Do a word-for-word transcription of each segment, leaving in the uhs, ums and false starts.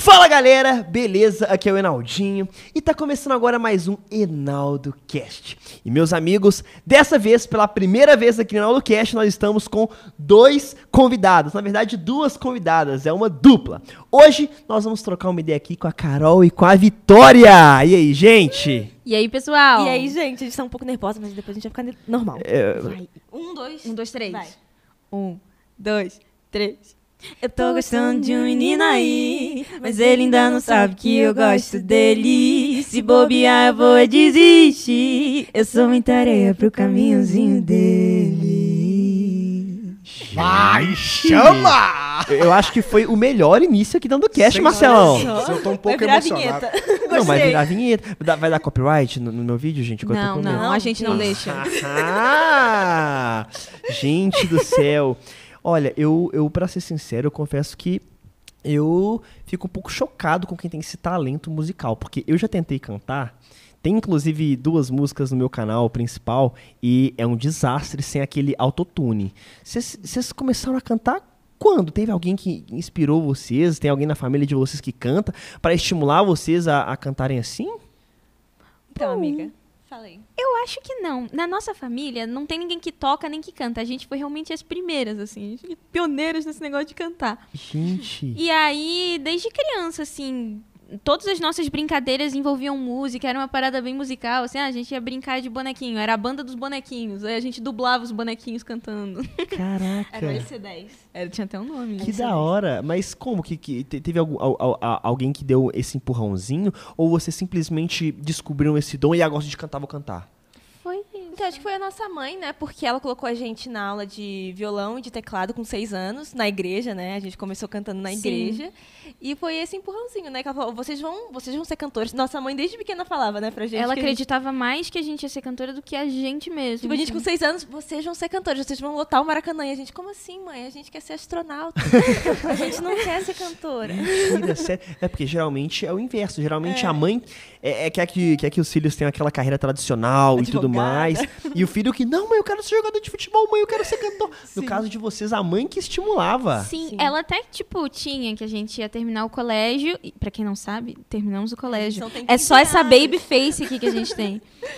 Fala galera, beleza? Aqui é o Enaldinho e tá começando agora mais um Enaldo Cast. E meus amigos, dessa vez, pela primeira vez aqui no Enaldo Cast, nós estamos com dois convidados, na verdade duas convidadas, é uma dupla. Hoje nós vamos trocar uma ideia aqui com a Carol e com a Vitória. E aí, gente? E aí, pessoal? E aí, gente, a gente tá um pouco nervosa, mas depois a gente vai ficar normal. É... Vai. Um, dois. Um, dois, três. Vai. Um, dois, três. Eu tô gostando de um menino aí, mas ele ainda não sabe que eu gosto dele. Se bobear, eu vou desistir. Eu sou muita areia pro caminhozinho dele. Vai, chama! Eu acho que foi o melhor início aqui dando cast, Marcelão. Eu tô um pouco vai virar emocionado. Vinheta. Não, vai virar vinheta. Vai dar, vai dar copyright no, no meu vídeo, gente? Enquanto eu tô Não, comendo? não, a gente não deixa. Ah, gente do céu. Olha, eu, eu, pra ser sincero, eu confesso que eu fico um pouco chocado com quem tem esse talento musical, porque eu já tentei cantar, tem inclusive duas músicas no meu canal principal e é um desastre sem aquele autotune. Vocês começaram a cantar quando? Teve alguém que inspirou vocês? Tem alguém na família de vocês que canta para estimular vocês a, a cantarem assim? Então, amiga, falei. Eu acho que não. Na nossa família, não tem ninguém que toca nem que canta. A gente foi realmente as primeiras, assim. A gente pioneiras nesse negócio de cantar. Gente... E aí, desde criança, assim... Todas as nossas brincadeiras envolviam música, era uma parada bem musical, assim, ah, a gente ia brincar de bonequinho, era a banda dos bonequinhos, aí a gente dublava os bonequinhos cantando. Caraca! Era o L C dez. Era, tinha até um nome. Que né? da hora, mas como que, que te- teve algum, al- al- al- alguém que deu esse empurrãozinho ou vocês simplesmente descobriram esse dom e agora de cantar, vou cantar? Foi Então, acho que foi a nossa mãe, né? Porque ela colocou a gente na aula de violão e de teclado com seis anos, na igreja, né? A gente começou cantando na Sim. igreja. E foi esse empurrãozinho, né? Que ela falou, vocês vão, vocês vão ser cantores. Nossa mãe, desde pequena, falava, né, pra gente. Ela que acreditava mais que a gente ia ser cantora do que a gente mesmo. Tipo, a gente com assim. seis anos, vocês vão ser cantores, vocês vão lotar o Maracanã. E a gente, como assim, mãe? A gente quer ser astronauta. A gente não quer ser cantora. Mentira, sério. É porque geralmente é o inverso. Geralmente a mãe é, é, quer, que, quer que os filhos tenham aquela carreira tradicional e tudo Advogada. mais. E o filho que, não, mãe, eu quero ser jogador de futebol, mãe, eu quero ser cantor. No Sim. caso de vocês, a mãe que estimulava. Sim, Sim. ela até, tipo, tinha que a gente ia terminar o colégio. E, pra quem não sabe, terminamos o colégio. São tem É só quinze essa anos. baby face aqui que a gente tem.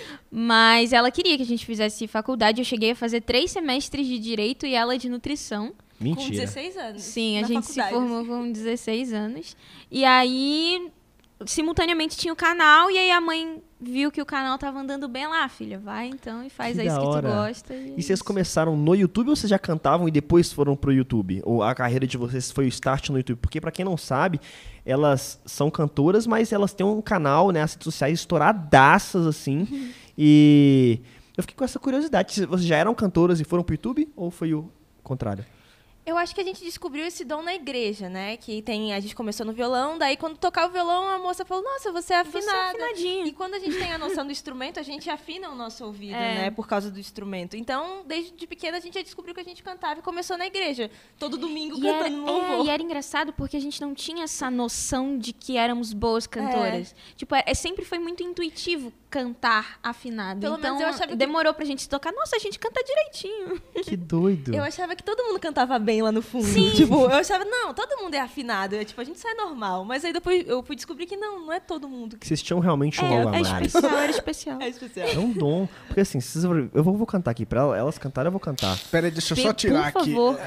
Mas ela queria que a gente fizesse faculdade. Eu cheguei a fazer três semestres de Direito e ela de Nutrição. Com Mentira. dezesseis anos. Sim, a na gente se faculdade, formou assim. com dezesseis anos. E aí, simultaneamente tinha o canal. E aí a mãe viu que o canal tava andando bem lá. Filha, vai então e faz Que aí da isso que tu hora. gosta. E, é E vocês isso. começaram no YouTube ou vocês já cantavam e depois foram pro YouTube? Ou a carreira de vocês foi o start no YouTube? Porque pra quem não sabe, elas são cantoras, mas elas têm um canal, né, as redes sociais estouradaças, assim. E eu fiquei com essa curiosidade. Vocês já eram cantoras e foram pro YouTube? Ou foi o contrário? Eu acho que a gente descobriu esse dom na igreja, né? Que tem, a gente começou no violão, daí quando tocava o violão, a moça falou, nossa, você é Você é afinada. afinadinha. E quando a gente tem a noção do instrumento, a gente afina o nosso ouvido, É. né? Por causa do instrumento. Então, desde de pequena, a gente já descobriu que a gente cantava e começou na igreja. Todo domingo E cantando era, no é, louvor. e era engraçado porque a gente não tinha essa noção de que éramos boas cantoras. Tipo, é, é- sempre foi muito intuitivo cantar afinado. Pelo então, menos eu achava que- demorou pra gente se tocar. Nossa, a gente canta direitinho. Que doido. Eu achava que todo mundo cantava bem lá no fundo. Sim. Tipo, eu achava, não, todo mundo é afinado. Eu, tipo, a gente sai normal. Mas aí depois eu fui descobrir que não, não é todo mundo que Vocês tinham realmente um É, algo a é mais. especial, era especial. é especial. É um dom. Porque assim, vocês- eu vou, vou cantar aqui pra elas, elas cantarem, eu vou cantar. Pera aí, deixa eu só Por tirar aqui. favor.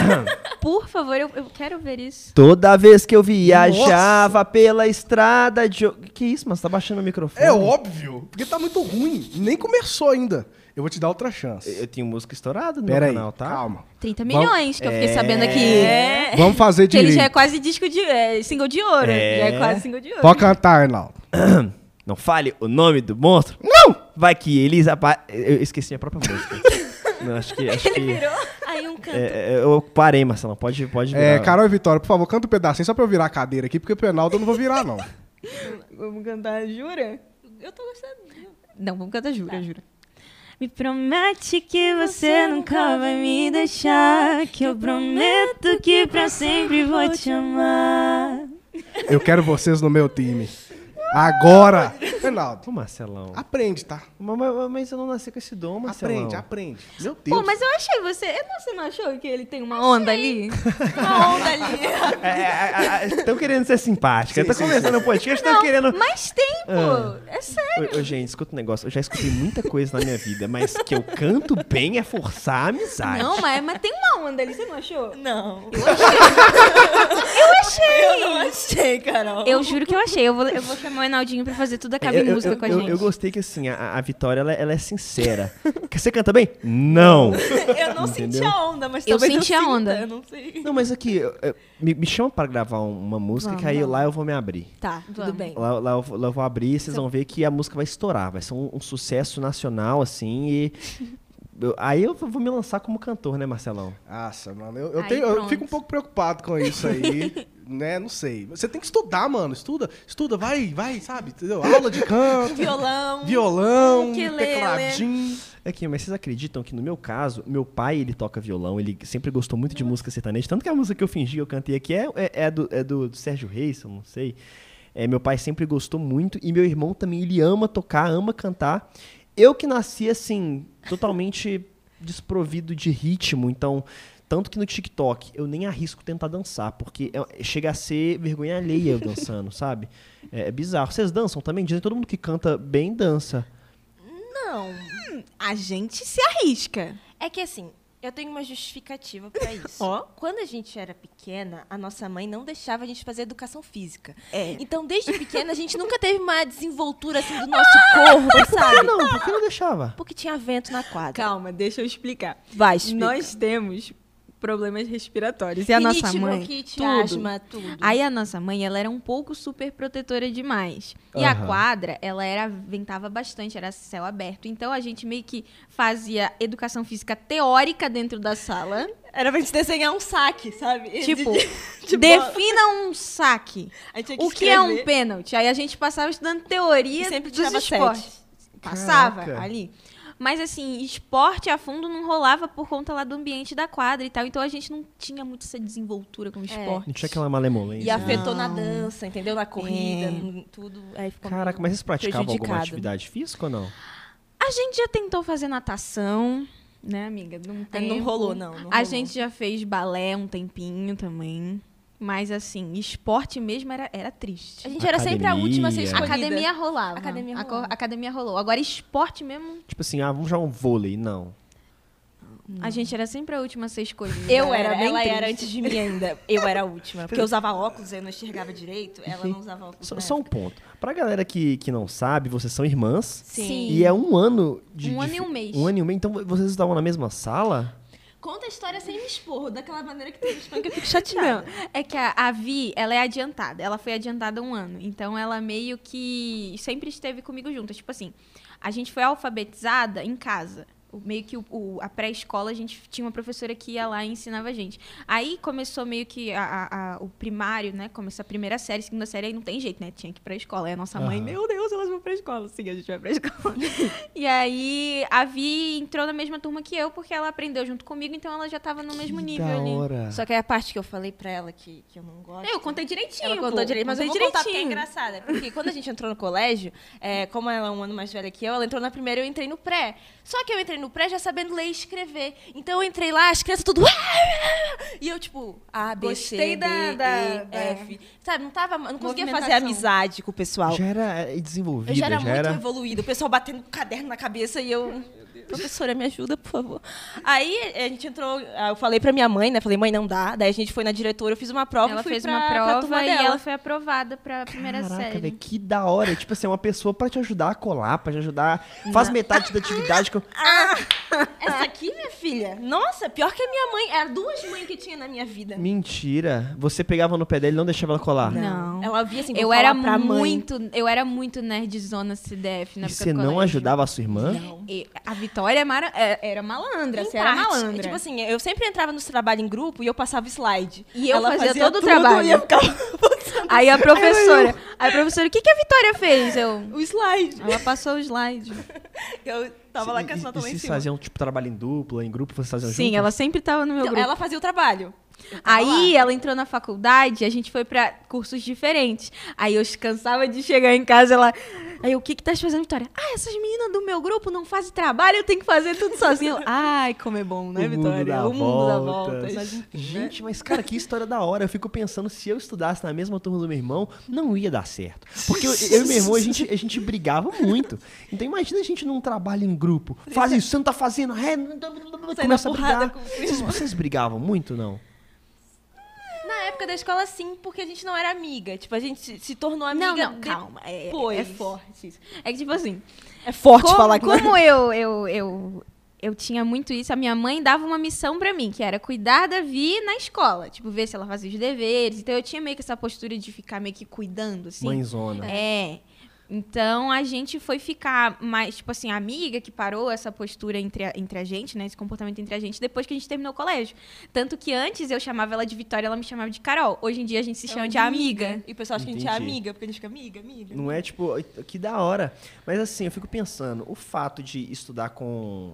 Por favor, eu, eu quero ver isso. Toda vez que eu viajava pela estrada de... Que isso, mas tá baixando o microfone? É óbvio, porque tá muito ruim. Nem começou ainda. Eu vou te dar outra chance. Eu tenho música estourada no Pera meu aí, canal, tá? calma. trinta Vamos- milhões, que eu fiquei É. sabendo aqui. É. Vamos fazer Que ele direito. já é quase disco de... É, single de ouro. É. Já é quase single de ouro. Pode cantar, Arnaldo. Não fale o nome do monstro. Não! Vai que eles... apa- Eu esqueci minha própria música. Não, acho que... Acho que Aí um canto. é, é, eu parei, Marcelo. Pode, pode virar. É, Carol e Vitória, por favor, canta um pedacinho só pra eu virar a cadeira aqui, porque pro Arnaldo eu não vou virar, não. Vamos cantar, jura? Eu tô gostando. Não, vamos cantar jura, jura. Me promete que você nunca vai me deixar, que eu prometo que pra sempre vou te amar. Eu quero vocês no meu time. Agora! Reinaldo, Ô, Marcelão. aprende, tá? Mas, mas- mas eu não nasci com esse dom, Marcelão. Aprende, aprende. Meu Deus. Pô, mas eu achei você... Você não achou que ele tem uma onda ali? Uma onda ali. Estão querendo ser simpática. Sim, Tá sim, começando sim. o podcast, estão querendo... Mas tem, pô. Ah. É sério. Ô, ô, gente, escuta um negócio. Eu já escutei muita coisa na minha vida, mas que eu canto bem é forçar a amizade. Não, mas, mas tem uma onda ali, você não achou? Não. Eu achei. Eu não achei, Carol. Eu juro que eu achei. Eu vou, eu vou chamar o Enaldinho pra fazer tudo a Cabe Eu, eu, Música eu, com a eu- gente. eu gostei que, assim, a, a Vitória, ela, ela é sincera. Que você canta bem? Não. Eu não senti Entendeu? a onda, mas Eu talvez senti a sinta, onda. Eu não sei. Não, mas aqui, eu- eu- me, me chama pra gravar um- uma música, Vamos, que aí vamos. lá eu vou me abrir. Tá, tudo Vamos. bem. Lá, lá, eu, vou- lá eu vou abrir e vocês vão ver que a música vai estourar. Vai ser um, um sucesso nacional, assim, e... eu- aí eu vou me lançar como cantor, né, Marcelão? Nossa, mano, eu, eu, Aí, tenho, eu pronto. fico um pouco preocupado com isso aí, né? Não sei. Você tem que estudar, mano. Estuda, estuda, vai, vai, sabe? Entendeu? Aula de canto, Violão. violão, ukulele. tecladinho. Aqui, mas vocês acreditam que no meu caso, meu pai, ele toca violão, ele sempre gostou muito de música sertaneja, tanto que a música que eu fingi, eu cantei aqui, é, é, é do, é do, do Sérgio Reis, eu não sei. É, meu pai sempre gostou muito, e meu irmão também, ele ama tocar, ama cantar. Eu que nasci, assim, totalmente desprovido de ritmo, então... Tanto que no TikTok eu nem arrisco tentar dançar, porque é- chega a ser vergonha alheia eu dançando, sabe? É, é bizarro. Vocês dançam também? Dizem que todo mundo que canta bem dança. Não. A gente se arrisca. É que assim, eu tenho uma justificativa pra isso. Ó. Quando a gente era pequena, a nossa mãe não deixava a gente fazer educação física. É. Então, desde pequena, a gente nunca teve uma desenvoltura assim do nosso corpo, Por que sabe? não? Por que não deixava? Porque tinha vento na quadra. Calma, deixa eu explicar. Vai, explica. Nós temos problemas respiratórios. E a Rinite, nossa mãe, bronquite, tudo. asma, tudo. Aí a nossa mãe, ela era um pouco super protetora demais. E a Aham. quadra, ela era ventava bastante, era céu aberto. Então a gente meio que fazia educação física teórica dentro da sala. Era pra gente desenhar um saque, sabe? Tipo, De- de bola. defina um saque. A gente tinha O que é um escrever. pênalti? Aí a gente passava estudando teoria E sempre dos tirava esportes. Passava Caraca. ali. Mas assim, esporte a fundo não rolava por conta lá do ambiente da quadra e tal. Então a gente não tinha muito essa desenvoltura com o esporte. Não tinha aquela malemolência. E afetou Não. na dança, entendeu? Na corrida, É. no- tudo. Aí ficou Caraca, meio mas vocês praticavam alguma prejudicado. atividade física ou não? A gente já tentou fazer natação, né, amiga? Não, Ah, não rolou, não. não A rolou. gente já fez balé um tempinho também. Mas assim, esporte mesmo era, era triste. A gente era sempre a última a ser Academia. escolhida. Academia rolava. Academia A co- rolava. academia rolou. Agora, esporte mesmo, Tipo assim, ah, vamos jogar um vôlei. Não. a gente era sempre a última a ser escolhida. Eu era, era, bem ela triste. era antes de mim ainda. Eu era a última. Porque eu usava óculos, eu não enxergava direito. Ela não usava óculos. Só, na só um época. ponto. Pra galera que, que não sabe, vocês são irmãs. Sim. E é um ano de... Um ano de- e um mês. Um ano e um mês. Então vocês estavam na mesma sala? Conta a história sem me expor, daquela maneira que tu me expõe que eu fico chateada. Não, é que a, a Vi, ela é adiantada. Ela foi adiantada um ano. Então, ela meio que sempre esteve comigo junto. Tipo assim, a gente foi alfabetizada em casa. O- Meio que o, o- a pré-escola, a gente tinha uma professora que ia lá e ensinava a gente. Aí começou meio que a- a- a- o primário, né? Começou a primeira série, segunda série, aí não tem jeito, né? Tinha que ir pra escola. Aí a nossa mãe, Aham. meu Deus, elas vão pra escola. Sim, a gente vai pra escola. E aí a Vi entrou na mesma turma que eu, porque ela aprendeu junto comigo, então ela já tava no mesmo Que nível da ali. hora. Só que aí a parte que eu falei pra ela que, que eu não gosto. Eu contei direitinho. Ela contou pô. direito, mas eu Contei vou contar porque é direitinho. engraçada. Porque quando a gente entrou no colégio, é, como ela é um ano mais velha que eu, ela entrou na primeira e eu entrei no pré. Só que eu entrei no pré já sabendo ler e escrever. Então eu entrei lá, as crianças tudo... E eu, tipo, A, B, Gostei C, D, da- E, da- da- F. Sabe, não, tava, não conseguia fazer Movimentação. amizade com o pessoal. Já era é, desenvolvida, Eu já era já muito era... evoluída. O pessoal batendo com o caderno na cabeça e eu... Professora, me ajuda, por favor. Aí a gente entrou... Eu falei pra minha mãe, né? Falei, mãe, não dá. Daí a gente foi na diretora, eu fiz uma prova Ela e fui fez pra, uma pra prova turma e dela. ela foi aprovada pra primeira Caraca, série. velho, que da hora. Tipo assim, é uma pessoa pra te ajudar a colar, pra te ajudar... Faz metade da atividade que eu... Essa aqui, minha filha, nossa, pior que a minha mãe. Era duas mães que tinha na minha vida. Mentira. Você pegava no pé dele e não deixava ela colar. Não. Ela via assim, vou Eu falar era pra mãe. muito, eu era muito nerdzona C D F na E época você do não colégio. ajudava a sua irmã? Não. E a Vitória é mara- é- era malandra, Em você era parte. malandra. Tipo assim, eu sempre entrava nos trabalhos em grupo e eu passava slide. E eu Ela fazia todo o tudo trabalho. E eu ficava botando Aí a professora, aí a professora, o que, que a Vitória fez? Eu, o slide. ela passou o slide. Eu tava lá E- com a e, nota lá e em vocês cima. faziam, tipo, trabalho em dupla, em grupo, vocês faziam Sim, juntos? ela sempre tava no meu Então, grupo. ela fazia o trabalho. Aí ela entrou na faculdade, a gente foi pra cursos diferentes. Aí eu cansava de chegar em casa, ela... Aí, o que que tá fazendo, Vitória? Ah, essas meninas do meu grupo não fazem trabalho, eu tenho que fazer tudo sozinha. Eu, Ai, como é bom, né, O mundo Vitória? dá O mundo dá voltas. voltas. Mas, Gente, mas cara, que história da hora. Eu fico pensando, se eu estudasse na mesma turma do meu irmão, não ia dar certo. Porque eu, eu e meu irmão, a gente, a gente brigava muito. Então imagina a gente num trabalho em grupo. Faz isso, você não tá fazendo. É, começa a brigar. com o Vocês, vocês brigavam muito, não? Na época da escola, sim, porque a gente não era amiga. Tipo, a gente se, se tornou amiga. Não, não, calma. É, depois. é forte isso. É que, tipo assim... É forte como, falar que como eu, eu, eu, eu tinha muito isso, a minha mãe dava uma missão pra mim, que era cuidar da Vi na escola. Tipo, ver se ela fazia os deveres. Então, eu tinha meio que essa postura de ficar meio que cuidando, assim. Mãezona. É. Então, a gente foi ficar mais, tipo assim, amiga que parou essa postura entre a, entre a gente, né? Esse comportamento entre a gente, depois que a gente terminou o colégio. Tanto que antes eu chamava ela de Vitória, ela me chamava de Carol. Hoje em dia a gente se chama de amiga. E o pessoal acha que a gente é Entendi. amiga, porque a gente fica amiga, amiga. Não é tipo, que da hora. Mas assim, eu fico pensando, o fato de estudar com,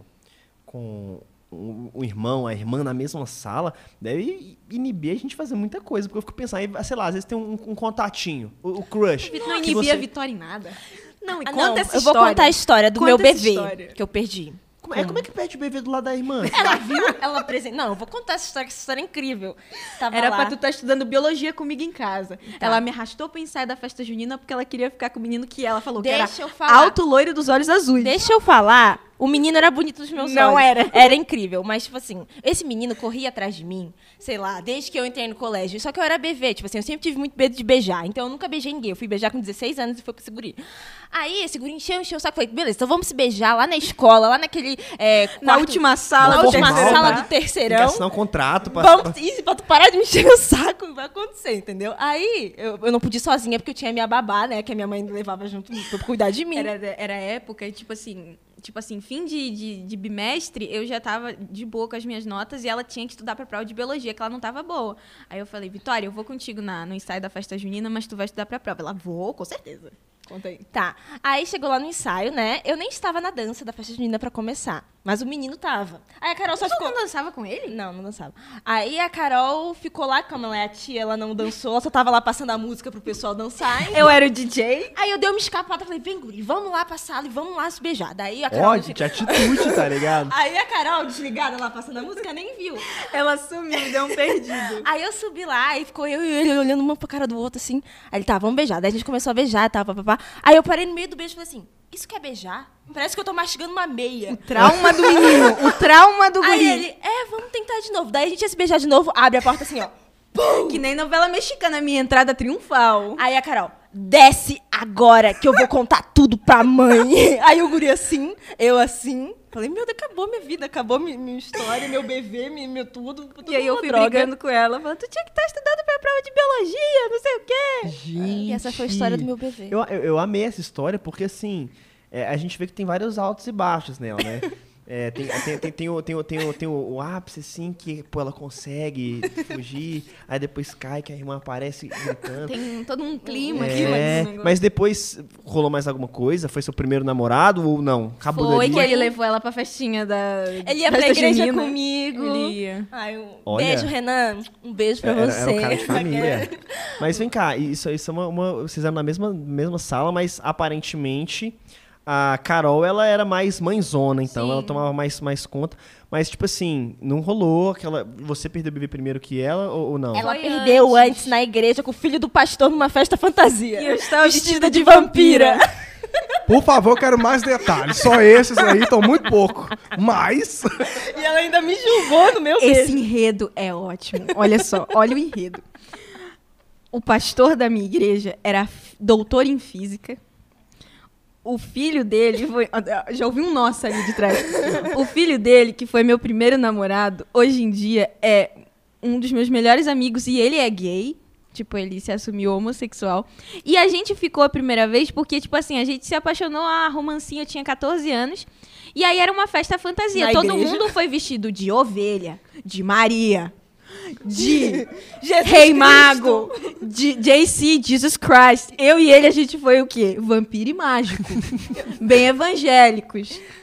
com o, o irmão, a irmã na mesma sala, deve inibir a gente fazer muita coisa. Porque eu fico pensando, aí, sei lá, às vezes tem um, um contatinho, o, o crush. Não que inibia você- a Vitória em nada. Não, e Ah, conta não, essa eu vou história. contar a história do Conta meu essa bebê história. que eu perdi. Como é, como é que perde o bebê do lado da irmã? Ela viu, ela apresenta. Não, eu vou contar essa história, que essa história é incrível. Tava Era lá. pra tu estar estudando biologia comigo em casa. Tá. Ela me arrastou pra ensaio da festa junina porque ela queria ficar com o menino que ela falou Deixa que eu era falar. alto, loiro dos olhos azuis. Deixa eu falar. O menino era bonito dos meus Não olhos. era. Era incrível. Mas, tipo assim, esse menino corria atrás de mim, sei lá, desde que eu entrei no colégio. Só que eu era bebê, tipo assim, eu sempre tive muito medo de beijar. Então eu nunca beijei ninguém. Eu fui beijar com dezesseis anos e foi com esse guri. Aí esse guri encheu, encheu o saco. Falei, beleza, então vamos se beijar lá na escola, lá naquele. É, Na quarto- última sala na do última terceirão. sala do Tem que terceirão. assinar um contrato pra... Vamos, isso, pra tu parar de me encher o saco, vai acontecer, entendeu? Aí, eu, eu não podia ir sozinha, porque eu tinha minha babá, né? Que a minha mãe levava junto pra cuidar de mim. Era, era época, tipo assim, tipo assim, fim de, de, de bimestre, eu já tava de boa com as minhas notas e ela tinha que estudar pra prova de biologia, que ela não tava boa. Aí eu falei, Vitória, eu vou contigo na, no ensaio da festa junina, mas tu vai estudar pra prova. Ela, vou, com certeza. Conta aí. Tá. Aí chegou lá no ensaio, né? Eu nem estava na dança da festa junina pra começar. Mas o menino tava. Aí a Carol só Tu ficou. não dançava com ele? Não, não dançava. Aí a Carol ficou lá, como ela é a tia, ela não dançou, ela só tava lá passando a música pro pessoal dançar. Eu era o D J. Aí eu dei uma escapada, falei, vem, guri, vamos lá pra sala e vamos lá se beijar. Daí a Carol. Ó, de atitude, tá ligado? Aí a Carol, desligada lá passando a música, nem viu. Ela sumiu, deu um perdido. Aí eu subi lá e ficou eu e ele olhando uma pra cara do outro assim. Aí ele, tá, vamos beijar. Daí a gente começou a beijar, tá, papapá. Aí eu parei no meio do beijo e falei assim, isso quer beijar? Parece que eu tô mastigando uma meia. Trauma do menino, o trauma do Aí guri. ele, é, vamos tentar de novo. Daí a gente ia se beijar de novo, abre a porta assim, ó. Que nem novela mexicana, minha entrada triunfal. Aí a Carol, desce agora que eu vou contar tudo pra mãe. Aí o guri assim, eu assim. Falei, meu Deus, acabou minha vida, acabou minha, minha história, meu bebê, meu, meu tudo. tudo E aí eu uma fui droga. brigando com ela, falando, tu tinha que estar estudando pra prova de biologia, não sei o quê. Gente. E essa foi a história do meu bebê. Eu, eu, eu amei essa história porque, assim, é, a gente vê que tem vários altos e baixos nela, né? É, tem, tem, tem, tem, o, tem, o, tem, o, tem o, o ápice, assim, que pô, ela consegue fugir, aí depois cai, que a irmã aparece gritando. Tem todo um clima aqui. É, mas- mas depois rolou mais alguma coisa? Foi seu primeiro namorado ou não? Acabou Foi dali? que ele levou ela pra festinha da Ele ia pra festa igreja junina. comigo. Ele ia. Ai, um Olha. beijo, Renan. Um beijo pra Era, você. era um cara de família. Mas vem cá, isso, isso é uma, uma. Vocês eram na mesma, mesma sala, mas aparentemente a Carol ela era mais mãezona, então Sim. ela tomava mais, mais conta. Mas, tipo assim, não rolou aquela. Você perdeu o bebê primeiro que ela ou, ou não? Ela Foi perdeu antes. antes. na igreja com o filho do pastor numa festa fantasia. E eu estava vestida de vampira. Por favor, quero mais detalhes. Só esses aí estão muito pouco. Mas. E ela ainda me julgou no meu Esse beijo. enredo é ótimo. Olha só, olha o enredo. O pastor da minha igreja era f- doutor em física. O filho dele foi... Já ouvi um nossa ali de trás. O filho dele, que foi meu primeiro namorado, hoje em dia é um dos meus melhores amigos e ele é gay. Tipo, ele se assumiu homossexual. E a gente ficou a primeira vez porque, tipo assim, a gente se apaixonou a romancinha, eu tinha catorze anos. E aí era uma festa fantasia. Na Todo igreja? mundo foi vestido de ovelha, de Maria, de Jesus Rei Cristo. Mago, de J C, Jesus Christ. Eu e ele, a gente foi o quê? Vampiro e mágico. Bem evangélicos.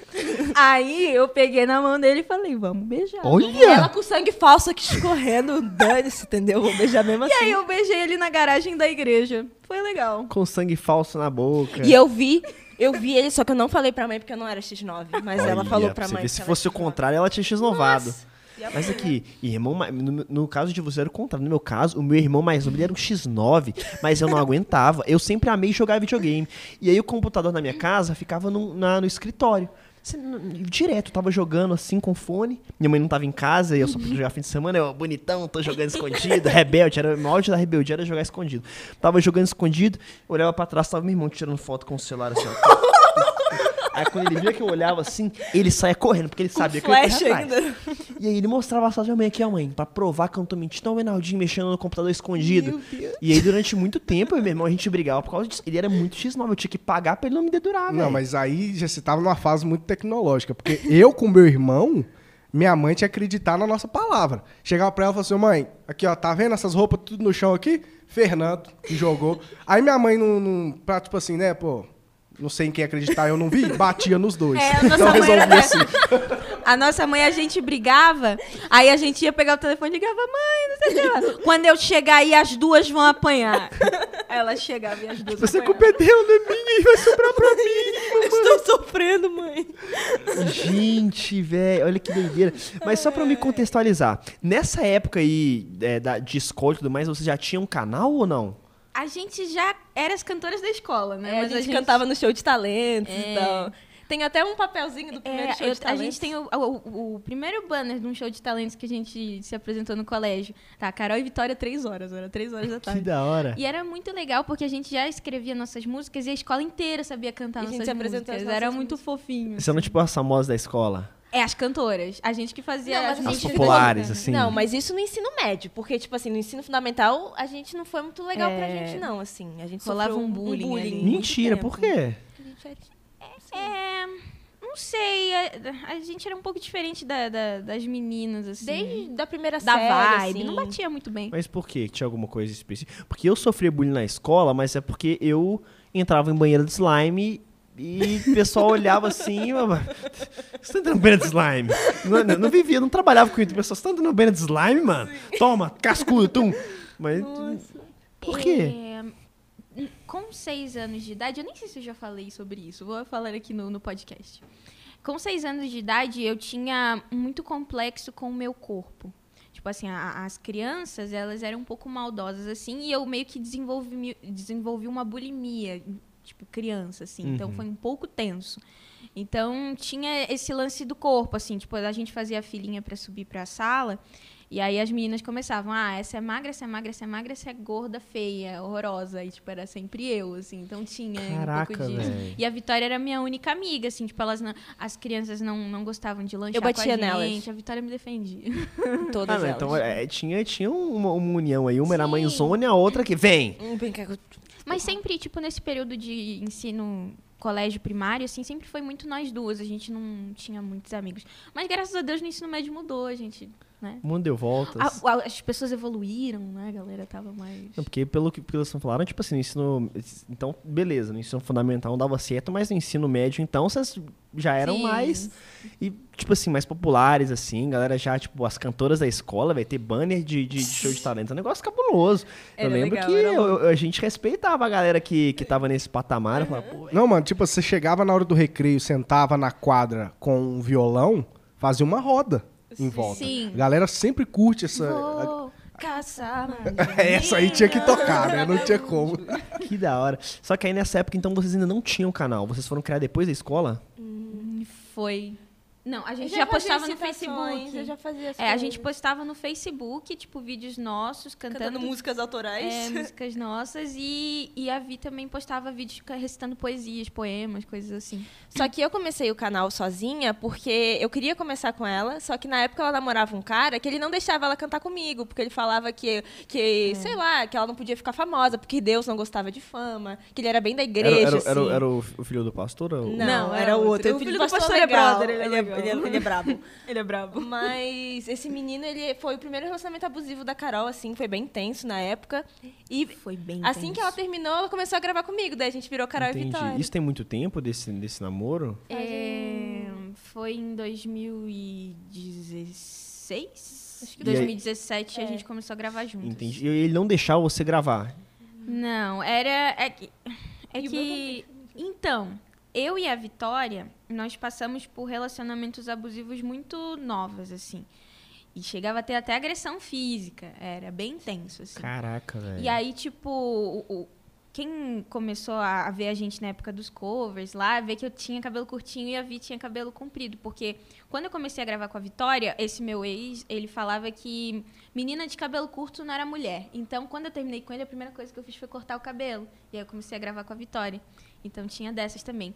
Aí eu peguei na mão dele e falei, vamos beijar. Olha! Ela com sangue falso aqui escorrendo, dane-se, entendeu? Vou beijar mesmo E assim. aí eu beijei ele na garagem da igreja. Foi legal. Com sangue falso na boca. E eu vi, eu vi ele, só que eu não falei pra mãe porque eu não era xis nove. Mas ela Olha, falou pra você mãe. vê, que se ela fosse o era xis nove. contrário, ela tinha x-novado. Nossa. Mas aqui, irmão, ma- no, no caso de você era o contrário. No meu caso, o meu irmão mais novo ele era um xis nove, mas eu não aguentava. Eu sempre amei jogar videogame. E aí o computador na minha casa ficava no, na- no escritório. Você não- Direto, eu tava jogando assim com fone. Minha mãe não tava em casa e eu só podia jogar fim de semana. Eu, bonitão, tô jogando escondido, rebelde. Era, o maior de da rebeldia era jogar escondido. Tava jogando escondido, olhava pra trás, tava meu irmão tirando foto com o celular assim, ó. Aí quando ele via que eu olhava assim, ele saia correndo, porque ele sabia que eu ia Flash correr atrás. ainda. E aí ele mostrava a foto da mãe aqui, ó, mãe, pra provar que eu não tô mentindo. Então o Reinaldinho mexendo no computador escondido. E aí durante muito tempo, eu e meu irmão, a gente brigava por causa disso. Ele era muito xis nove, eu tinha que pagar pra ele não me dedurar, velho. Não, mas aí já você tava numa fase muito tecnológica. Porque eu com meu irmão, minha mãe tinha que acreditar na nossa palavra. Chegava pra ela e falava assim, mãe, aqui ó, tá vendo essas roupas tudo no chão aqui? Fernando, que jogou. Aí minha mãe não, não pra, tipo assim, né, pô, não sei em quem acreditar, eu não vi, batia nos dois. É, a nossa então mãe era resolvi assim. A nossa mãe, a gente brigava, aí a gente ia pegar o telefone e ligava, mãe, não sei o que lá. Quando eu chegar aí, as duas vão apanhar. Ela chegava e as duas Você apanhavam. culpa é dela, não é minha, e vai sobrar pra mim. Estou sofrendo, mãe. Gente, velho, olha que doideira. Mas só pra eu me contextualizar, nessa época aí é, da, de escola e tudo mais, você já tinha um canal ou não? A gente já era as cantoras da escola, né? É, a, gente cantava no show de talentos É. e tal. Tem até um papelzinho do primeiro É, show eu- de a talentos. gente tem o, o- o primeiro banner de um show de talentos que a gente se apresentou no colégio. Tá, Carol e Vitória, três horas, era três horas da Que tarde. da hora. E era muito legal, porque a gente já escrevia nossas músicas e a escola inteira sabia cantar E a gente nossas se apresentou músicas. as Era nossas muito músicas. fofinho. Você não tipo as famosas da escola? É, as cantoras. A gente que fazia Não, mas as a As gente populares, ficou- assim. Não, mas isso no ensino médio, porque, tipo assim, no ensino fundamental, a gente não foi muito legal pra É. gente, não, assim. A gente Rolava sofreu um bullying ali. muito Mentira, tempo. por quê? A gente é- É, não sei. A, a gente era um pouco diferente da- da- das meninas, assim. Desde a primeira da série, vibe. assim. Não batia muito bem. Mas por quê? Tinha alguma coisa específica? Porque eu sofria bullying na escola, mas é porque eu entrava em banheiro de slime e o pessoal olhava assim, "Mas, você tá entrando no banheiro de slime? Não, não, não vivia, não trabalhava com isso. O pessoal, você tá entrando no banheiro de slime, mano? Toma, cascudo, tum. Mas por quê? É, com seis anos de idade, eu nem sei se eu já falei sobre isso, vou falar aqui no, no podcast. Com seis anos de idade, eu tinha muito complexo com o meu corpo. Tipo assim, a- as crianças, elas eram um pouco maldosas, assim, e eu meio que desenvolvi, desenvolvi uma bulimia, tipo, criança, assim. Então, Uhum. foi um pouco tenso. Então, tinha esse lance do corpo, assim. Tipo, a gente fazia a filinha pra subir pra sala, e aí as meninas começavam, ah, essa é magra, essa é magra, essa é magra, essa é gorda, feia, horrorosa. E, tipo, era sempre eu, assim. Então, tinha Caraca, um pouco disso. velho. E a Vitória era a minha única amiga, assim. Tipo, elas não- as crianças não, não gostavam de lanchar Eu batia com a nelas. gente. A Vitória me defendia. Todas Ah, não, elas. então é, tinha, tinha uma, uma união aí. Uma era a Sim. mãezona e a outra que vem. Hum, vem cá que eu- Mas sempre, tipo, nesse período de ensino colégio primário, assim, sempre foi muito nós duas. A gente não tinha muitos amigos. Mas, graças a Deus, no ensino médio mudou, a gente, né? O mundo deu voltas. A- a- as pessoas evoluíram, né? A galera tava mais... Não, porque pelo que, pelo que vocês falaram, tipo assim, no ensino. Então, beleza, no ensino fundamental não dava certo, mas no ensino médio, então, vocês já eram Sim. mais. E, tipo assim, mais populares, assim, galera já, tipo, as cantoras da escola, vai ter banner de, de, de show de talento. É um negócio cabuloso. eu Era lembro legal, que era eu- eu- a gente respeitava a galera que, que tava nesse patamar. Eu falava, pô, Não, mano, tipo, você chegava na hora do recreio, sentava na quadra com um violão, fazia uma roda em volta. Sim. A galera sempre curte essa. Vou caçar... Essa aí tinha que tocar, né? Não tinha como. que da hora. Só que aí nessa época, então, vocês ainda não tinham canal. Vocês foram criar depois da escola? Foi... Não, a Eu gente já, fazia postava no citações, Facebook. Eu já fazia as É, a coisas. gente postava no Facebook, tipo, vídeos nossos, cantando... cantando músicas autorais. É, músicas nossas. E, e a Vi também postava vídeos recitando poesias, poemas, coisas assim. Só que eu comecei o canal sozinha porque eu queria começar com ela, só que na época ela namorava um cara que ele não deixava ela cantar comigo, porque ele falava que, que sei lá, que ela não podia ficar famosa, porque Deus não gostava de fama, que ele era bem da Era, igreja, era, assim. era, era o o filho do pastor? Ou... Não, Não, era era outro. outro. O filho do pastor é legal, brother, ele é, ele é legal. ele é, ele é brabo. Ele é brabo. Mas esse menino, ele foi o primeiro relacionamento abusivo da Carol, assim, foi bem intenso na época. E Foi bem assim intenso. que ela terminou, ela começou a gravar comigo, daí a gente virou Carol e Entendi. Vitória. Isso tem muito tempo desse, desse namoro? É, foi em dois mil e dezesseis? Acho que E dois aí- mil e dezessete É. a gente começou a gravar juntos. Entendi. E ele não deixava você gravar. Não, era... É que... É E o meu que então, eu e a Vitória, nós passamos por relacionamentos abusivos muito novos, assim. E chegava a ter até agressão física. Era bem intenso, assim. Caraca, velho. E aí, tipo, o, o- quem começou a, a ver a gente na época dos covers lá, vê que eu tinha cabelo curtinho e a Vi tinha cabelo comprido. Porque quando eu comecei a gravar com a Vitória, esse meu ex, ele falava que menina de cabelo curto não era mulher. Então, quando eu terminei com ele, a primeira coisa que eu fiz foi cortar o cabelo. E aí eu comecei a gravar com a Vitória. Então, tinha dessas também.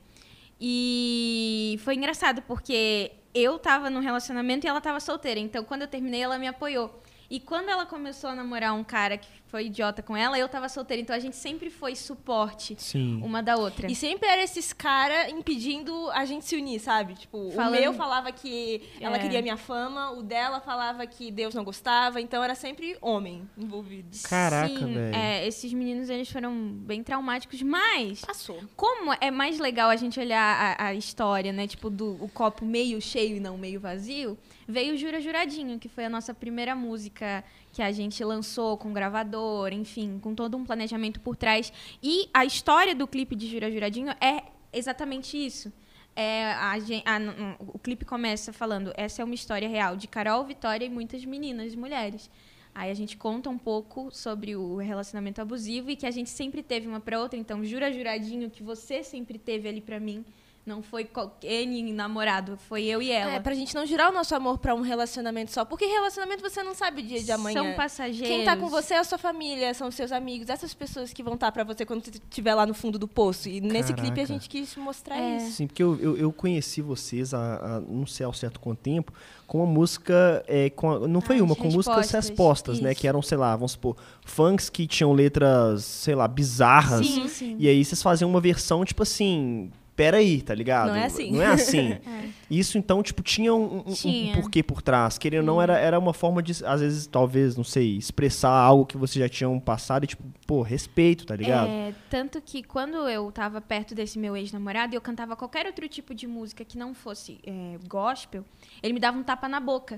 E foi engraçado, porque eu tava num relacionamento e ela tava solteira. Então, quando eu terminei, ela me apoiou. E quando ela começou a namorar um cara que foi idiota com ela, eu tava solteira. Então, a gente sempre foi suporte Sim. uma da outra. E sempre era esses caras impedindo a gente se unir, sabe? Tipo, Falando- o meu falava que ela É. queria minha fama, o dela falava que Deus não gostava, então era sempre homem envolvido. Caraca, Sim, velho. é, esses meninos, eles foram bem traumáticos. Mas, Passou. como é mais legal a gente olhar a, a história, né? Tipo, do o copo meio cheio e não meio vazio, veio o Jura Juradinho, que foi a nossa primeira música que a gente lançou com gravador, enfim, com todo um planejamento por trás. E a história do clipe de Jura Juradinho é exatamente isso. É, a gen- a- n- o clipe começa falando, essa é uma história real de Carol, Vitória e muitas meninas, mulheres. Aí a gente conta um pouco sobre o relacionamento abusivo e que a gente sempre teve uma pra outra. Então, Jura Juradinho, que você sempre teve ali pra mim, não foi qualquer namorado, foi eu e ela. É, pra gente não girar o nosso amor pra um relacionamento só. Porque relacionamento você não sabe o dia de amanhã. São passageiros. Quem tá com você é a sua família, são os seus amigos, essas pessoas que vão estar pra você quando você estiver lá no fundo do poço. E nesse Caraca. clipe a gente quis mostrar É. isso. Sim, porque eu, eu, eu conheci vocês há, há não sei ao certo quanto tempo, com uma música, é, com a- não foi Ah, uma, as com músicas respostas, respostas, né? isso. Que eram, sei lá, vamos supor, funks que tinham letras, sei lá, bizarras. Sim, sim. E aí vocês faziam uma versão, tipo assim, peraí, tá ligado? Não é assim. Não é assim. Isso, então, tipo, tinha um, um- um Tinha. porquê por trás. Querendo ou não, era, era uma forma de, às vezes, talvez, não sei, expressar algo que vocês já tinham passado e, tipo, pô, respeito, tá ligado? É, tanto que quando eu tava perto desse meu ex-namorado e eu cantava qualquer outro tipo de música que não fosse é, gospel, ele me dava um tapa na boca.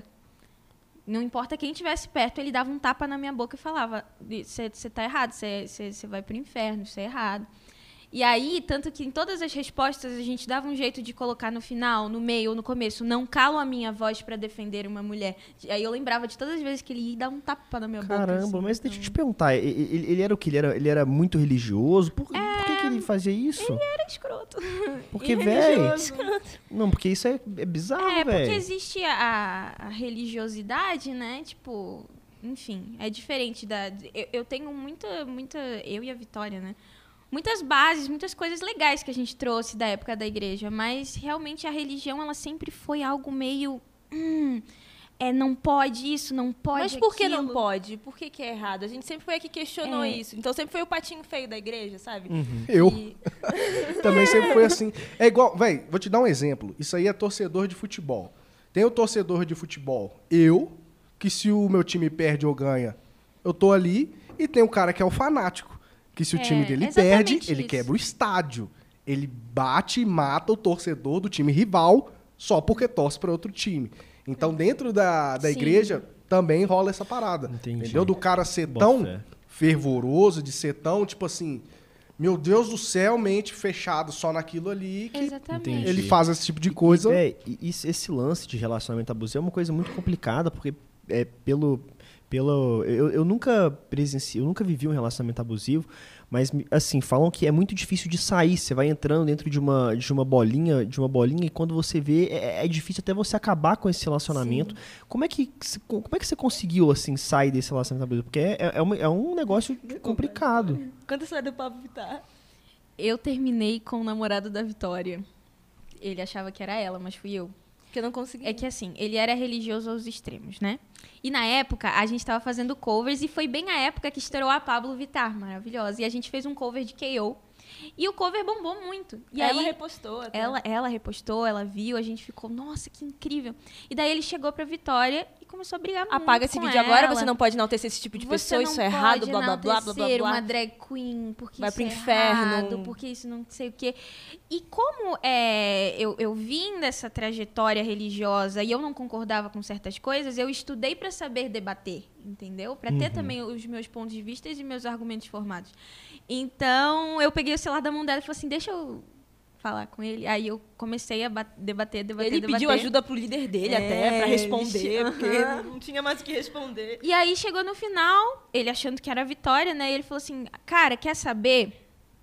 Não importa quem estivesse perto, ele dava um tapa na minha boca e falava: você tá errado, você vai pro inferno, isso é errado. E aí, tanto que em todas as respostas a gente dava um jeito de colocar no final, no meio ou no começo, não calo a minha voz pra defender uma mulher. E aí eu lembrava de todas as vezes que ele ia dar um tapa na minha boca. Caramba, assim, mas então- deixa eu te perguntar, e- e- ele, ele era o quê? Ele era, ele era muito religioso? Por, por que, que ele fazia isso? Era escroto. Porque, E velho. religioso. Não, porque isso é, é bizarro, É, porque velho. existe a, a religiosidade, né? Tipo, enfim, é diferente da. Eu, eu tenho muita, muita. Eu e a Vitória, né? Muitas bases, muitas coisas legais que a gente trouxe da época da igreja, mas realmente a religião, ela sempre foi algo meio. Hum, é, não pode isso, não pode Mas por que não aquilo. pode? Por que, que é errado? A gente sempre foi a que questionou É. isso. Então sempre foi o patinho feio da igreja, sabe? Eu E- também sempre foi assim. É igual, velho, vou te dar um exemplo. Isso aí é torcedor de futebol. Tem o torcedor de futebol, eu, que se o meu time perde ou ganha, eu tô ali. E tem o cara que é o fanático, que se o É, time dele exatamente perde, ele isso. quebra o estádio. Ele bate e mata o torcedor do time rival só porque torce para outro time. Então, dentro da, da Sim. igreja, também rola essa parada. Entendi. Entendeu? Do cara ser Boto tão fé. fervoroso, de ser tão, tipo assim, meu Deus do céu, mente fechado só naquilo ali, que Exatamente. Entendi. ele faz esse tipo de coisa. É, e isso- esse lance de relacionamento abusivo é uma coisa muito complicada, porque é pelo. pelo eu, eu nunca presenciei, eu nunca vivi um relacionamento abusivo, mas assim, falam que é muito difícil de sair. Você vai entrando dentro de uma, de uma bolinha, de uma bolinha, e quando você vê, é, é difícil até você acabar com esse relacionamento. Como é, que, como é que você conseguiu assim, sair desse relacionamento abusivo? Porque é, é, uma- é um negócio complicado. Conta a história do Pablo Vittar. Eu terminei com o namorado da Vitória. Ele achava que era ela, mas fui eu. Que eu não consegui. É que assim, ele era religioso aos extremos, né? E na época, a gente tava fazendo covers e foi bem a época que estourou a Pablo Vittar, maravilhosa. E a gente fez um cover de K O. E o cover bombou muito. E ela aí, repostou até. ela, ela repostou, ela viu, a gente ficou, nossa, que incrível. E daí ele chegou pra Vitória e e começou a brigar Apaga muito esse com vídeo ela. agora, você não pode enaltecer esse tipo de pessoa, isso é errado, blá, blá, blá, blá, blá, blá. uma drag queen, porque Vai isso pro é inferno. errado, porque isso não sei o quê. E como é, eu, eu vim dessa trajetória religiosa e eu não concordava com certas coisas, eu estudei para saber debater, entendeu? Para ter também os meus pontos de vista e meus argumentos formados. Então, eu peguei o celular da mão dela e falei assim, deixa eu falar com ele. Aí eu comecei a debater, debater, Ele debater. pediu ajuda pro líder dele É, até pra responder, ele- porque Aham. não tinha mais o que responder. E aí chegou no final, ele achando que era a vitória, né? E ele falou assim, cara, quer saber?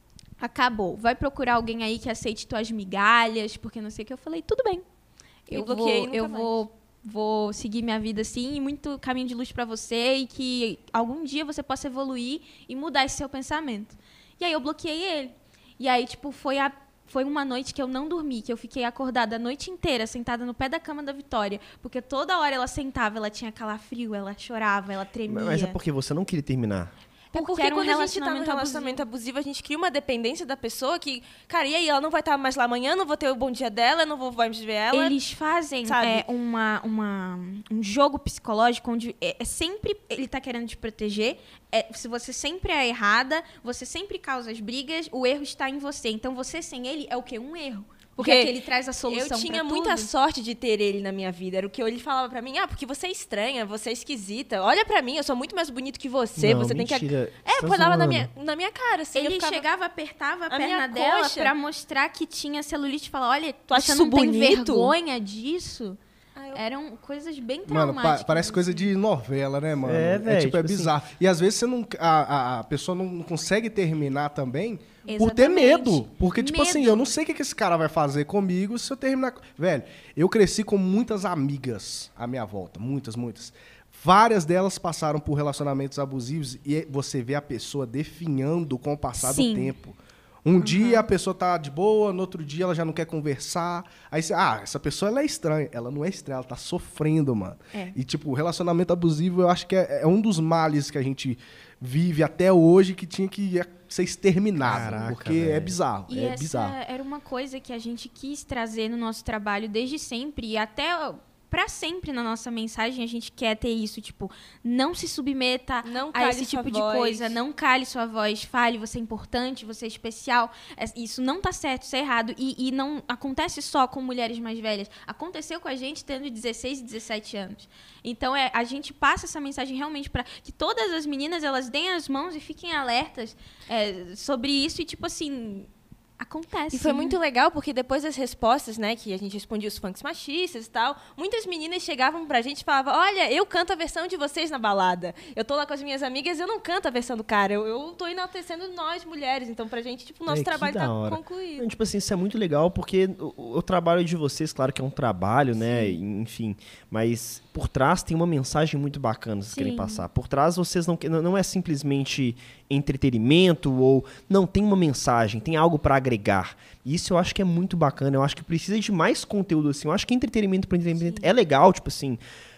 Acabou. Vai procurar alguém aí que aceite tuas migalhas, porque não sei o que. Eu falei, tudo bem. Eu Eu, bloqueei vou, nunca eu mais. vou, vou seguir minha vida assim, e muito caminho de luz pra você, e que algum dia você possa evoluir e mudar esse seu pensamento. E aí eu bloqueei ele. E aí, tipo, foi a Foi uma noite que eu não dormi, que eu fiquei acordada a noite inteira, sentada no pé da cama da Vitória. Porque toda hora ela sentava, ela tinha calafrio, ela chorava, ela tremia. Mas é porque você não queria terminar. É Porque porque era um quando a gente tá no relacionamento relacionamento abusivo, a gente cria uma dependência da pessoa que, cara, e aí, ela não vai estar mais lá amanhã, não vou ter o bom dia dela, eu não vou mais ver ela. Eles fazem sabe? é, uma, uma, um jogo psicológico onde é, é sempre ele tá querendo te proteger. É, se você sempre é errada, você sempre causa as brigas, o erro está em você. Então você sem ele é o quê? Um erro. Porque, Porque é que ele traz a solução Eu tinha pra muita tudo. sorte de ter ele na minha vida. Era o que ele falava pra mim. Ah, porque você é estranha, você é esquisita. Olha pra mim, eu sou muito mais bonito que você. Não, você tem que... mentira. É, Você tá olhava na zoando. minha, na minha cara, assim. eu Ele ficava... chegava, apertava a, A perna minha dela coxa. pra mostrar que tinha celulite e falar, olha, Tu acha você isso não tem bonito? vergonha disso? Ah, eu- Eram coisas bem Mano, traumáticas. pa- parece coisa assim. de novela, né, mano? É, véi, tipo, é tipo assim- bizarro. E às vezes você não, a, a, a pessoa não consegue terminar também por ter Exatamente. medo. Porque, tipo Medo. assim, eu não sei o que que esse cara vai fazer comigo se eu terminar. Velho, eu cresci com muitas amigas à minha volta. Muitas, muitas. Várias delas passaram por relacionamentos abusivos e você vê a pessoa definhando com o passar Sim. do tempo. Um dia a pessoa tá de boa, no outro dia ela já não quer conversar. Aí você, ah, essa pessoa ela é estranha. Ela não é estranha, ela tá sofrendo, mano. É. E, tipo, o relacionamento abusivo eu acho que é, é um dos males que a gente vive até hoje que tinha que ser exterminado. Caraca, porque velho. é bizarro. E é essa bizarro. era uma coisa que a gente quis trazer no nosso trabalho desde sempre e até pra sempre na nossa mensagem a gente quer ter isso, tipo, não se submeta Não a cale esse sua tipo de voz. coisa, não cale sua voz, fale, você é importante, você é especial. É- Isso não tá certo, isso é errado. E, e não acontece só com mulheres mais velhas. Aconteceu com a gente tendo dezesseis e dezessete anos. Então, é, a gente passa essa mensagem realmente para que todas as meninas, elas deem as mãos e fiquem alertas é, sobre isso e, tipo assim, acontece. E foi muito legal, porque depois das respostas, né, que a gente respondia os funks machistas e tal, muitas meninas chegavam pra gente e falavam, olha, eu canto a versão de vocês na balada. Eu tô lá com as minhas amigas, eu não canto a versão do cara, eu, eu tô enaltecendo nós, mulheres. Então, pra gente, tipo, o nosso É, que trabalho da tá hora. concluído. Não, tipo assim, isso é muito legal porque o, o trabalho de vocês, claro que é um trabalho, né? Enfim, mas por trás tem uma mensagem muito bacana que vocês querem Sim. passar. Por trás vocês não que- não é simplesmente entretenimento ou não, tem uma mensagem, tem algo pra agregar. E isso eu acho que é muito bacana. Eu acho que precisa de mais conteúdo assim. Eu acho que entretenimento para entretenimento é legal, tipo assim,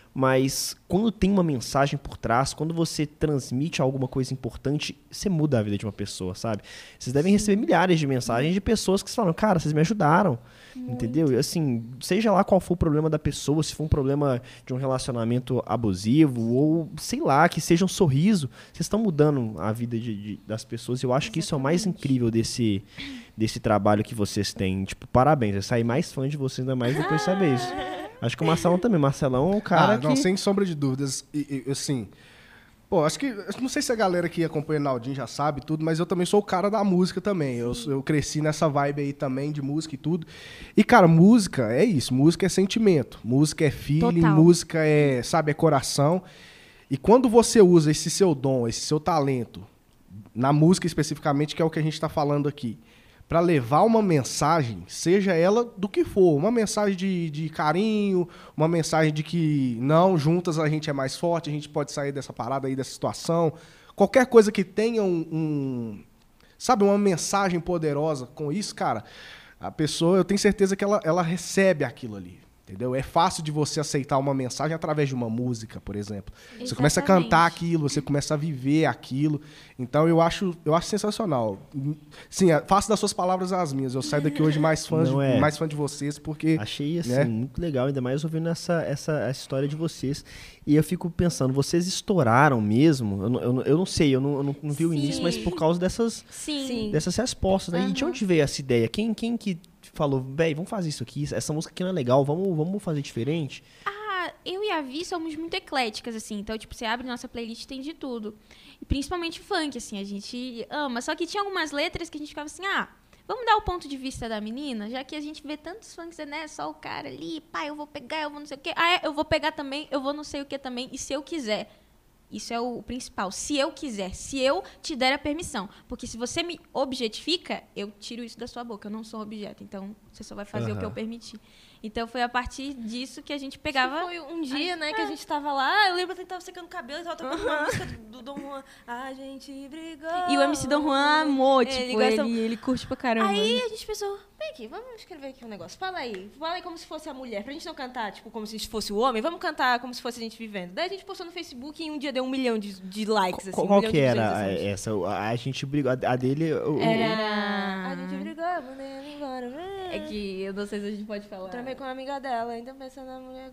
mas quando tem uma mensagem por trás, quando você transmite alguma coisa importante, você muda a vida de uma pessoa, sabe? Vocês devem receber milhares de mensagens de pessoas que falam, cara, vocês me ajudaram, entendeu? E assim, seja lá qual for o problema da pessoa, se for um problema de um relacionamento abusivo ou, sei lá, que seja um sorriso, vocês estão mudando a vida de, de- das pessoas. E eu acho que isso é o mais incrível desse, desse trabalho que vocês têm. Tipo, parabéns, eu saí mais fã de vocês, ainda mais depois de saber isso. Acho que o Marcelão também. Marcelão é um cara ah, que... não, sem sombra de dúvidas. E, e, assim, pô, acho que, não sei se a galera que acompanha o Naldinho já sabe tudo, mas eu também sou o cara da música também. Eu, eu cresci nessa vibe aí também de música e tudo. E, cara, música é isso. Música é sentimento. Música é feeling. Total. Música é, sabe, é coração. E quando você usa esse seu dom, esse seu talento, na música especificamente, que é o que a gente tá falando aqui, para levar uma mensagem, seja ela do que for, uma mensagem de, de carinho, uma mensagem de que não, juntas a gente é mais forte, a gente pode sair dessa parada aí, dessa situação, qualquer coisa que tenha um, um sabe, uma mensagem poderosa com isso, cara, a pessoa, eu tenho certeza que ela, ela recebe aquilo ali. Entendeu? É fácil de você aceitar uma mensagem através de uma música, por exemplo. Você Exatamente. começa a cantar aquilo, você começa a viver aquilo. Então eu acho, eu acho sensacional. Sim, faço das suas palavras as minhas. Eu saio daqui hoje mais fã, de, é. mais fã de vocês, porque... Achei, assim, né? muito legal, ainda mais ouvindo essa, essa, essa história de vocês. E eu fico pensando, vocês estouraram mesmo? Eu, não- eu, não- eu não sei, eu não, eu não, não vi o início, mas por causa dessas, Sim. Sim. dessas respostas, né? E de onde veio essa ideia? Quem, quem que falou, véi, vamos fazer isso aqui, essa música aqui não é legal, vamos, vamos fazer diferente? Ah, eu e a Vi somos muito ecléticas, assim. Então, tipo, você abre nossa playlist, tem de tudo. E principalmente funk, assim, a gente ama. Só que tinha algumas letras que a gente ficava assim, ah, vamos dar o ponto de vista da menina, já que a gente vê tantos funks, né? Só o cara ali, pá, eu vou pegar, eu vou não sei o quê. Ah, é, eu vou pegar também, eu vou não sei o que também, e se eu quiser. Isso é o principal. Se eu quiser, se eu te der a permissão. Porque se você me objetifica, eu tiro isso da sua boca. Eu não sou um objeto. Então, você só vai fazer o que eu Aham. permitir. Então, foi a partir disso que a gente Pegava... pegava... Foi um dia, né, que a gente tava lá, eu lembro que a gente tava secando o cabelo e tava tocando uma música do, do Dom Juan. A gente brigou. E o M C Dom Juan amou, tipo, Ele ele, gosta- ele, curte pra caramba. Aí a gente pensou, vem aqui, vamos escrever aqui um negócio. Fala aí, fala aí como se fosse a mulher. Pra gente não cantar, tipo, como se fosse o homem, vamos cantar como se fosse a gente vivendo. Daí a gente postou no Facebook e em um dia deu um milhão de, de likes, assim. Qual, um qual milhão que de era visualizações. essa? A, a gente brigou, a, a dele... o- o- Era... A gente brigou, mandei ela embora. É que eu não sei se a gente pode falar. Tramei com uma amiga dela, então pensando na mulher...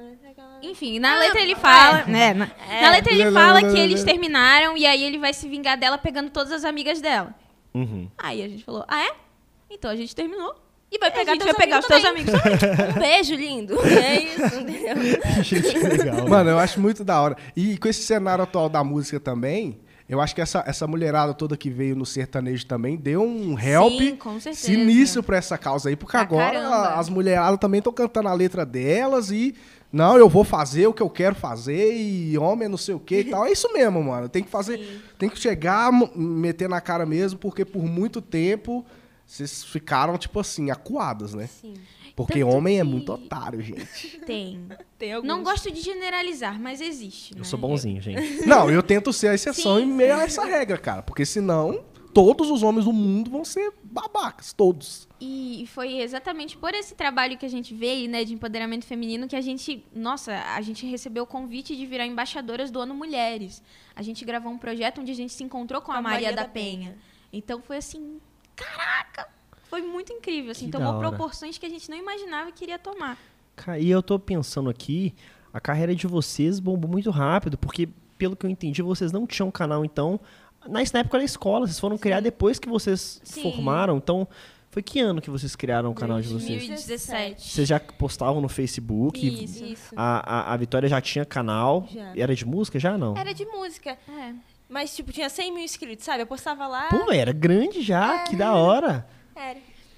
Enfim, na letra ele fala, né? Na, É. na letra ele fala que eles terminaram e aí ele vai se vingar dela pegando todas as amigas dela. Uhum. Aí a gente falou, ah é? Então a gente terminou. E vai pegar a gente teus vai pegar os amigos teus amigos também. Um beijo, lindo. É isso, entendeu? Gente, que legal. Mano, eu acho muito da hora. E com esse cenário atual da música também, eu acho que essa, essa mulherada toda que veio no sertanejo também deu um help Sim, com certeza. sinistro pra essa causa aí, porque Pra agora caramba. as mulheradas também estão cantando a letra delas e não, eu vou fazer o que eu quero fazer e homem não sei o que e tal. É isso mesmo, mano. Tem que fazer, tem que chegar, m- meter na cara mesmo, porque por muito tempo vocês ficaram, tipo assim, acuadas, né? Sim. Porque Tanto homem é que- muito otário, gente. Tem. Tem alguns. Não gosto de generalizar, mas existe. Eu né? sou bonzinho, gente. Não, eu tento ser a exceção Sim, em meio a essa regra, cara. Porque senão todos os homens do mundo vão ser babacas, todos. E foi exatamente por esse trabalho que a gente veio, né, de empoderamento feminino, que a gente, nossa, a gente recebeu o convite de virar embaixadoras do Ano Mulheres. A gente gravou um projeto onde a gente se encontrou com a, Maria, da, Penha. Então foi assim, caraca, foi muito incrível, assim, Que tomou da hora. proporções que a gente não imaginava que iria tomar. Ca- E eu tô pensando aqui, a carreira de vocês bombou muito rápido, porque, pelo que eu entendi, vocês não tinham canal, então, na, na época da escola, vocês foram criar depois que vocês Sim. formaram, então, foi que ano que vocês criaram o canal de vocês? dois mil e dezessete. Vocês já postavam no Facebook? Isso. Isso. A, a, a Vitória já tinha canal? Já. Era de música? Já não? Era de música. É. Mas, tipo, tinha cem mil inscritos, sabe? Eu postava lá. Pô, era grande já, que da hora. Era.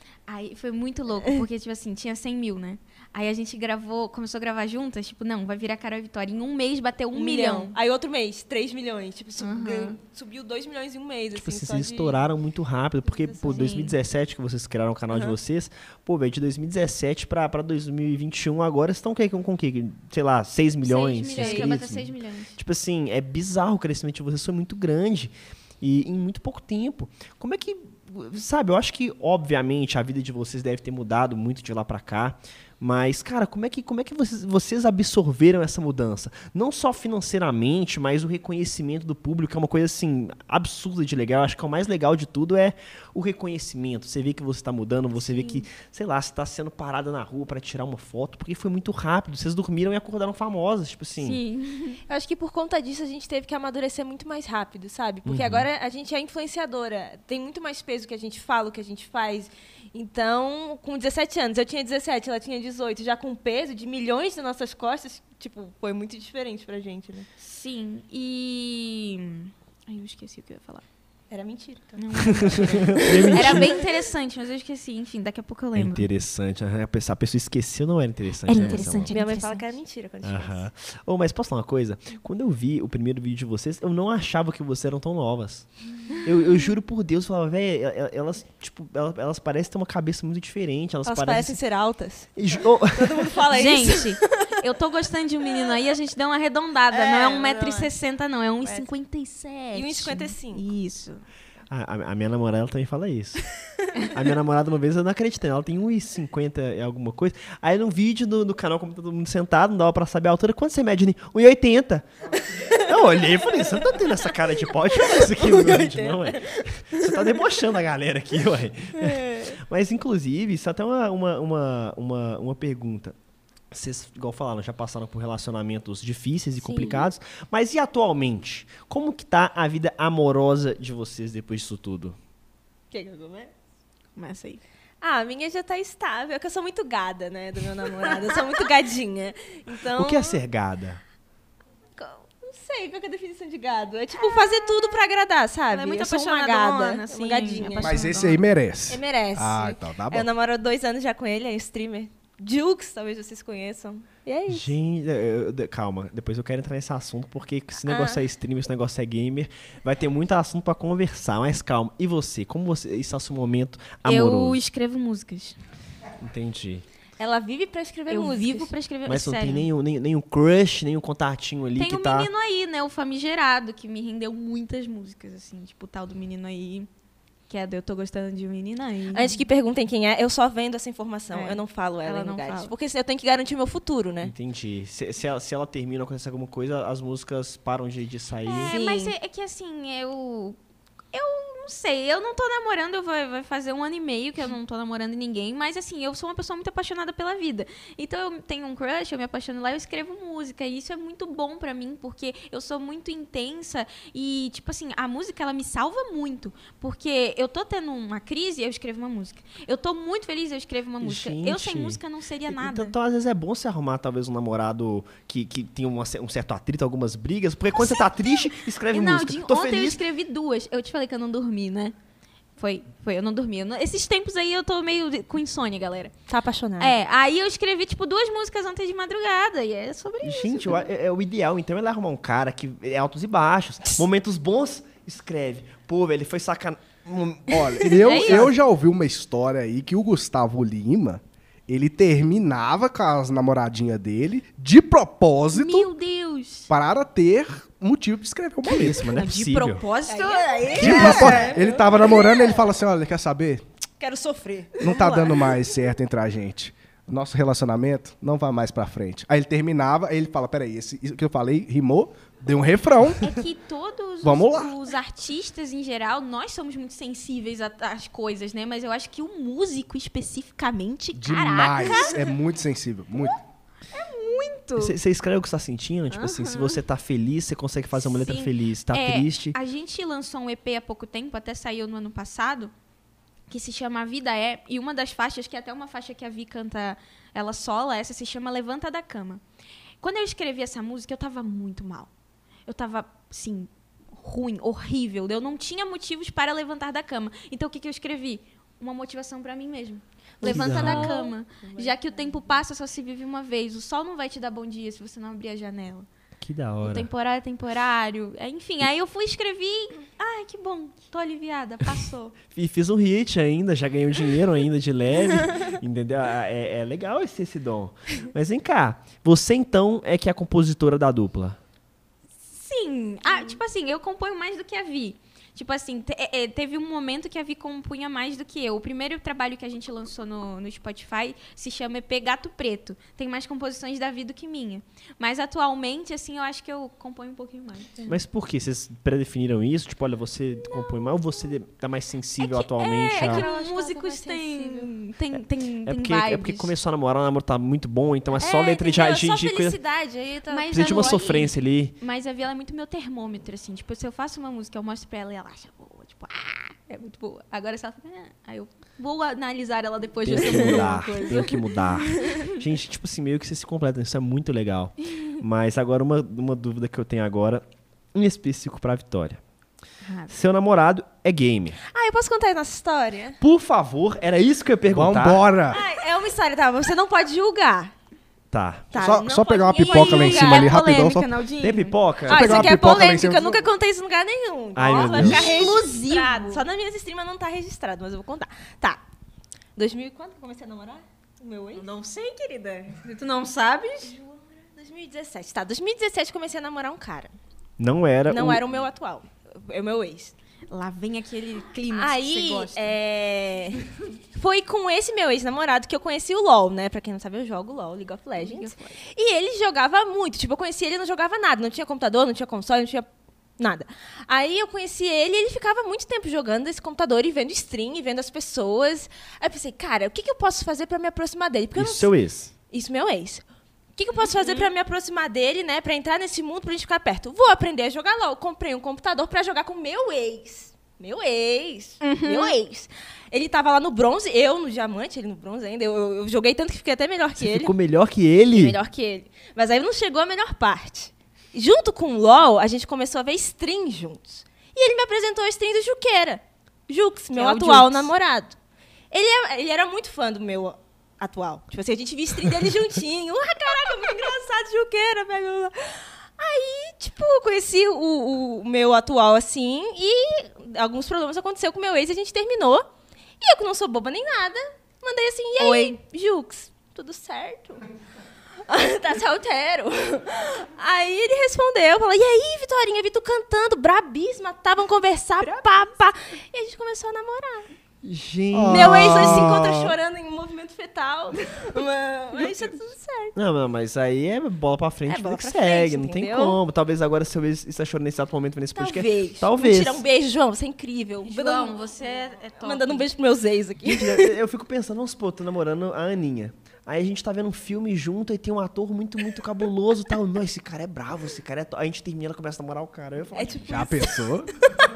Aí foi muito louco, porque, tipo assim, tinha cem mil, né? Aí a gente gravou, começou a gravar juntas, tipo, não, vai virar Carol e Vitória. Em um mês bateu um, milhão. Aí outro mês, três milhões. Tipo, sub- Uhum. ganhou- subiu dois milhões em um mês, Tipo assim. assim, só vocês de- estouraram muito rápido, porque, pô, Sim. dois mil e dezessete que vocês criaram o canal de Aham. vocês, pô, velho, de dois mil e dezessete pra, pra dois mil e vinte e um agora, vocês estão com, com, com o quê? Sei lá, seis milhões de Seis milhões, inscritos? vai bater seis milhões. Tipo assim, é bizarro o crescimento de vocês, foi muito grande. E em muito pouco tempo. Como é que... Sabe, eu acho que, obviamente, a vida de vocês deve ter mudado muito de lá pra cá. Mas, cara, como é que, como é que vocês, vocês absorveram essa mudança? Não só financeiramente, mas o reconhecimento do público, é uma coisa, assim, absurda de legal. Eu acho que o mais legal de tudo é o reconhecimento. Você vê que você tá mudando, você vê que, sei lá, você tá sendo parada na rua pra tirar uma foto, porque foi muito rápido. Vocês dormiram e acordaram famosas, tipo assim. Sim. Eu acho que por conta disso a gente teve que amadurecer muito mais rápido, sabe? Porque Uhum. agora a gente é influenciadora. Tem muito mais peso que a gente fala, o que a gente faz. Então, com dezessete anos, eu tinha dezessete, ela tinha dezoito, já com peso de milhões nas nossas costas, tipo, foi muito diferente pra gente, né? Sim, e... Ai, eu esqueci o que eu ia falar. Era mentira. Então. Não, era bem interessante, mas eu esqueci. Enfim, daqui a pouco eu É lembro. interessante. A pessoa, a pessoa esqueceu, não era interessante. Era né, interessante. Marcelo? Minha mãe fala que era mentira quando a gente Aham. Oh, mas posso falar uma coisa? Quando eu vi o primeiro vídeo de vocês, eu não achava que vocês eram tão novas. Eu, eu juro por Deus, eu falava, velho, elas, tipo, elas, elas parecem ter uma cabeça muito diferente. Elas, Elas parecem... parecem ser altas. Ju- oh, Todo mundo fala isso. Gente, eu tô gostando de um menino aí, a gente deu uma arredondada. É, não é um não metro e é. sessenta, não. É um e cinquenta e sete. E um e cinquenta e cinco. Isso. A, a- a minha namorada ela também fala isso. A minha namorada, uma vez, eu não acreditei. Ela tem um e cinquenta e alguma coisa. Aí num vídeo no, no canal, como todo mundo sentado, não dava pra saber a altura. Quanto você mede? um e oitenta. Eu olhei e falei, você não tá tendo essa cara de pau de falar isso aqui no vídeo, não, ué. Você tá debochando a galera aqui, ué. Mas, inclusive, isso é até uma, uma, uma, uma, uma pergunta. Vocês, igual falaram, já passaram por relacionamentos difíceis e Sim. complicados. Mas e atualmente? Como que tá a vida amorosa de vocês depois disso tudo? Quer que eu comece? Começa aí. Ah, a minha já tá estável, é que eu sou muito gada, né, do meu namorado. Eu sou muito gadinha. Então, O que é ser gada? não sei qual que é a definição de gado. É tipo fazer tudo pra agradar, sabe? Ela é muito eu sou uma apaixonadona, gada, assim, uma gadinha. apaixonadona. Mas esse aí merece. Ele merece. Ah, então tá bom. Eu namoro há dois anos já com ele, é streamer. Jukes, talvez vocês conheçam. E é isso. Gente, eu- eu- calma, depois eu quero entrar nesse assunto, porque esse negócio Ah. é streamer, esse negócio é gamer, vai ter muito assunto pra conversar, mas calma. E você? Como você está seu momento amoroso? Eu escrevo músicas. Entendi. Ela vive pra escrever eu músicas. vivo pra escrever Mas não sério. tem nenhum, nenhum, nenhum crush, nenhum contatinho ali Tem que um tá... menino aí, né? O famigerado, que me rendeu muitas músicas, assim. Tipo, o tal do menino aí. Que é do Eu Tô Gostando de um Menino Aí. Antes que perguntem quem é, eu só vendo essa informação. É. Eu não falo ela, Ela em não lugares. fala. Porque eu tenho que garantir o meu futuro, né? Entendi. Se, se, ela, se ela termina ou acontece alguma coisa, as músicas param de, de sair. É, Sim. mas é, é que assim, eu. Eu não sei, eu não tô namorando, eu vai, vai fazer um ano e meio que eu não tô namorando ninguém, mas assim, eu sou uma pessoa muito apaixonada pela vida. Então eu tenho um crush, eu me apaixono lá, eu escrevo música, e isso é muito bom pra mim, porque eu sou muito intensa e, tipo assim, a música ela me salva muito, porque eu tô tendo uma crise, eu escrevo uma música. Eu tô muito feliz, eu escrevo uma música. Eu sem Gente. música não seria Então, nada. então, às vezes, é bom você arrumar, talvez, um namorado que, que tem uma ce- um certo atrito, algumas brigas, porque quando você tá triste, escreve Não, música. de- Tô ontem eu feliz, escrevi duas. Eu te falei que eu não dormi, né? Foi, foi, eu não dormi. Eu não- esses tempos aí eu tô meio de- com insônia, galera. Tá apaixonada. É, aí eu escrevi, tipo, duas músicas ontem de madrugada. E é sobre isso. Gente, eu a- é, é o ideal. Então, ele arrumar um cara que é altos e baixos. Momentos bons, escreve. Pô, velho, ele foi sacan... Hum, Olha, eu, É isso. eu já ouvi uma história aí que o Gustavo Lima, ele terminava com as namoradinhas dele de propósito Meu Deus! para ter motivo de escrever uma letra. Isso, mas não é De possível. propósito. De propósito. Ele tava namorando e ele fala assim, olha, quer saber? Quero sofrer. Não tá dando mais certo entre a gente. Nosso relacionamento não vai mais pra frente. Aí ele terminava, aí ele fala, peraí, esse, isso que eu falei rimou, deu um refrão. É que todos Vamos os, lá. os artistas, em geral, nós somos muito sensíveis a- às coisas, né? Mas eu acho que o músico, especificamente, caraca, Demais. É muito sensível, muito. muito. Você você escreve o que você tá sentindo? Tipo assim, se você tá feliz, você consegue fazer uma letra Sim. feliz. Tá É, triste. A gente lançou um E P há pouco tempo, até saiu no ano passado, que se chama A Vida É, e uma das faixas, que é até uma faixa que a Vi canta, ela sola, essa se chama Levanta da Cama. Quando eu escrevi essa música, eu tava muito mal. Eu tava, assim, ruim, horrível. Eu não tinha motivos para levantar da cama. Então, o que, que eu escrevi? Uma motivação pra mim mesmo. Levanta da da cama. Já que o tempo passa, só se vive uma vez. O sol não vai te dar bom dia se você não abrir a janela. Que da O hora. temporário é temporário. É, enfim, aí eu fui escrevi. Ai, que bom. Tô aliviada. Passou. E fiz um hit ainda, já ganhei um dinheiro ainda de leve. Entendeu? Ah, É, é legal esse, esse dom. Mas vem cá. Você, então, é que é a compositora da dupla. Sim. Ah, tipo assim, eu componho mais do que a Vi. Tipo assim, te- é, é, teve um momento que a Vi compunha mais do que eu. O primeiro trabalho que a gente lançou no, no Spotify se chama E P Gato Preto. Tem mais composições da Vi do que minha. Mas atualmente, assim, eu acho que eu componho um pouquinho mais. Mas por quê? Vocês predefiniram isso? Tipo, olha, você compõe mais ou você tá mais sensível atualmente? É, a- que Eu acho que ela tá músicos mais têm, tem, tem, É tem porque, vibes. é porque começou a namorar, o namoro tá muito bom, então é só É, letra de, entendeu? de, Só de coisa. felicidade. Aí tá... Mas Precisa de uma agora- sofrência ali. Mas a Vi, ela é muito meu termômetro, assim. Tipo, se eu faço uma música, eu mostro pra ela e ela acha boa. Tipo, ah, é muito boa. Agora se ela fala, ah, aí eu vou analisar ela depois de Tenho ver que se mudou mudar, alguma coisa. tenho que mudar. Gente, tipo assim, meio que vocês se completam, isso é muito legal. Mas agora, uma, uma dúvida que eu tenho agora, em específico pra Vitória. Ah, Seu namorado é gamer. Ah, eu posso contar a nossa história? Por favor, era isso que eu ia perguntar. Vambora! Ah, é uma história, tá? Você não pode julgar. Tá. Tá, Só- não só pegar uma pode pipoca lá em julgar. cima ali, é rapidão, polêmica, só- Naldinho? Tem pipoca? Ah, pegar isso uma aqui é pipoca lá em polêmica, cima. eu nunca contei isso em lugar nenhum. Ai, Ó, meu vai Deus. ficar Exclusivo. registrado. Só nas minhas streams não tá registrado, mas eu vou contar. Tá. dois mil e quando que eu comecei a namorar? O meu ex? Não sei, querida. Se tu não sabes... dois mil e dezessete. Tá, dois mil e dezessete comecei a namorar um cara. Não era Não o... era o meu atual. É o meu ex. Lá vem aquele clima Aí, que você gosta. é... foi com esse meu ex-namorado que eu conheci o LoL, né? Pra quem não sabe, eu jogo LoL, League of Legends. League of Legends. E ele jogava muito. Tipo, eu conheci ele e não jogava nada. Não tinha computador, não tinha console, não tinha nada. Aí eu conheci ele e ele ficava muito tempo jogando nesse computador e vendo stream, e vendo as pessoas. Aí eu pensei, cara, o que, que eu posso fazer pra me aproximar dele? Porque eu Isso não... seu ex. Isso, meu ex. O que, que eu posso fazer pra me aproximar dele, né? Pra entrar nesse mundo, pra gente ficar perto? Vou aprender a jogar LoL. Comprei um computador pra jogar com meu ex. Meu ex. Meu ex. Ele tava lá no bronze, eu no diamante, ele no bronze ainda. Eu, eu, eu joguei tanto que fiquei até melhor que Você ele. ficou melhor que ele? Melhor que ele. Mas aí não chegou a melhor parte. Junto com o LoL, a gente começou a ver stream juntos. E ele me apresentou a stream do Juqueira. Jux, meu é o atual Jux. namorado. Ele, é- ele era muito fã do meu atual. Tipo assim, a gente via stream dele juntinho. Ah, caraca, muito engraçado, Juqueira, velho. Aí, tipo, eu conheci o, o- o meu atual assim e alguns problemas aconteceram com o meu ex e a gente terminou. E eu, que não sou boba nem nada, mandei assim, e aí, Oi. Jux, tudo certo? Tá solteiro? Aí ele respondeu, falou, e aí, Vitorinha, vi tu cantando, brabíssima, estavam conversar, pá, pá. E a gente começou a namorar. Gente. Meu ex hoje se encontra chorando em movimento fetal. Mas mas isso é tudo certo. Não, não, mas aí é bola pra frente, É vida bola que pra segue, frente, não tem entendeu? como. Talvez agora seu ex está chorando nesse exato momento nesse podcast. Talvez. Talvez. Mentira, um beijo, João, você é incrível. João, Mandando- você é é top. Mandando um beijo pros meus ex aqui. Gente, eu, eu fico pensando, vamos supor, tô namorando a Aninha. Aí a gente tá vendo um filme junto e tem um ator muito, muito cabuloso e tal. Não, esse cara é bravo, esse cara é... To-". Aí a gente termina, ela começa a namorar o cara. Aí eu falo, É tipo Já pensou?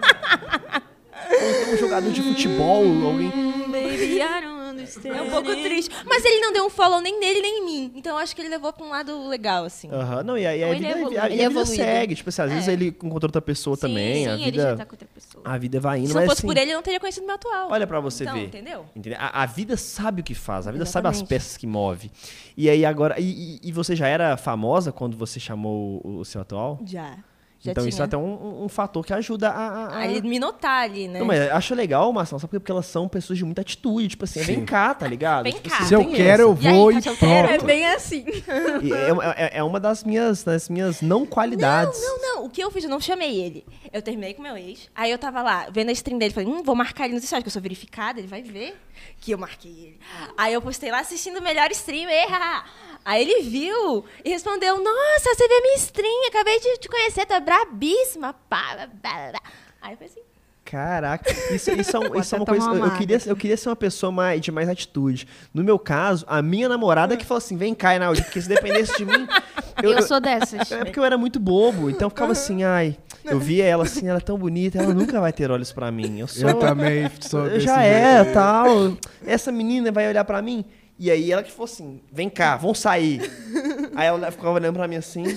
ou então um jogador de futebol, alguém... Baby, I don't understand. É um pouco triste. Mas ele não deu um follow nem nele, nem em mim. Então eu acho que ele levou pra um lado legal, assim. Aham, não, e aí a Ou ele vida, é evoluído. a, a Ele é vida evoluído. segue. Tipo assim, às vezes É. ele encontrou outra pessoa Sim, também. Sim, a ele vida, já tá com outra pessoa. a vida vai indo, Se não mas fosse assim, por ele, eu não teria conhecido meu atual. olha pra você Então, ver. entendeu? Entendeu? A, a vida sabe o que faz, a vida sabe as Exatamente. peças que move. E aí agora. E, e- e você já era famosa quando você chamou o, o seu atual? Já. Já então tinha. isso é até um, um- um fator que ajuda a. a- a- Aí ele me notar ali, né? Não, mas eu acho legal, Marcelo, sabe? Porque elas são pessoas de muita atitude. Tipo assim, vem cá, tá ligado? Vem Tipo cá. assim, Se eu tem quero, eu E aí, vou tá e solteiro? É pronto. bem assim. essa. E é, é- é uma das minhas, das minhas não qualidades. Não, não, o que eu fiz? Eu não chamei ele. Eu terminei com meu ex. Aí eu tava lá, vendo a stream dele. Falei, hum, vou marcar ele nos stories, que eu sou verificada, ele vai ver que eu marquei ele. Aí eu postei lá assistindo o melhor stream. Erra! Aí ele viu e respondeu, nossa, você vê minha stream, acabei de te conhecer, tu é brabíssima. Pá, blá, blá, blá. Aí eu falei assim, Caraca, isso, isso é, um- Vou isso é até uma coisa. tomar Eu, uma eu, queria, eu queria ser uma pessoa mais, de mais atitude. No meu caso, a minha namorada que falou assim: vem cá, Enaudi, porque se dependesse de mim. Eu, sou dessas. É porque eu era muito bobo, então eu ficava assim, ai. Eu via ela assim, ela é tão bonita, ela nunca vai ter olhos pra mim. Eu sou. Eu também sou Eu desse já jeito. é, tal. Essa menina vai olhar pra mim. E aí ela que falou assim: vem cá, vamos sair. Aí ela ficava olhando pra mim assim.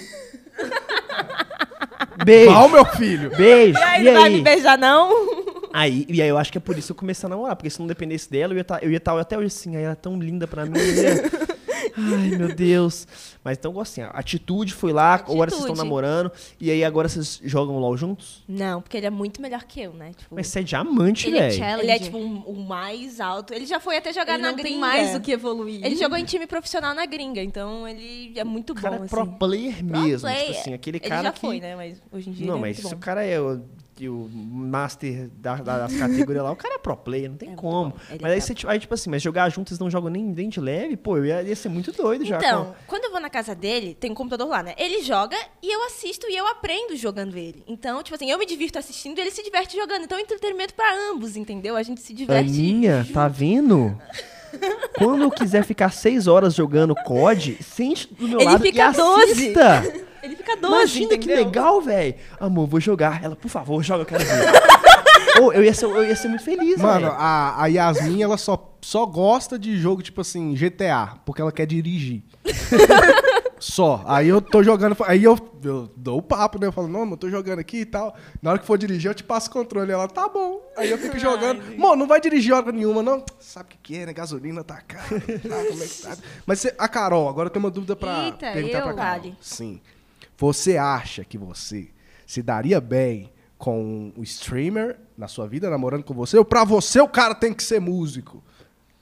Beijo. Qual, meu filho? Beijo. e aí, E não vai aí? me beijar, não? Aí, e aí eu acho que é por isso que eu comecei a namorar, porque se não dependesse dela, eu ia estar eu ia tá até hoje assim, aí ela é tão linda pra mim. eu ia- Ai, meu Deus. Mas então, assim, a atitude foi lá, agora vocês estão Atitude. namorando, e aí agora vocês jogam LOL juntos? Não, porque ele é muito melhor que eu, né? Tipo, Mas você é diamante, Ele é velho. challenger. ele é, tipo, um- o mais alto. Ele já foi até jogar Ele na não gringa. tem mais do que evoluir. Ele jogou em time profissional na gringa, então ele é muito O bom, cara é assim. pro player Pro mesmo, player. tipo assim, aquele Ele cara já que... foi, né? Mas hoje em dia Não, ele é mas muito se o bom. cara é o, e o master da- da- das categorias lá, o cara é pro player, não tem É muito como. bom, ele Mas é aí, top. você, tipo- aí, tipo assim, mas jogar juntos, vocês não jogam nem, nem de leve? Pô, eu ia, ia ser muito doido já. Então, quando eu vou na casa dele, tem um computador lá, né? Ele joga e eu assisto e eu aprendo jogando ele. Então, tipo assim, eu me divirto assistindo e ele se diverte jogando. Então, é entretenimento pra ambos, entendeu? A gente se diverte. Aninha, tá vendo? Quando eu quiser ficar seis horas jogando C O D, sente do meu Ele lado fica e doze. assista. Ele fica doce, Imagina que entendeu? legal, velho. Amor, vou jogar. Ela, por favor, joga, eu quero ver. Ô, eu, ia ser, eu ia ser muito feliz, Mano, velho. a, a Yasmin, ela só, só gosta de jogo, tipo assim, G T A, porque ela quer dirigir. Só. Aí eu tô jogando, aí eu, eu dou o papo, né? Eu falo, não, mano, eu tô jogando aqui e tal. Na hora que for dirigir, eu te passo o controle. Ela, tá bom. Aí eu fico jogando. Mano, não vai dirigir hora nenhuma, não. Sabe o que, que é, né? Gasolina tá cara. Tá, como é que tá? Mas cê- a Carol, agora eu tenho uma dúvida pra Eita, perguntar eu? pra Carol. Vale. Sim. Você acha que você se daria bem com o streamer na sua vida, namorando com você? Ou pra você o cara tem que ser músico?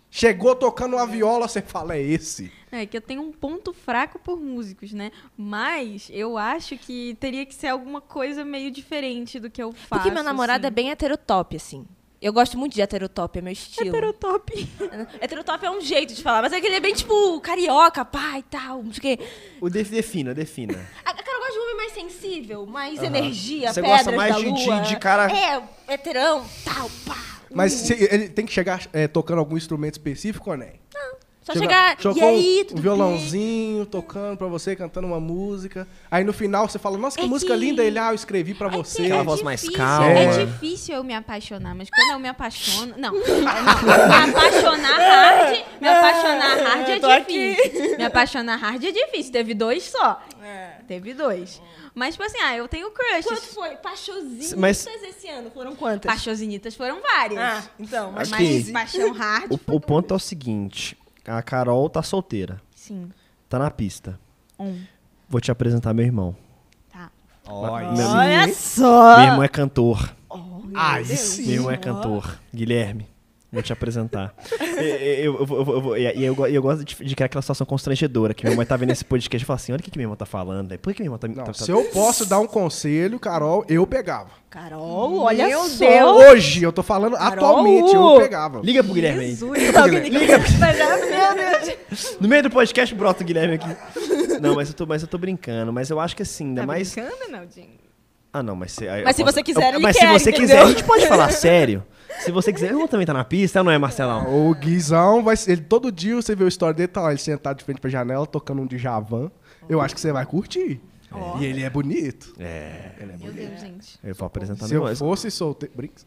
Chegou tocando uma viola, você fala, é esse. É que eu tenho um ponto fraco por músicos, né? Mas eu acho que teria que ser alguma coisa meio diferente do que eu faço. Porque meu namorado assim. é bem heterotop, assim. Eu gosto muito de heterotop, é meu estilo. Heterotop. Heterotop é um jeito de falar, mas é que ele é bem, tipo, carioca, pá e tal, não sei o quê. O def- defina, defina. A cara eu gosto de um homem mais sensível, mais energia, Você pedras gosta mais da de- de- lua. de cara- É, heterão, tal, pá. Mas uh. se- ele tem que chegar é, tocando algum instrumento específico ou nem? Só Chega- chegar, e tocou aí, um, tudo um violãozinho, tocando pra você, cantando uma música. Aí no final você fala, nossa, que É música que- linda. Ele, ah, eu escrevi pra você. Aquela voz mais difícil, calma. É difícil eu me apaixonar, mas quando eu me apaixono... Não, não. Me apaixonar hard, me apaixonar hard é tô aqui. difícil. Me apaixonar hard é difícil, teve dois só. Teve dois. Mas, tipo assim, ah, eu tenho Quanto crushes. foi? Pachositas Mas- esse ano? Foram quantas? Pachosinitas foram várias. Ah, então, mas... Aqui. Mas paixão hard O, o ponto é o seguinte, a Carol tá solteira, Sim. tá na pista. Um. Vou te apresentar meu irmão. Tá. Olha, Meu- Olha só! Meu irmão é cantor. aí Meu sim. irmão é cantor. Guilherme. Vou te apresentar. eu, eu, eu, eu, eu, eu, e eu, eu gosto de, de criar aquela situação constrangedora, que minha mãe tá vendo esse podcast e fala assim, olha o que, que minha irmã tá falando. Por que, que minha irmã tá... Não, tá, tá se eu posso dar um conselho, Carol, eu pegava. Carol, olha Meu só! Deus. Hoje, eu tô falando atualmente, eu pegava. Liga pro Guilherme aí. Liga. Mas é, meu Deus. No meio do podcast brota o Guilherme aqui. Não, mas eu tô, mas eu tô brincando. Mas eu acho que assim, ainda Tá mais... brincando, Naldinho? Ah, não, mas... Cê, aí Mas eu se você quiser, ele Mas quer, se você entendeu? quiser, a gente pode falar sério. Se você quiser, eu vou também tá na pista, não é, Marcelão? O Guizão, vai, ser- ele, todo dia você vê o story dele, tá lá, ele sentado de frente pra janela, tocando um Djavan. Eu acho que você vai curtir. E ele é bonito. É, Meu Deus, gente. eu vou apresentar Se meu eu irmão. fosse solteiro... Brinks.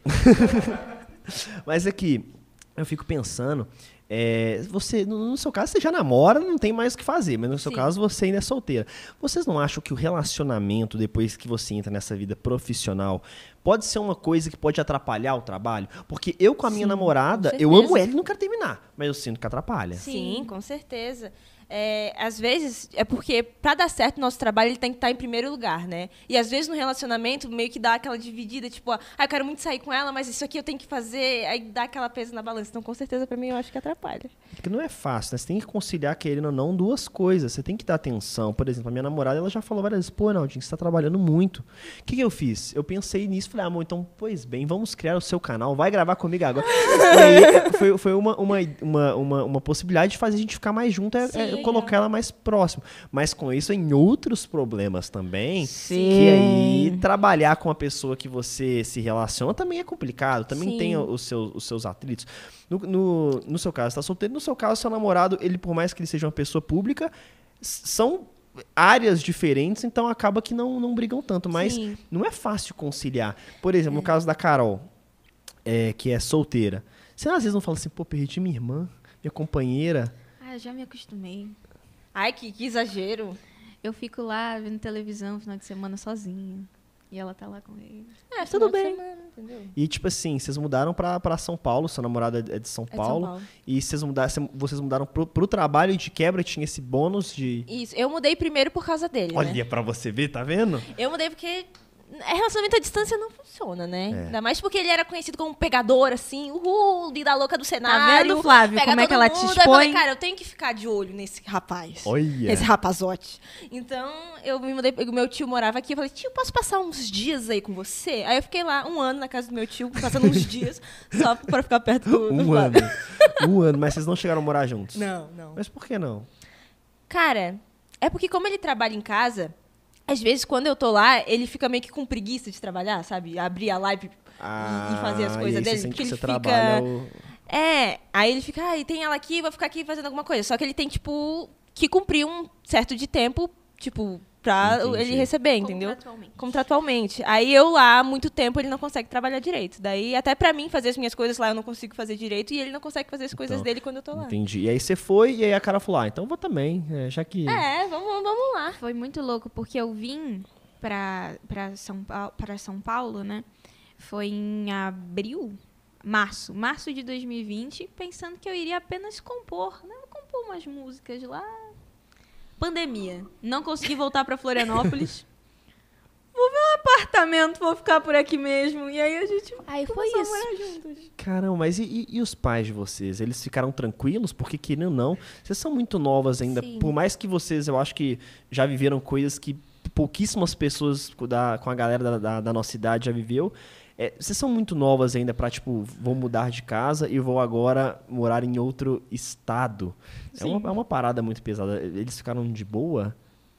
Mas aqui, eu fico pensando, é, você, no, no seu caso, você já namora, não tem mais o que fazer, mas no seu Sim. caso, você ainda é solteira. Vocês não acham que o relacionamento, depois que você entra nessa vida profissional, pode ser uma coisa que pode atrapalhar o trabalho? Porque eu com a minha Sim, namorada, com eu certeza. amo ela e não quero terminar, mas eu sinto que atrapalha. Sim, com certeza. É, às vezes, é porque para dar certo o nosso trabalho, ele tem que estar em primeiro lugar, né? E às vezes no relacionamento, meio que dá aquela dividida, tipo, ah, eu quero muito sair com ela, mas isso aqui eu tenho que fazer, aí dá aquela peso na balança. Então, com certeza, para mim, eu acho que atrapalha. Porque não é fácil, né? Você tem que conciliar, querendo ou não, duas coisas. Você tem que dar atenção. Por exemplo, a minha namorada, ela já falou várias vezes, pô, Naldinho, você tá trabalhando muito. O que, que eu fiz? Eu pensei nisso, falei, ah, amor, então, pois bem, vamos criar o seu canal, vai gravar comigo agora. E aí, foi, foi uma, uma, uma, uma, uma possibilidade de fazer a gente ficar mais junto, é, é Sim. colocar ela mais próximo. Mas com isso, em outros problemas também, Sim. que aí trabalhar com a pessoa que você se relaciona também é complicado, também Sim. tem os seus, os seus atritos. No, no, no seu caso, você tá solteiro, no seu caso, seu namorado, ele, por mais que ele seja uma pessoa pública, s- são áreas diferentes, então acaba que não, não brigam tanto, mas Sim. não é fácil conciliar. Por exemplo, no caso da Carol, é, que é solteira, você às vezes não fala assim, pô, perdi minha irmã, minha companheira. Ah, eu já me acostumei. Ai, que, que exagero. Eu fico lá vendo televisão no final de semana sozinha. E ela tá lá com ele. É, Tudo final de bem. semana, entendeu? E, tipo assim, vocês mudaram pra, pra São Paulo, seu namorado é de São É de São Paulo, Paulo. e vocês mudaram, cê- vocês mudaram pro, pro trabalho e de quebra tinha esse bônus de... Isso, eu mudei primeiro por causa dele, né? Olha pra você ver, tá vendo? Eu mudei porque relacionamento à distância não funciona, né? É. Ainda mais porque ele era conhecido como um pegador, assim, uhul, vida louca do Tá cenário. vendo, Flávio, pega como é todo que ela mundo. te Aí eu falei, expõe? cara, eu tenho que ficar de olho nesse rapaz. Olha. Esse rapazote. Então, eu me mudei, o meu tio morava aqui, eu falei, tio, posso passar uns dias aí com você? Aí eu fiquei lá um ano na casa do meu tio, passando uns dias, só pra ficar perto do, do Um ano. Flávio. Um ano, mas vocês não chegaram a morar juntos. Não, não. Mas por que não? Cara, é porque como ele trabalha em casa, às vezes quando eu tô lá, ele fica meio que com preguiça de trabalhar, sabe? Abrir a live e, e fazer as Ah, coisas e aí você dele. sente Porque que ele você fica. trabalha o- É, aí ele fica, ah, e tem ela aqui, vou ficar aqui fazendo alguma coisa. Só que ele tem, tipo, que cumprir um certo de tempo, tipo, pra Entendi. ele receber, entendeu? Contratualmente. Contratualmente. Aí eu lá, há muito tempo, ele não consegue trabalhar direito. Daí, até pra mim, fazer as minhas coisas lá, eu não consigo fazer direito. E ele não consegue fazer as coisas Então, dele quando eu tô lá. Entendi. E aí você foi e aí a cara falou, ah, então eu vou também, é, já que... É, vamos, vamos lá. Foi muito louco, porque eu vim pra, pra, São, Paulo, pra São Paulo, né? Foi em abril, março, março de dois mil e vinte, pensando que eu iria apenas compor, né? Vou compor umas músicas lá. Pandemia. Não consegui voltar pra Florianópolis. Vou ver uma apartamento, vou ficar por aqui mesmo. E aí a gente Aí foi começou a isso. morar juntos. Caramba, mas e, e- e os pais de vocês? Eles ficaram tranquilos? Porque, querendo ou não, vocês são muito novas ainda. Sim. Por mais que vocês, eu acho que já viveram coisas que pouquíssimas pessoas com da- com a galera da, da- da nossa idade já viveu. É, vocês são muito novas ainda pra, tipo, vou mudar de casa e vou agora morar em outro estado. É uma, é uma parada muito pesada. Eles ficaram de boa?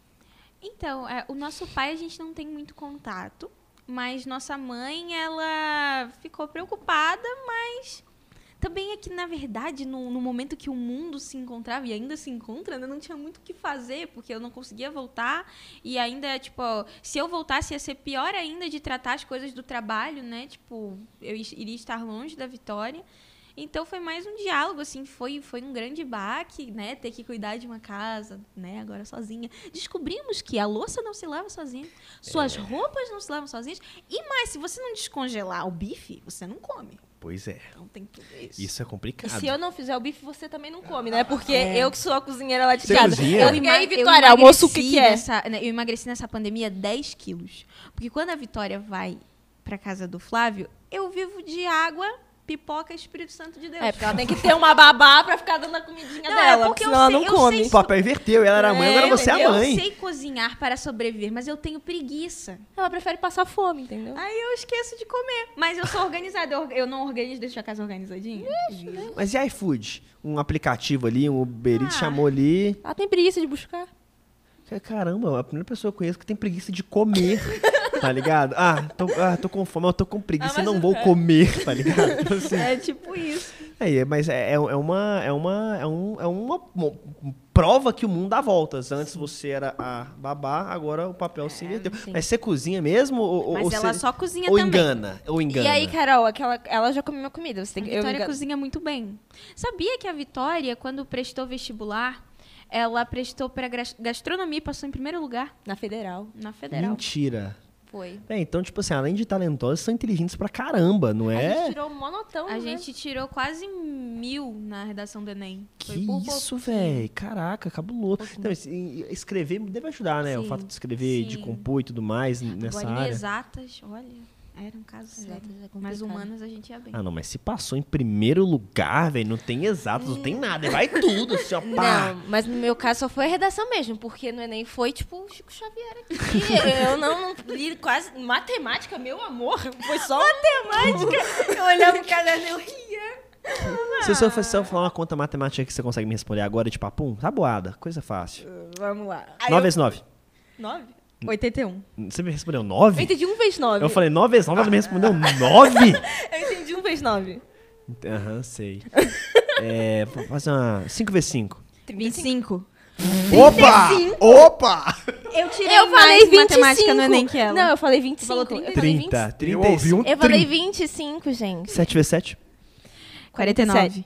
Então, é, o nosso pai a gente não tem muito contato, mas nossa mãe, ela ficou preocupada, mas também é que, na verdade, no, no momento que o mundo se encontrava, e ainda se encontra, né, não tinha muito o que fazer, porque eu não conseguia voltar, e ainda, tipo, se eu voltasse ia ser pior ainda de tratar as coisas do trabalho, né, tipo, eu is- iria estar longe da Vitória. Então foi mais um diálogo, assim, foi, foi um grande baque, né? Ter que cuidar de uma casa, né? Agora sozinha. Descobrimos que a louça não se lava sozinha, suas roupas não se lavam sozinhas. E mais, se você não descongelar o bife, você não come. Pois é. Então tem tudo isso. Isso é E complicado. se eu não fizer o bife, você também não come, né? Porque eu que sou a cozinheira lá de Você casa. cozinha? Eu Eu fiquei, ema- aí, eu Vitória, almoço o que, emagreci que é? nessa- né, eu emagreci nessa pandemia dez quilos. Porque quando a Vitória vai pra casa do Flávio, eu vivo de água, pipoca e Espírito Santo de Deus. É, porque ela tem que ter uma babá pra ficar dando a comidinha Não, é dela, porque porque eu senão ela sei- não eu come. sei O papel inverteu. Ela era a mãe, É, agora você é a eu mãe. sei cozinhar para sobreviver, mas eu tenho preguiça. Ela prefere passar fome, entendeu? Aí eu esqueço de comer. Mas eu sou organizada. Eu, eu não organizo, deixo a casa organizadinha. Mas e iFood? Um aplicativo ali, um Uber Eats Ah. chamou ali. Ela tem preguiça de buscar. Caramba, a primeira pessoa que eu conheço que tem preguiça de comer, tá ligado? Ah, tô, ah, tô com fome, eu tô com preguiça Ah, e mas não vou comer, tá ligado? Tipo assim. É tipo isso. É, mas é, é uma, é, uma, é, um, é uma mo- prova que o mundo dá voltas. Antes você era a babá, agora o papel se inverteu. sim. Mas você cozinha mesmo? Ou, Mas ou ela você- só cozinha ou também. engana? Ou engana? E aí, Carol, aquela, ela já comeu minha comida. Você tem A que, eu Vitória engano- cozinha muito bem. Sabia que a Vitória, quando prestou vestibular, ela prestou para gastronomia e passou em primeiro lugar Na Federal. na Federal. Mentira. Foi. É, então, tipo assim, além de talentosas, são inteligentes pra caramba, não A é? gente tirou um monotão, A né? gente tirou quase mil na redação do Enem. Foi Que por isso, pouquinho. velho. Caraca, cabuloso. Então, esse- escrever deve ajudar, né? O Sim, fato de escrever, de sim. compor e tudo mais nessa Agora, em área. exatas, olha, era um caso sério. Exatas é Mas complicado. humanas a gente ia bem. Ah, não, mas se passou em primeiro lugar, velho, não tem exatos, não tem nada. Vai tudo, assim, ó, pá. Não, mas no meu caso só foi a redação mesmo, porque no Enem foi tipo o Chico Xavier aqui. Eu não, não li quase. Matemática, meu amor, foi só. Matemática? Eu olhava o caderno e eu ria. Se eu for se eu falar uma conta matemática que você consegue me responder agora, de papum, tá boada, coisa fácil. Vamos lá. nove vezes nove. Nove? oitenta e um. Você me respondeu Eu nove? entendi um vezes nove. Eu falei nove vezes nove, ela me respondeu nove? Eu entendi um vezes nove. Aham, sei. É, vou fazer uma cinco vezes cinco. vinte e cinco. Opa! Opa! Eu tirei Eu falei mais vinte e cinco. matemática no Enem que ela. Não, eu falei vinte e falou cinco. Eu trinta. falei trinta, vinte. trinta Eu ouvi um Eu falei trinta. vinte e cinco, gente. sete vezes sete? quarenta e nove.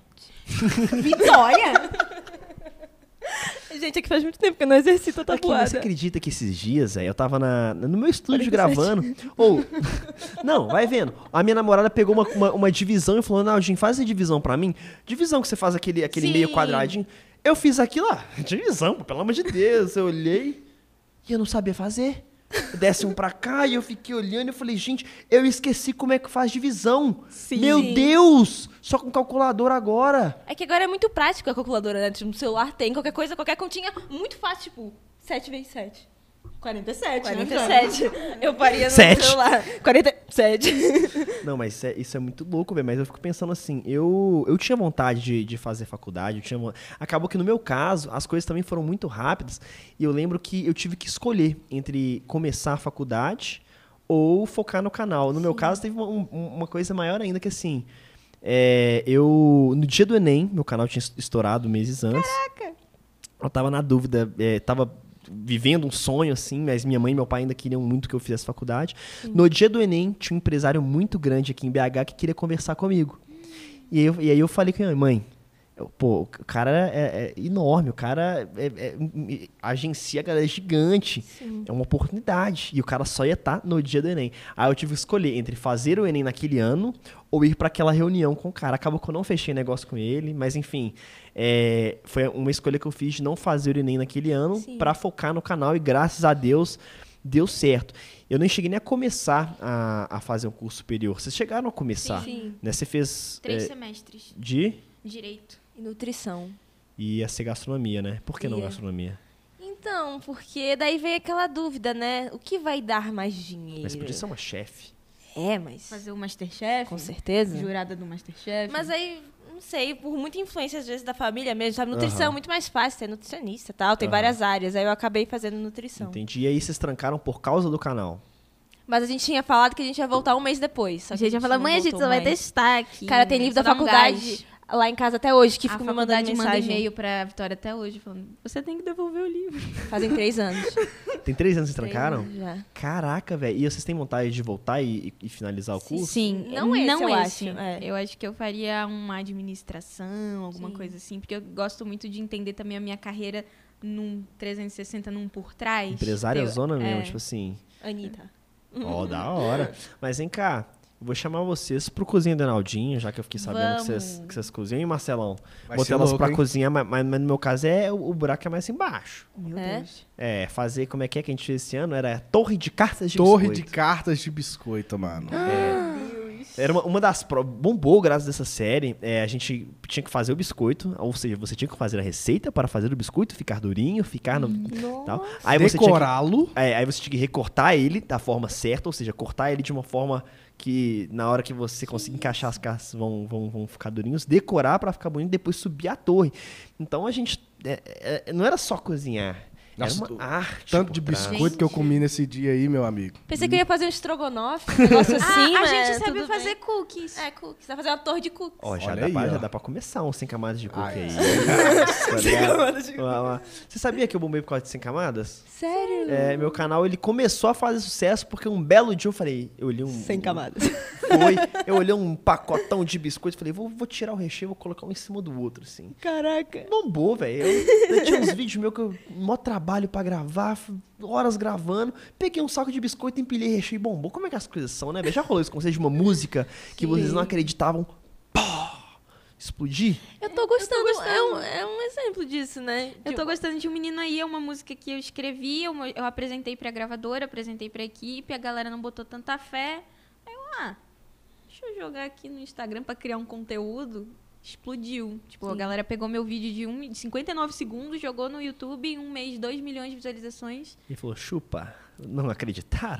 Vitória? Gente, é que faz muito tempo que eu não exercito a Aqui, mas você tabuada. acredita que esses dias, velho, eu tava na, no meu estúdio quarenta e sete. gravando. Ou. Não, vai vendo. A minha namorada pegou uma, uma, uma divisão e falou: Naldinho, faz a divisão pra mim. Divisão que você faz aquele, aquele Sim. meio quadradinho. Eu fiz aquilo lá. Divisão, pô, pelo amor de Deus. Eu olhei e eu não sabia fazer. Desce um pra cá e eu fiquei olhando e eu falei, gente, eu esqueci como é que faz divisão. Sim. Meu Deus! Só com calculador agora. É que agora é muito prático a calculadora, né? Tipo, no celular tem qualquer coisa, qualquer continha, muito fácil, tipo, sete vezes sete. quarenta e sete. quarenta e sete. Eu faria no Sete. celular. quarenta e sete. Não, mas isso é, isso é muito louco, velho. Mas eu fico pensando assim, eu, eu tinha vontade de, de fazer faculdade, eu tinha, vo- acabou que no meu caso, as coisas também foram muito rápidas, e eu lembro que eu tive que escolher entre começar a faculdade ou focar no canal. No meu caso, teve uma, um- uma coisa maior ainda, que assim, é, eu, no dia do Enem, meu canal tinha estourado meses antes. Caraca! Eu tava na dúvida, é, tava vivendo um sonho, assim, mas minha mãe e meu pai ainda queriam muito que eu fizesse faculdade. No dia do Enem, tinha um empresário muito grande aqui em B H que queria conversar comigo. E aí eu, e aí eu falei com a minha mãe, eu, pô, o cara é, é enorme, o cara é, é, é, agencia a galera gigante, é uma oportunidade. E o cara só ia estar no dia do Enem. Aí eu tive que escolher entre fazer o Enem naquele ano ou ir para aquela reunião com o cara. Acabou que eu não fechei negócio com ele, mas enfim, é, foi uma escolha que eu fiz de não fazer o Enem naquele ano Sim. para focar no canal e graças a Deus deu certo. Eu nem cheguei nem a começar a, a fazer um curso superior. Vocês chegaram a começar, Sim. né? Você fez Três é, semestres. de... Direito. E nutrição. E ia ser gastronomia, né? Por que não Ia. gastronomia? Então, porque daí veio aquela dúvida, né? O que vai dar mais dinheiro? Mas podia ser uma chefe. É, mas... Fazer o Masterchef. Com certeza. Jurada do Masterchef. Mas aí, não sei, por muita influência, às vezes, da família mesmo, sabe? Nutrição é Aham. muito mais fácil, ter nutricionista e tal, tem Aham. várias áreas. Aí eu acabei fazendo nutrição. Entendi. E aí vocês trancaram por causa do canal. Mas a gente tinha falado que a gente ia voltar um mês depois. Só a que gente já falou, não mãe, a gente voltou só vai mais. testar aqui. Cara, tem livro Só da dá um faculdade gás. lá em casa até hoje, que A fica me mandando faculdade manda mensagem. e-mail pra Vitória até hoje, falando, você tem que devolver o livro. Fazem três anos. Tem três anos que Três trancaram? anos já. Caraca, velho. E vocês têm vontade de voltar e, e finalizar o curso? Sim, Não esse, eu esse. acho, é. Eu acho que eu faria uma administração, alguma Sim. coisa assim, porque eu gosto muito de entender também a minha carreira num trezentos e sessenta, num por trás. Empresária Ter- zona mesmo, é. tipo assim. Anitta. Ó, da hora. Mas vem cá, eu vou chamar vocês pro Cozinha do Enaldinho, já que eu fiquei sabendo que vocês, Vamos. que vocês cozinham. E Marcelão? Vai Botei ser elas louco, pra hein? cozinhar, mas, mas- mas no meu caso é o, o buraco é mais embaixo. Meu É? Deus. É, fazer, como é que é que a gente fez esse ano? Era torre de cartas de Torre de biscoito. cartas de biscoito, mano. Era uma, uma das provas. Bombou graças a essa série. É, a gente tinha que fazer o biscoito, ou seja, você tinha que fazer a receita para fazer o biscoito, ficar durinho, ficar no. Tal. Aí você tinha que, Decorá-lo. é, aí você tinha que recortar ele da forma certa, ou seja, cortar ele de uma forma que na hora que você conseguir encaixar as cartas vão, vão, vão ficar durinhos, decorar para ficar bonito, depois subir a torre. Então a gente. é, é, não era só cozinhar. Nossa, era uma arte. Tanto por de trás. biscoito que eu comi nesse dia aí, meu amigo. Pensei que eu ia fazer um estrogonofe, um negócio assim, ah, a mas gente sabe tudo fazer bem. cookies. É, cookies. Vai fazer uma torre de cookies. Ó, já, Olha dá aí, pra, ó. já dá pra começar um sem camadas de cookie Ai. aí. Tá ligado? Uma- uma- Você sabia que eu bombei por causa de sem camadas? Sério? É, meu canal, ele começou a fazer sucesso porque um belo dia eu falei, eu olhei um... Sem camadas. Foi, eu olhei um pacotão de biscoito e falei, vou, vou tirar o recheio e vou colocar um em cima do outro, assim. Caraca. Bombou, velho. Eu, eu tinha uns vídeos meus que eu... Mó trabalho pra gravar, f- horas gravando. Peguei um saco de biscoito, empilhei recheio e bombou. Como é que as coisas são, né, velho? Já rolou isso com vocês de uma música que vocês não acreditavam? Pó! Explodir? Eu tô gostando. É, um, é um exemplo disso, né? Eu tô De- gostando de Um Menino Aí, é uma música que eu escrevi, eu, eu apresentei pra gravadora, apresentei pra equipe, a galera não botou tanta fé. Aí eu, ah, deixa eu jogar aqui no Instagram pra criar um conteúdo. Explodiu. Tipo, a Sim. galera pegou meu vídeo de, um, de cinquenta e nove segundos, jogou no YouTube, em um mês, dois milhões de visualizações. E falou, chupa, não acreditaram?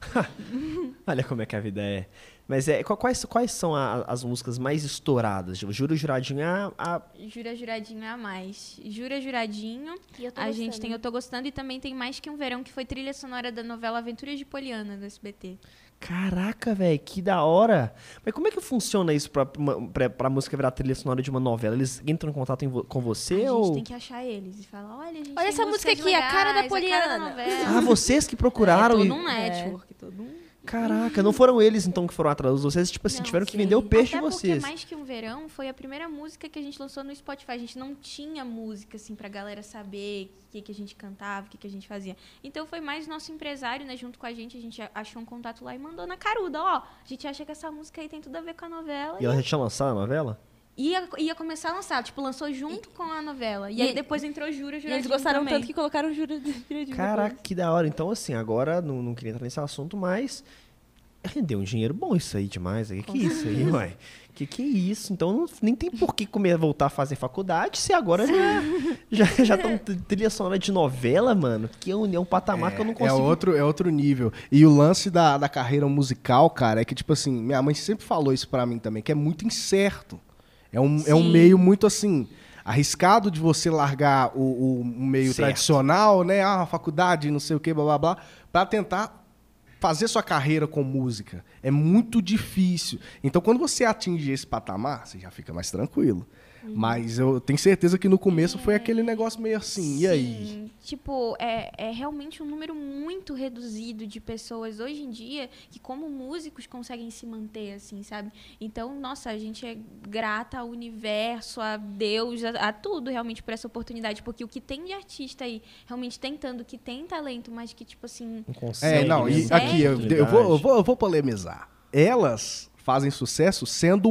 Olha como é que a vida é. Mas é, qu- quais, quais são a- as músicas mais estouradas? Juro Juradinho, a, a- Jura Juradinho a mais. Jura Juradinho. E eu tô A gente gostando. tem Eu Tô Gostando e também tem Mais Que Um Verão, que foi trilha sonora da novela Aventuras de Poliana, do S B T. Caraca, velho, que da hora. Mas como é que funciona isso pra, uma- pra, pra música virar trilha sonora de uma novela? Eles entram em contato em vo- com A você gente ou... tem que achar eles e falar, olha, a gente Olha tem essa música músicas aqui, a cara da legais, Poliana. novela. Ah, vocês que procuraram É, e... todo um network, todo um... Caraca, não foram eles então que foram atrás. Vocês, tipo assim, Não, tiveram que sim. vender o peixe Até de vocês. porque Mais Que Um Verão foi a primeira música que a gente lançou no Spotify. A gente não tinha música, assim, pra galera saber o que, que a gente cantava, o que, que a gente fazia. Então foi mais nosso empresário, né, junto com a gente. A gente achou um contato lá e mandou na caruda. Ó, a gente acha que essa música aí tem tudo a ver com a novela. E ela já tinha lançado a novela? Ia, ia começar a lançar, tipo, lançou junto com a novela. E, e- aí depois entrou Jura, E Juradinho eles gostaram também. tanto que colocaram jura de juradinho. Caraca, que da hora. Então, assim, agora não, não queria entrar nesse assunto, mas rendeu um dinheiro bom isso aí demais. Que que é isso aí, ué? Que que é isso? Então não, nem tem por que comer, voltar a fazer faculdade se agora já já já estão trilha sonora de novela, mano. Que é um, é um patamar que eu não É consigo. outro, é outro nível. E o lance da, da carreira musical, cara, é que, tipo assim, minha mãe sempre falou isso pra mim também, que é muito incerto. É um, é um Sim. meio muito, assim, arriscado de você largar o, o, o meio Certo. tradicional, né? Ah, faculdade, não sei o quê, blá, blá, blá, pra tentar fazer sua carreira com música. É muito difícil. Então, quando você atinge esse patamar, você já fica mais tranquilo. Mas eu tenho certeza que no começo foi aquele negócio meio assim, e aí? Sim, tipo, é, é realmente um número muito reduzido de pessoas hoje em dia que, como músicos, conseguem se manter, assim, sabe? Então, nossa, a gente é grata ao universo, a Deus, a, a tudo realmente por essa oportunidade, porque o que tem de artista aí, realmente tentando, que tem talento, mas que, tipo assim, Não consegue. É, não, e né? aqui, eu, Oportunidade. eu, vou, eu, vou, eu vou polemizar. Elas fazem sucesso sendo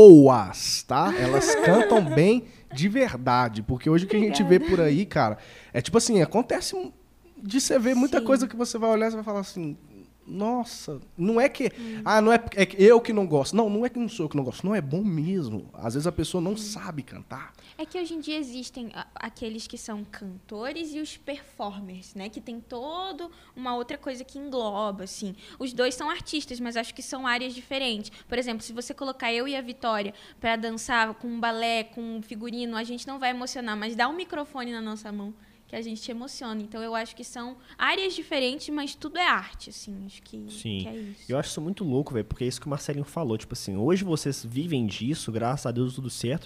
boas, tá? Elas cantam bem de verdade. Porque hoje o que a gente vê por aí, cara, é tipo assim, acontece um- de você ver muita Sim. coisa que você vai olhar e você vai falar assim, Nossa, não é que... Hum. Ah, não é, é eu que não gosto. Não, não é que não sou eu que não gosto. Não, é bom mesmo. Às vezes a pessoa não hum. sabe cantar. É que hoje em dia existem aqueles que são cantores e os performers, né? Que tem todo uma outra coisa que engloba, assim. Os dois são artistas, mas acho que são áreas diferentes. Por exemplo, se você colocar eu e a Vitória para dançar com um balé, com um figurino, a gente não vai emocionar, mas dá um microfone na nossa mão que a gente te emociona. Então, eu acho que são áreas diferentes, mas tudo é arte, assim. Acho que, Sim. que é isso. Eu acho isso muito louco, velho, porque é isso que o Marcelinho falou. Tipo assim, hoje vocês vivem disso, graças a Deus, tudo certo,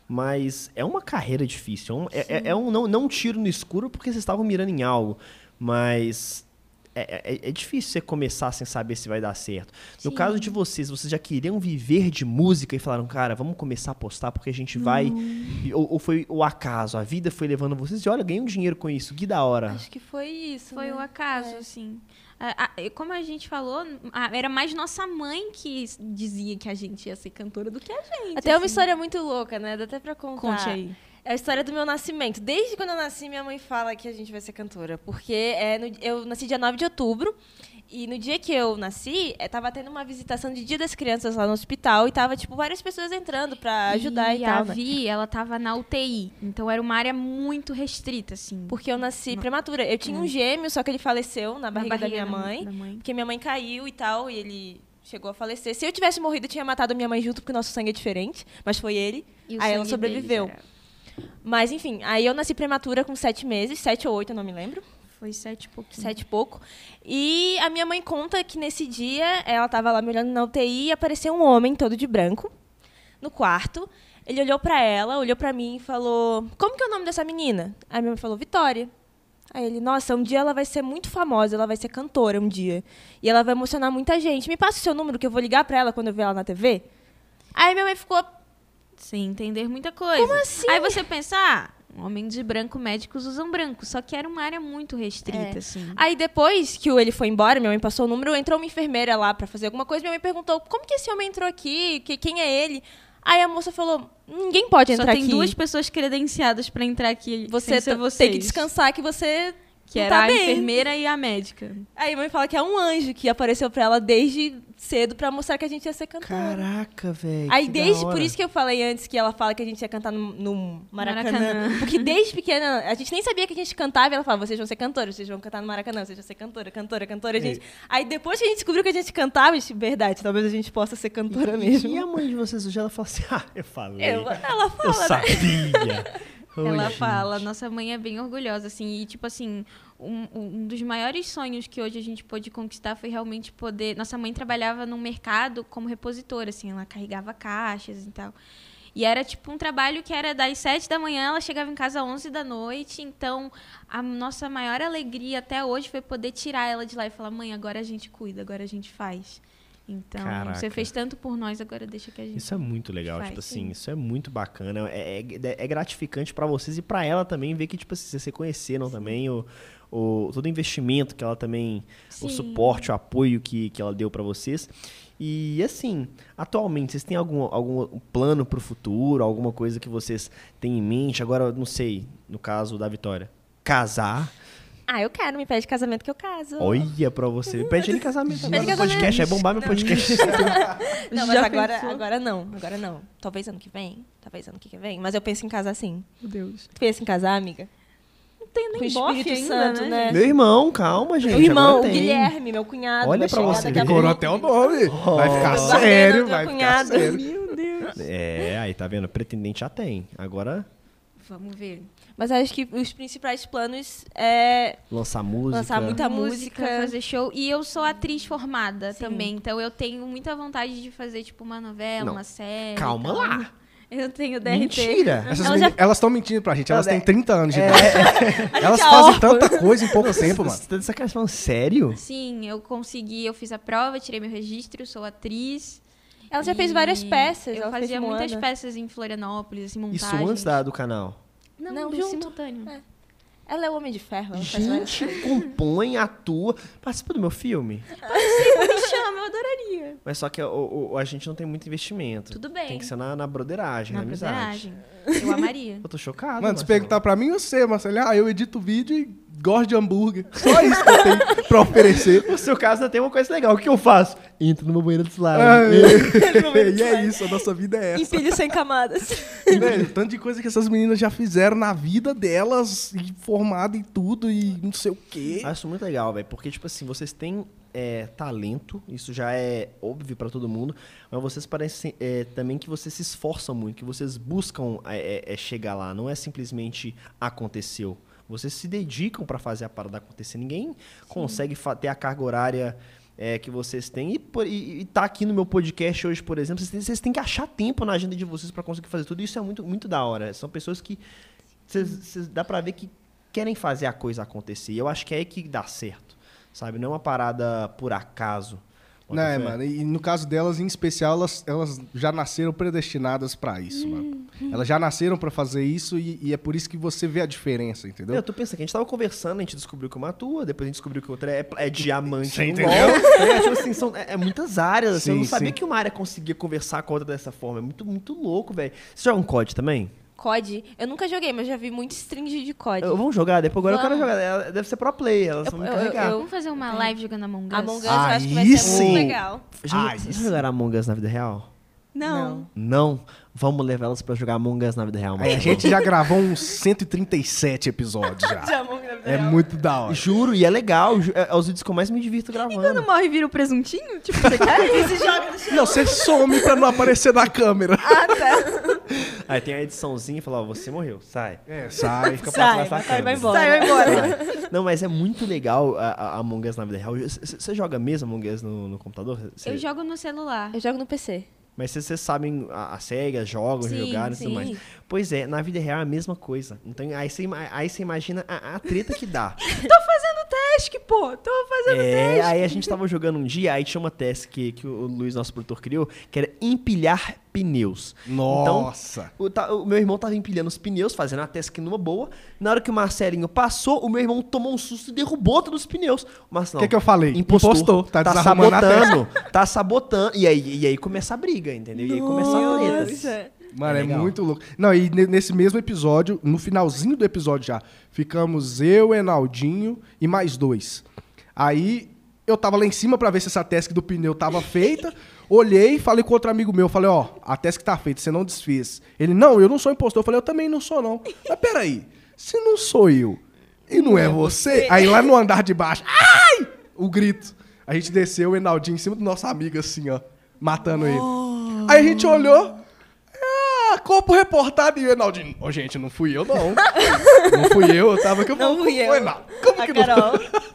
mas é uma carreira difícil. É um, é, é um não, não um tiro no escuro porque vocês estavam mirando em algo, mas... É, é, é difícil você começar sem saber se vai dar certo. No Sim. caso de vocês, vocês já queriam viver de música e falaram, cara, vamos começar a apostar porque a gente vai... Ou, ou foi o acaso, a vida foi levando vocês e olha, ganhei um dinheiro com isso, que da hora. Acho que foi isso, Foi né? o acaso, É. assim. A, a, como a gente falou, a, era mais nossa mãe que dizia que a gente ia ser cantora do que a gente. Até uma assim. história muito louca, né? Dá até pra contar. Conte aí. É a história do meu nascimento. Desde quando eu nasci, minha mãe fala que a gente vai ser cantora. Porque é no- eu nasci dia nove de outubro. E no dia que eu nasci, é, tava tendo uma visitação de Dia das Crianças lá no hospital. E tava, tipo, várias pessoas entrando pra ajudar e, e tal. a né? Vi, ela tava na U T I. Então era uma área muito restrita, assim. Porque eu nasci prematura. Eu tinha um gêmeo, só que ele faleceu na Na barriga, da minha da- mãe. da mãe. Porque minha mãe caiu e tal. E ele chegou a falecer. Se eu tivesse morrido, eu tinha matado a minha mãe junto, porque o nosso sangue é diferente. Mas foi ele. E o Aí ela sangue sobreviveu. deles era- Mas, enfim, aí eu nasci prematura com sete meses, sete ou oito, eu não me lembro, Foi sete e pouquinho. sete e pouco. E a minha mãe conta que nesse dia ela estava lá me olhando na U T I e apareceu um homem todo de branco no quarto. Ele olhou pra ela, olhou pra mim e falou: como que é o nome dessa menina? Aí minha mãe falou: Vitória. Aí ele: nossa, um dia ela vai ser muito famosa, ela vai ser cantora um dia. E ela vai emocionar muita gente. Me passa o seu número que eu vou ligar pra ela quando eu ver ela na T V. Aí minha mãe ficou... Sem entender muita coisa. Como assim? Aí você pensa, ah, homens de branco, médicos usam branco. Só que era uma área muito restrita, É. assim. Aí depois que o ele foi embora, minha mãe passou o número, entrou uma enfermeira lá pra fazer alguma coisa, minha mãe perguntou: como que esse homem entrou aqui? Que, quem é ele? Aí a moça falou: ninguém pode Só entrar tem aqui. duas pessoas credenciadas pra entrar aqui. Você sem ser tá- vocês. tem que descansar que você Que não era tá a bem. enfermeira e a médica. Aí a mãe fala que é um anjo que apareceu pra ela desde cedo pra mostrar que a gente ia ser cantora. Caraca, velho. Aí que desde, da por hora. isso que eu falei antes que ela fala que a gente ia cantar no, no Maracanã. Maracanã. Porque desde pequena, a gente nem sabia que a gente cantava e ela falava: vocês vão ser cantora, vocês vão cantar no Maracanã, vocês vão ser cantora, cantora, cantora. A gente... Aí depois que a gente descobriu que a gente cantava, a gente, verdade, talvez a gente possa ser cantora mesmo. E a mãe de vocês hoje, ela fala assim, ah, eu falei. Eu- ela Eu fala, né? sabia. Ô, Ela gente. fala, nossa mãe é bem orgulhosa, assim, e tipo assim, um, um dos maiores sonhos que hoje a gente pôde conquistar foi realmente poder... Nossa mãe trabalhava no mercado como repositora, assim, ela carregava caixas e tal. E era tipo um trabalho que era das sete da manhã, ela chegava em casa às onze da noite, então a nossa maior alegria até hoje foi poder tirar ela de lá e falar: mãe, agora a gente cuida, agora a gente faz. Então, Caraca. você fez tanto por nós, agora deixa que a gente Isso é muito legal, faz, tipo assim, sim. isso é muito bacana. É, é, é gratificante pra vocês e pra ela também ver que, tipo assim, vocês se conheceram também, o, o, todo o investimento que ela também, o Sim. suporte, o apoio que, que ela deu pra vocês. E assim, atualmente, vocês têm algum, algum plano pro futuro, alguma coisa que vocês têm em mente? Agora, não sei, no caso da Vitória, casar. Ah, eu quero, me pede casamento que eu caso. Olha pra você. Me pede ele em casamento agora no casamento. podcast. Vai bombar meu podcast. Não, mas Já agora, pensou? agora não, agora não. Talvez ano que vem, talvez ano que vem. Mas eu penso em casar sim. Meu Deus. Tu pensa em casar, amiga? Não tem nem Com o bofe Espírito ainda, Santo, né? né? Meu irmão, calma, gente. O irmão, agora o tem. Guilherme, meu cunhado. Olha vai pra chegar você, daqui a Decorou pouco. até o nome. Vai ficar Oh. sério, Guardando vai meu ficar cunhado. sério. Meu Deus. É, aí tá vendo? Pretendente já tem. Agora, Vamos ver. Mas acho que os principais planos é lançar música. Lançar muita música. fazer show. E eu sou atriz formada Sim. também, então eu tenho muita vontade de fazer, tipo, uma novela, Não. uma série. Calma e tal. lá. Eu tenho D R T. Mentira. Essas Ela meni- já- Elas estão mentindo pra gente, elas Ela- têm trinta anos de É, idade. Elas é fazem órfã. tanta coisa em pouco tempo, mano. Você tá de sacanagem falando sério? Sim, eu consegui, eu fiz a prova, tirei meu registro, sou atriz. Ela já E fez várias peças. Eu ela fez fazia muitas Moana. peças em Florianópolis, assim, montagens. Isso antes da, do canal. Não, Não, do junto. simultâneo. É. Ela é o Homem de Ferro. Ela faz várias Gente, compõe, atua. Participa do meu filme. Me chama, eu adoraria. Mas só que o, o- a gente não tem muito investimento. Tudo bem. Tem que ser na, na broderagem, na, Na amizade. broderagem. Eu amaria. Eu tô chocado. Mano, se Marcelo. perguntar pra mim, eu sei, Marcelo. Ah, eu edito vídeo e gosto de hambúrguer. Só isso que eu tenho pra oferecer. No seu caso, tem uma coisa legal. O que eu faço? Entro no meu banheiro de slime. Ah, é. E é isso, a nossa vida é essa. Empilho sem camadas. Né? Tanto de coisa que essas meninas já fizeram na vida delas, e formado em tudo, e não sei o quê. Acho muito legal, velho. Porque, tipo assim, vocês têm é, talento. Isso já é óbvio pra todo mundo. Mas vocês parecem é, também que vocês se esforçam muito. Que vocês buscam é, é, chegar lá. Não é simplesmente aconteceu. Vocês se dedicam pra fazer a parada acontecer. Ninguém Sim. consegue ter a carga horária é, que vocês têm. E, e, e tá aqui no meu podcast hoje, por exemplo, vocês têm, vocês têm que achar tempo na agenda de vocês pra conseguir fazer tudo. Isso é muito, muito da hora. São pessoas que vocês, vocês, dá pra ver que querem fazer a coisa acontecer. E eu acho que é aí que dá certo, sabe? Não é uma parada por acaso. Não, é, mano. E no caso delas, em especial, elas, elas já nasceram predestinadas pra isso, mano. Elas já nasceram pra fazer isso e, e é por isso que você vê a diferença, entendeu? Eu tô pensando que a gente tava conversando, a gente descobriu que uma atua, depois a gente descobriu que outra é, é diamante. Você no entendeu? LOL. É, tipo assim, são, é, é muitas áreas. Assim, Sim, eu não sabia sim. que uma área conseguia conversar com a outra dessa forma. É muito, muito louco, velho. Você joga um C O D também? C O D. Eu nunca joguei, mas já vi muito string de C O D. Eu, vamos jogar, depois agora Vamos. eu quero jogar. Ela deve ser pro play, elas Eu- vão me eu- carregar. eu- Vamos fazer uma live jogando Among Us? Among Us eu acho que vai Aí ser sim. muito legal. Já, Ah, vocês isso. jogaram Among Us na vida real? Não. Não? Vamos levar elas pra jogar Among Us na vida real, mano. Aí a gente já gravou uns cento e trinta e sete episódios já. É muito da hora. Juro, e é legal. ju- É, é os vídeos que eu mais me divirto gravando. Quando morre e vira o presuntinho? Tipo, você quer? Esse joga no chão. Não, você some pra não aparecer na câmera. Aí tem a ediçãozinha e fala, ó, você morreu, sai. É, sai. Fica Sai, pra trás da vai, vai câmera. embora. Sai, vai embora. Não, mas é muito legal a, a Among Us na vida real. Você joga mesmo Among Us no, no computador? Cê- Eu jogo no celular. Eu jogo no P C. Mas vocês sabem a- as regras, jogam, Sim, jogaram e tudo sim. mais. Pois é, na vida real é a mesma coisa. Então aí você aí você imagina a, a treta que dá. Tô fazendo task, pô. Tô fazendo É, task. aí a gente tava jogando um dia, aí tinha uma task que, que o Luiz, nosso produtor, criou, que era empilhar pneus. Nossa. Então, o, ta- o meu irmão tava empilhando os pneus, fazendo a task numa boa. Na hora que o Marcelinho passou, o meu irmão tomou um susto e derrubou todos os pneus. O Marcelão, Que que eu falei? Impostor. Impostor, tá tá desarrumando a sabotando. Tá sabotando. E aí, e aí começa a briga, entendeu? E aí começa a treta. Nossa. Mano, É é, legal. muito louco. Não, e ne- nesse mesmo episódio, no finalzinho do episódio já, ficamos eu, Enaldinho e mais dois. Aí eu tava lá em cima pra ver se essa task do pneu tava feita. Olhei, falei com outro amigo meu, falei, ó, a task tá feita, você não desfez. Ele, não, eu não sou impostor. Eu falei, eu também não sou, não. Mas peraí, se não sou eu e não é você, aí lá no andar de baixo, ai! O grito. A gente desceu o Enaldinho em cima do nosso amigo, assim, ó, matando ele. Aí a gente olhou, ah, corpo reportado, e o Enaldinho, ô gente, não fui eu, não. Não fui eu, eu tava aqui, eu Não falei, fui "Como eu." foi, Enaldo? Como A que não Carol.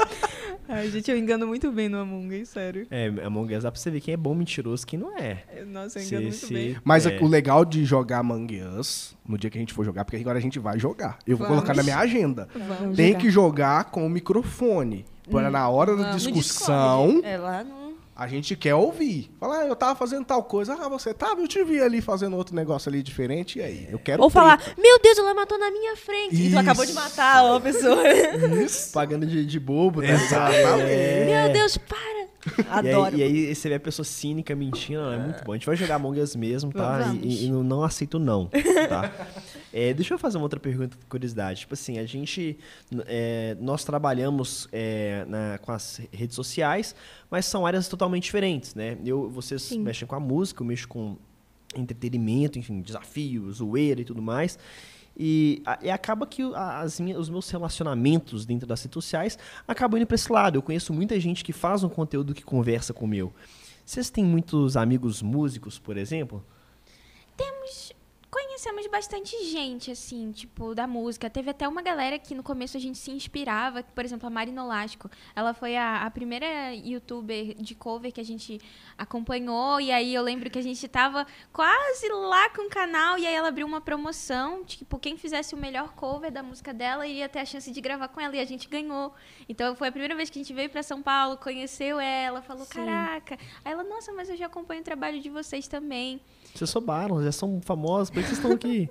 Ai, gente, eu engano muito bem no Among Us, sério. É, Among Us dá pra você ver quem é bom mentiroso e quem não é. Nossa, eu Se- engano muito se- bem. Mas é. o legal de jogar Among Us, no dia que a gente for jogar, porque agora a gente vai jogar. Eu vou Vamos. colocar na minha agenda. Vamos Tem jogar. que jogar com o microfone. Para na hora da No discussão, Discord. É lá no... a gente quer ouvir. Falar, ah, eu tava fazendo tal coisa. Ah, você tava? Eu te vi ali fazendo outro negócio ali diferente. E aí? Eu quero Ou falar, treta. meu Deus, ela matou na minha frente. E tu acabou de Isso. matar uma pessoa. Isso. Pagando de, de bobo, tá? Exatamente. É. Meu Deus, para. E Adoro. aí, e aí você vê a pessoa cínica mentindo, não, é muito bom. A gente vai jogar Among Us mesmo, tá? Vamos. E, e não, não aceito não, tá? É, deixa eu fazer uma outra pergunta, curiosidade. Tipo assim, a gente, é, nós trabalhamos é, na- com as redes sociais, mas são áreas totalmente diferentes, né? Eu, vocês Sim. mexem com a música, eu mexo com entretenimento, enfim, desafios, zoeira e tudo mais. E, a- e acaba que o- a- as minhas, os meus relacionamentos dentro das redes sociais acabam indo para esse lado. Eu conheço muita gente que faz um conteúdo que conversa com o meu. Vocês têm muitos amigos músicos, por exemplo? Temos... Conhecemos bastante gente, assim, tipo, da música. Teve até uma galera que no começo a gente se inspirava, por exemplo, a Mari Nolasco. Ela foi a, a primeira youtuber de cover que a gente acompanhou, e aí eu lembro que a gente tava quase lá com o canal, e aí ela abriu uma promoção, tipo, quem fizesse o melhor cover da música dela iria ter a chance de gravar com ela, e a gente ganhou. Então foi a primeira vez que a gente veio pra São Paulo, conheceu ela, falou, caraca. Aí ela, nossa, mas eu já acompanho o trabalho de vocês também. Vocês soubaram, já são famosos, por que vocês estão aqui?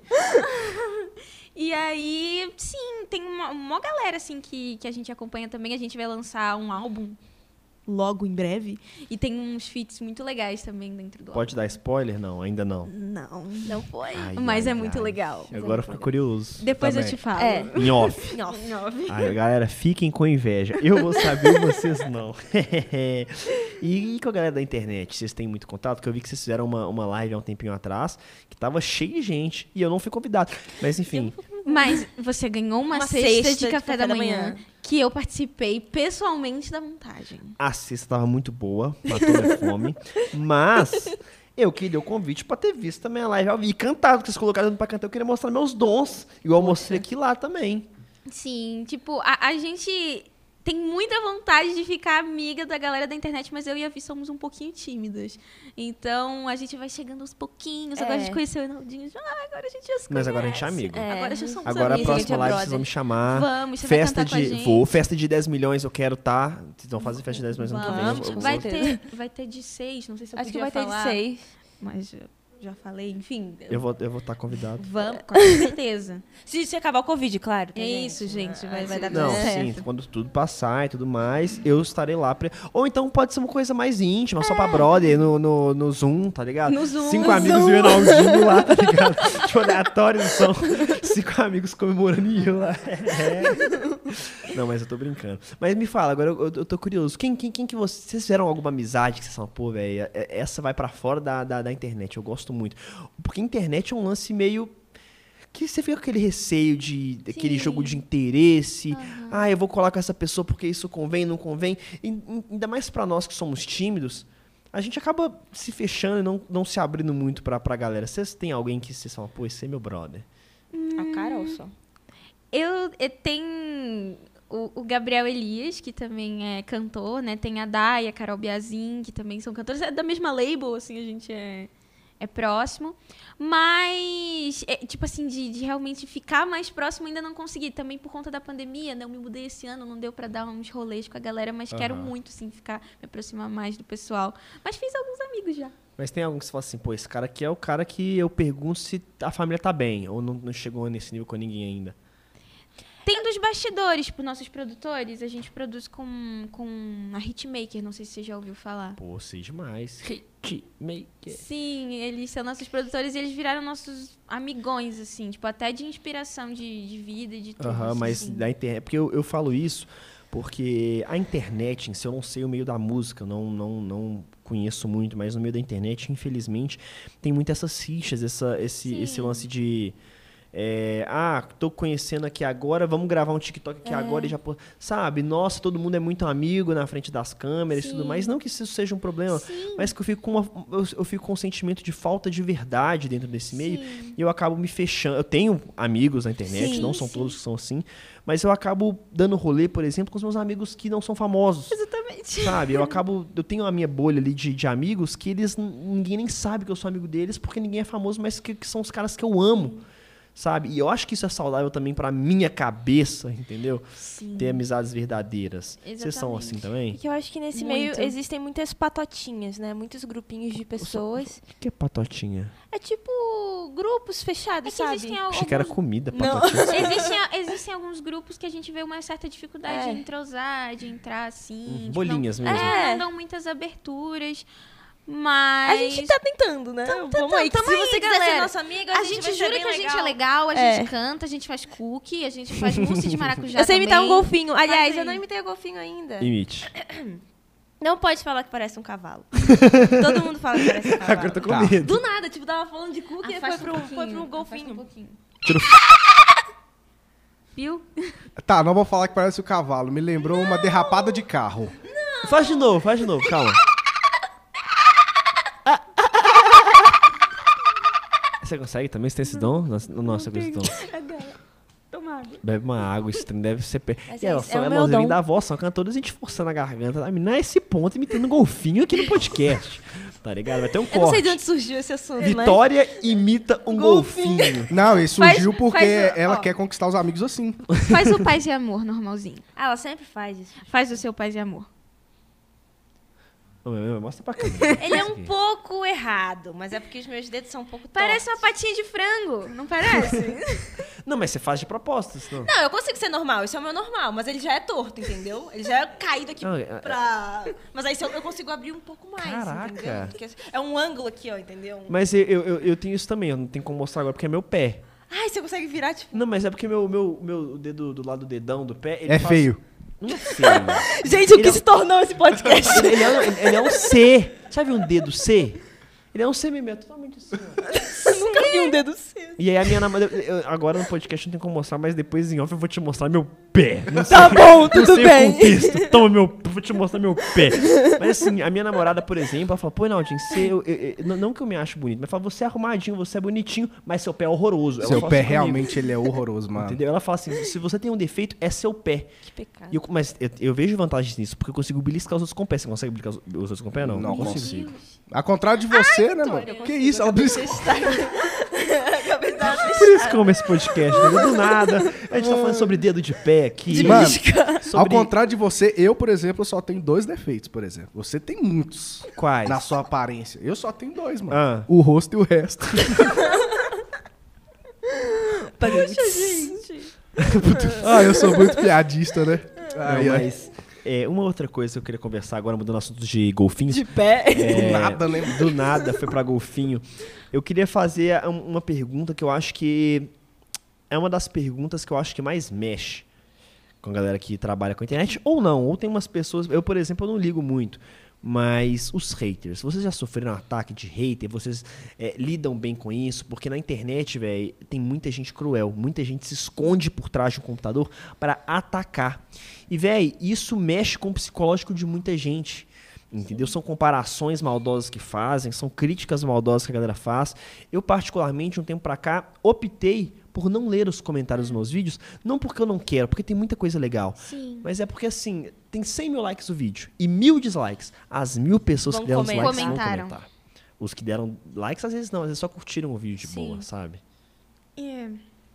E aí, sim, tem uma, uma galera, assim, que, que a gente acompanha também. A gente vai lançar um álbum logo em breve. E tem uns feats muito legais também dentro do Pode dar spoiler? Não, ainda não. álbum. Não, Não foi. Ai, mas ai, é muito ai. legal. Agora eu fico curioso. Depois Também. eu te falo. É. Em off. Ai, galera, fiquem com inveja. Eu vou saber, vocês não. E com a galera da internet, vocês têm muito contato? Porque eu vi que vocês fizeram uma, uma live há um tempinho atrás, que tava cheio de gente, e eu não fui convidado. Mas enfim, Mas você ganhou uma, Uma cesta, cesta de café, da, manhã, manhã. que eu participei pessoalmente da montagem. a cesta tava muito boa, matou minha fome. Mas eu queria o convite pra ter visto também a live ao vivo. E cantado, que vocês colocaram pra cantar, eu queria mostrar meus dons. Igual eu mostrei aqui lá também. Sim, tipo, a, a gente tem muita vontade de ficar amiga da galera da internet, mas eu e a Vi somos um pouquinho tímidas. Então, a gente vai chegando aos pouquinhos. Agora É. a gente conheceu o Reinaldinho. Ah, agora a gente já se Mas agora a conhece. gente é amigo. É. Agora já somos Agora a amigos. próxima gente é live vocês brother. vão me chamar. Vamos, você festa vai cantar de. com a gente. Vou, festa de dez milhões, eu quero tá. Vocês vão fazer festa de dez milhões ano que vem. Vamos, eu vou- vai vou- ter, vai ter de seis, não sei se eu Acho que podia vai ter de falar, seis. mas eu já falei, enfim. Eu vou eu vou estar convidado. Vamos, com certeza. Se, se acabar o Covid, claro. tá, É gente? isso, gente, vai, Ah, vai dar sim. tudo Não, certo. sim, quando tudo passar e tudo mais, eu estarei lá. Pra... Ou então pode ser uma coisa mais íntima, só pra brother, no, no, no Zoom, tá ligado? No Zoom. Cinco No amigos Zoom. e o Reinaldinho lá, tá ligado? Tipo, aleatório, são cinco amigos comemorando e eu lá. É. Não, mas eu tô brincando. Mas me fala, agora eu, eu- eu tô curioso. Quem, quem, quem que vocês... Vocês fizeram alguma amizade que vocês falam, pô, velho, essa vai pra fora da, da, da internet, eu gosto muito. Porque a internet é um lance meio... Que você fica com aquele receio de aquele Sim. jogo de interesse. Ah, eu vou colar com essa pessoa porque isso convém, não convém. E, e, ainda mais pra nós que somos tímidos, a gente acaba se fechando e não, não se abrindo muito pra, pra galera. Vocês têm alguém que vocês falam, pô, esse é meu brother? A Carol só. Eu, eu tenho o, o Gabriel Elias, que também é cantor, né? Tem a Day, a Carol Biazin, que também são cantores. É da mesma label, assim, a gente é, é próximo. Mas, é, tipo assim, de, de realmente ficar mais próximo ainda não consegui. Também por conta da pandemia, né? Eu me mudei esse ano, não deu pra dar uns rolês com a galera, mas quero Aham. muito, sim, ficar, me aproximar mais do pessoal. Mas fiz alguns amigos já. Mas tem algum que você fala assim, pô, esse cara aqui é o cara que eu pergunto se a família tá bem, ou não, não chegou nesse nível com ninguém ainda. Tem dos bastidores, por nossos produtores, a gente produz com, com a Hitmaker, não sei se você já ouviu falar. Pô, sei demais. Hitmaker. Sim, eles são nossos produtores e eles viraram nossos amigões, assim, tipo, até de inspiração de, de vida e de tudo. Aham, assim, mas assim. da internet. Porque eu, eu falo isso porque a internet em si, eu não sei o meio da música, eu não, não, não conheço muito, mas no meio da internet, infelizmente, tem muito essas fichas, essa, esse, Sim. esse lance de. É, ah, tô conhecendo aqui agora, vamos gravar um TikTok aqui É. agora e já. pô- Sabe? Nossa, todo mundo é muito amigo na frente das câmeras e tudo Sim. mais. Não que isso seja um problema, Sim. mas que eu fico, com uma, eu, eu fico com um sentimento de falta de verdade dentro desse meio. Sim. E eu acabo me fechando. Eu tenho amigos na internet, Sim, não são sim. todos que são assim. Mas eu acabo dando rolê, por exemplo, com os meus amigos que não são famosos. Exatamente. Sabe? Eu acabo. Eu tenho a minha bolha ali de, de amigos que eles. n- Ninguém nem sabe que eu sou amigo deles, porque ninguém é famoso, mas que, que são os caras que eu amo. Sabe? E eu acho que isso é saudável também pra minha cabeça, entendeu? Sim. Ter amizades verdadeiras. Vocês são Exatamente. assim também? Porque eu acho que nesse Muito. meio existem muitas patotinhas, né? Muitos grupinhos de pessoas. O que é patotinha? É tipo grupos fechados, É que sabe? existem al- Achei que era alguns- comida, Não. patotinha. Existem, existem alguns grupos que a gente vê uma certa dificuldade É. de entrosar, de entrar assim. Uhum, tipo, bolinhas não, mesmo. Eles É. não dão muitas aberturas, mas... A gente tá tentando, né? Vamos aí. que tamo se aí, você quiser ser galera. nosso amigo, a, A gente, gente vai ser jura bem que a gente legal. é legal, a É. gente canta, a gente faz cookie, a gente faz mousse de maracujá Eu sei imitar um também. golfinho. Aliás, aí. eu não imitei o golfinho ainda. Imite. Não pode falar que parece um cavalo. Todo mundo fala que parece um cavalo. Agora eu tô com Tá. medo. Do nada, tipo, tava falando de cookie e foi Afasta pro, um foi pouquinho, pro afasta golfinho. um pouquinho. Tira o Viu? Tá, não vou falar que parece o cavalo. Me lembrou uma derrapada de carro. Faz de novo, faz de novo, calma. Você consegue também? Você tem esse dom? Nossa, nossa, com esse dom. Toma água. Bebe uma água, isso trem deve ser... Pe... Mas E é elas isso, são é o meu elas vêm dom. da voz, são cantoras, a gente forçando a garganta. A menina é esse ponto, imitando um golfinho aqui no podcast. Tá ligado? Vai ter um Eu não corte. sei de onde surgiu esse assunto, mas... Vitória imita um golfinho. Não, isso surgiu Faz- porque faz o- ela ó. quer conquistar os amigos assim. Faz o paz e amor normalzinho. Ah, ela sempre faz isso. Faz o seu paz e amor. Ô, meu, meu, Mostra pra câmera. Ele é um pouco errado, mas é porque os meus dedos são um pouco Parece uma tortos. patinha de frango, não parece? Não, mas você faz de propósito, senão... Não, eu consigo ser normal, esse é o meu normal, mas ele já é torto, entendeu? Ele já é caído aqui Não, é- pra... Mas aí se eu, eu consigo abrir um pouco mais, Caraca. entendeu? Porque é um ângulo aqui, ó, entendeu? Mas eu, eu, eu tenho isso também, eu não tenho como mostrar agora, porque é meu pé. Ai, você consegue virar, tipo... Não, mas é porque meu, meu, meu dedo do lado do dedão do pé... Ele É faz- feio. Não é feio. Gente, o Ele que é- se tornou esse podcast? ele, ele é um, ele é um C. Sabe um dedo C? Ele é um C mesmo, é totalmente assim, ó. Nunca vi um dedo seu. E aí a minha namorada... eu- eu- agora no podcast não tem como mostrar, mas depois em off eu vou te mostrar meu pé. Não sei, Tá bom, não tudo sei bem. o contexto. Toma meu... Vou te mostrar meu pé. Mas assim, a minha namorada, por exemplo, ela fala, pô, Naldinho, você... eu- eu- eu- não- não que eu me acho bonito, mas fala, você é arrumadinho, você é bonitinho, mas seu pé é horroroso. Ela Seu fala pé assim comigo, realmente ele é horroroso, mano. Entendeu? Ela fala assim, se você tem um defeito, é seu pé. Que pecado. E eu- mas eu, eu vejo vantagens nisso, porque eu consigo beliscar os outros com o pé. Você consegue beliscar os, os outros com o pé? Não, Não consigo. consigo. Ao contrário de você, né, mano? Que isso? Ela disse... Acabei de dar uma Por isso que eu amo esse podcast, né? Do nada. A gente tá falando sobre dedo de pé aqui. De Mano, sobre... Ao contrário de você, eu, por exemplo, só tenho dois defeitos, por exemplo. Você tem muitos Quais? na sua aparência. Eu só tenho dois, mano. Ah. O rosto e o resto. Poxa, gente. Ah, eu sou muito piadista, né? Não, Ai, ai. mas é, uma outra coisa que eu queria conversar agora, mudando o assunto de golfinhos. De pé. É, Do nada, né? Do nada, foi pra golfinho. Eu queria fazer um- uma pergunta que eu acho que é uma das perguntas que eu acho que mais mexe com a galera que trabalha com a internet, ou não, ou tem umas pessoas, eu, por exemplo, eu não ligo muito, mas os haters, vocês já sofreram um ataque de hater, vocês é, lidam bem com isso, porque na internet, velho, tem muita gente cruel, muita gente se esconde por trás de um computador para atacar. E, velho, isso mexe com o psicológico de muita gente. Entendeu? São comparações maldosas que fazem, são críticas maldosas que a galera faz. Eu, particularmente, um tempo pra cá, optei por não ler os comentários dos meus vídeos, não porque eu não quero, porque tem muita coisa legal. Sim. Mas é porque, assim, tem cem mil likes o vídeo e mil dislikes. As mil pessoas Vão que deram comentar. dislikes vão Comentaram. comentar. Os que deram likes, às vezes não, às vezes só curtiram o vídeo de Sim. boa, sabe? É,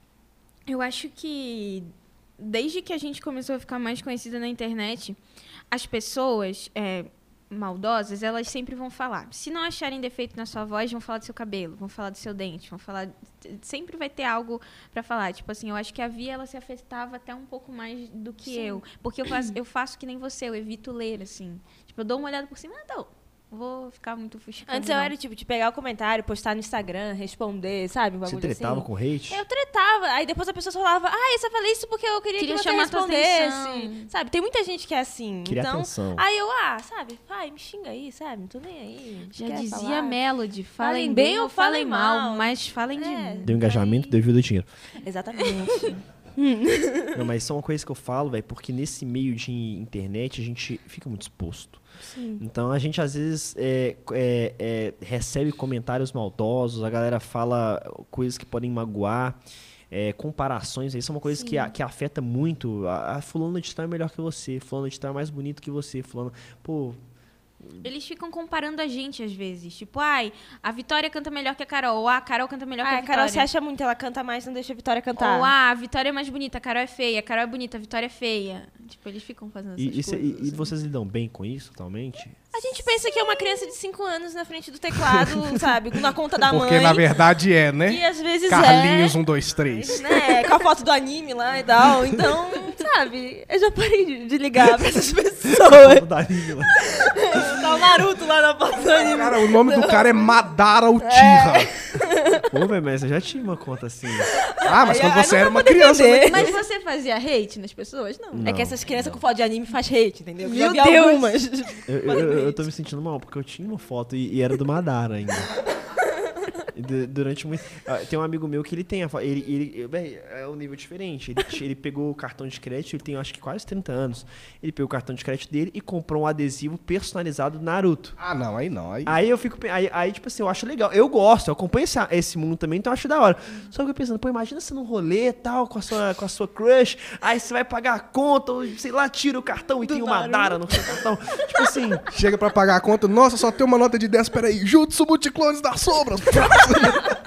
eu acho que desde que a gente começou a ficar mais conhecida na internet, as pessoas é, maldosas, elas sempre vão falar. Se não acharem defeito na sua voz, vão falar do seu cabelo, vão falar do seu dente, vão falar... Sempre vai ter algo pra falar. Tipo assim, eu acho que a Via, ela se afetava até um pouco mais do que Sim. eu. Porque eu faço, eu faço que nem você, eu evito ler, assim. Tipo, eu dou uma olhada por cima, ah, não, vou ficar muito fuxicando. Antes eu não. era, tipo, de pegar o comentário, postar no Instagram, responder, sabe? Um Você bagulho tretava assim. com hate? Eu tretava. Aí depois a pessoa falava, ah, eu só falei isso porque eu queria, Queria que você chamar tua respondesse. atenção. Sabe? Tem muita gente que é assim. Queria então, atenção. aí eu, ah, sabe? Pai, me xinga aí, sabe? Não tô nem aí. Já Quer dizia falar? Melody, falem Falem bem bem ou ou falem falem mal, mal. mas falem de É. mim. Deu engajamento, Aí- deu vida, deu dinheiro. Exatamente. Não, mas isso é uma coisa que eu falo, velho, porque nesse meio de internet a gente fica muito exposto. Sim. Então a gente às vezes é, é, é, recebe comentários maldosos, a galera fala coisas que podem magoar, é, comparações, isso é uma coisa que, a- que afeta muito. A, a fulano de tal é melhor que você, fulano de tal é mais bonito que você, fulano... Pô, Eles ficam comparando a gente às vezes. Tipo, ai, a Vitória canta melhor que a Carol. Ou ah, a Carol canta melhor que Ah, a a Vitória. Carol se acha muito, ela canta mais, não deixa a Vitória cantar. Ou ah, a Vitória é mais bonita, a Carol é feia. A Carol é bonita, a Vitória é feia. Tipo, eles ficam fazendo essas e, e cê- coisas. e- e assim. vocês lidam bem com isso, totalmente? A gente pensa que é uma criança de cinco anos na frente do teclado, sabe? Na conta da Porque mãe. na verdade é, E né? às vezes Carlinhos é. um, dois, três. Né? Com a foto do anime lá e tal. Então, sabe? Eu já parei de, de ligar pra essas pessoas. Daria lá. Tá o Naruto lá na foto do anime. Cara, o nome do cara é Madara Uchiha. Pô, velho, mas eu já tinha uma conta assim. Ah, mas Aí- quando aí você não era dá uma pra criança, defender. né? Mas você fazia hate nas pessoas? Não. Não, É que essas crianças não. com foto de anime faz hate, entendeu? Meu Já vi Deus. algumas. Eu, eu, eu- eu tô me sentindo mal, porque eu tinha uma foto e, e era do Madara ainda. E du- Durante muito. Ah, tem um amigo meu que ele tem a foto. Ele, ele, bem, é um nível diferente. Ele, ele pegou o cartão de crédito, ele tem acho que quase trinta anos. Ele pegou o cartão de crédito dele e comprou um adesivo personalizado do Naruto. Ah, não, aí não. Aí... Aí eu fico. pe- Aí, aí, tipo assim, eu acho legal. Eu gosto, eu acompanho esse, esse mundo também, então eu acho da hora. Só que eu fico pensando, pô, imagina você num rolê e tal, com a, sua, com a sua crush, aí você vai pagar a conta, ou sei lá, tira o cartão e tem uma Madara no seu cartão. Tipo assim. Chega pra pagar a conta, nossa, só tem uma nota de dez, peraí. Jutsu Multiclones das Sombras.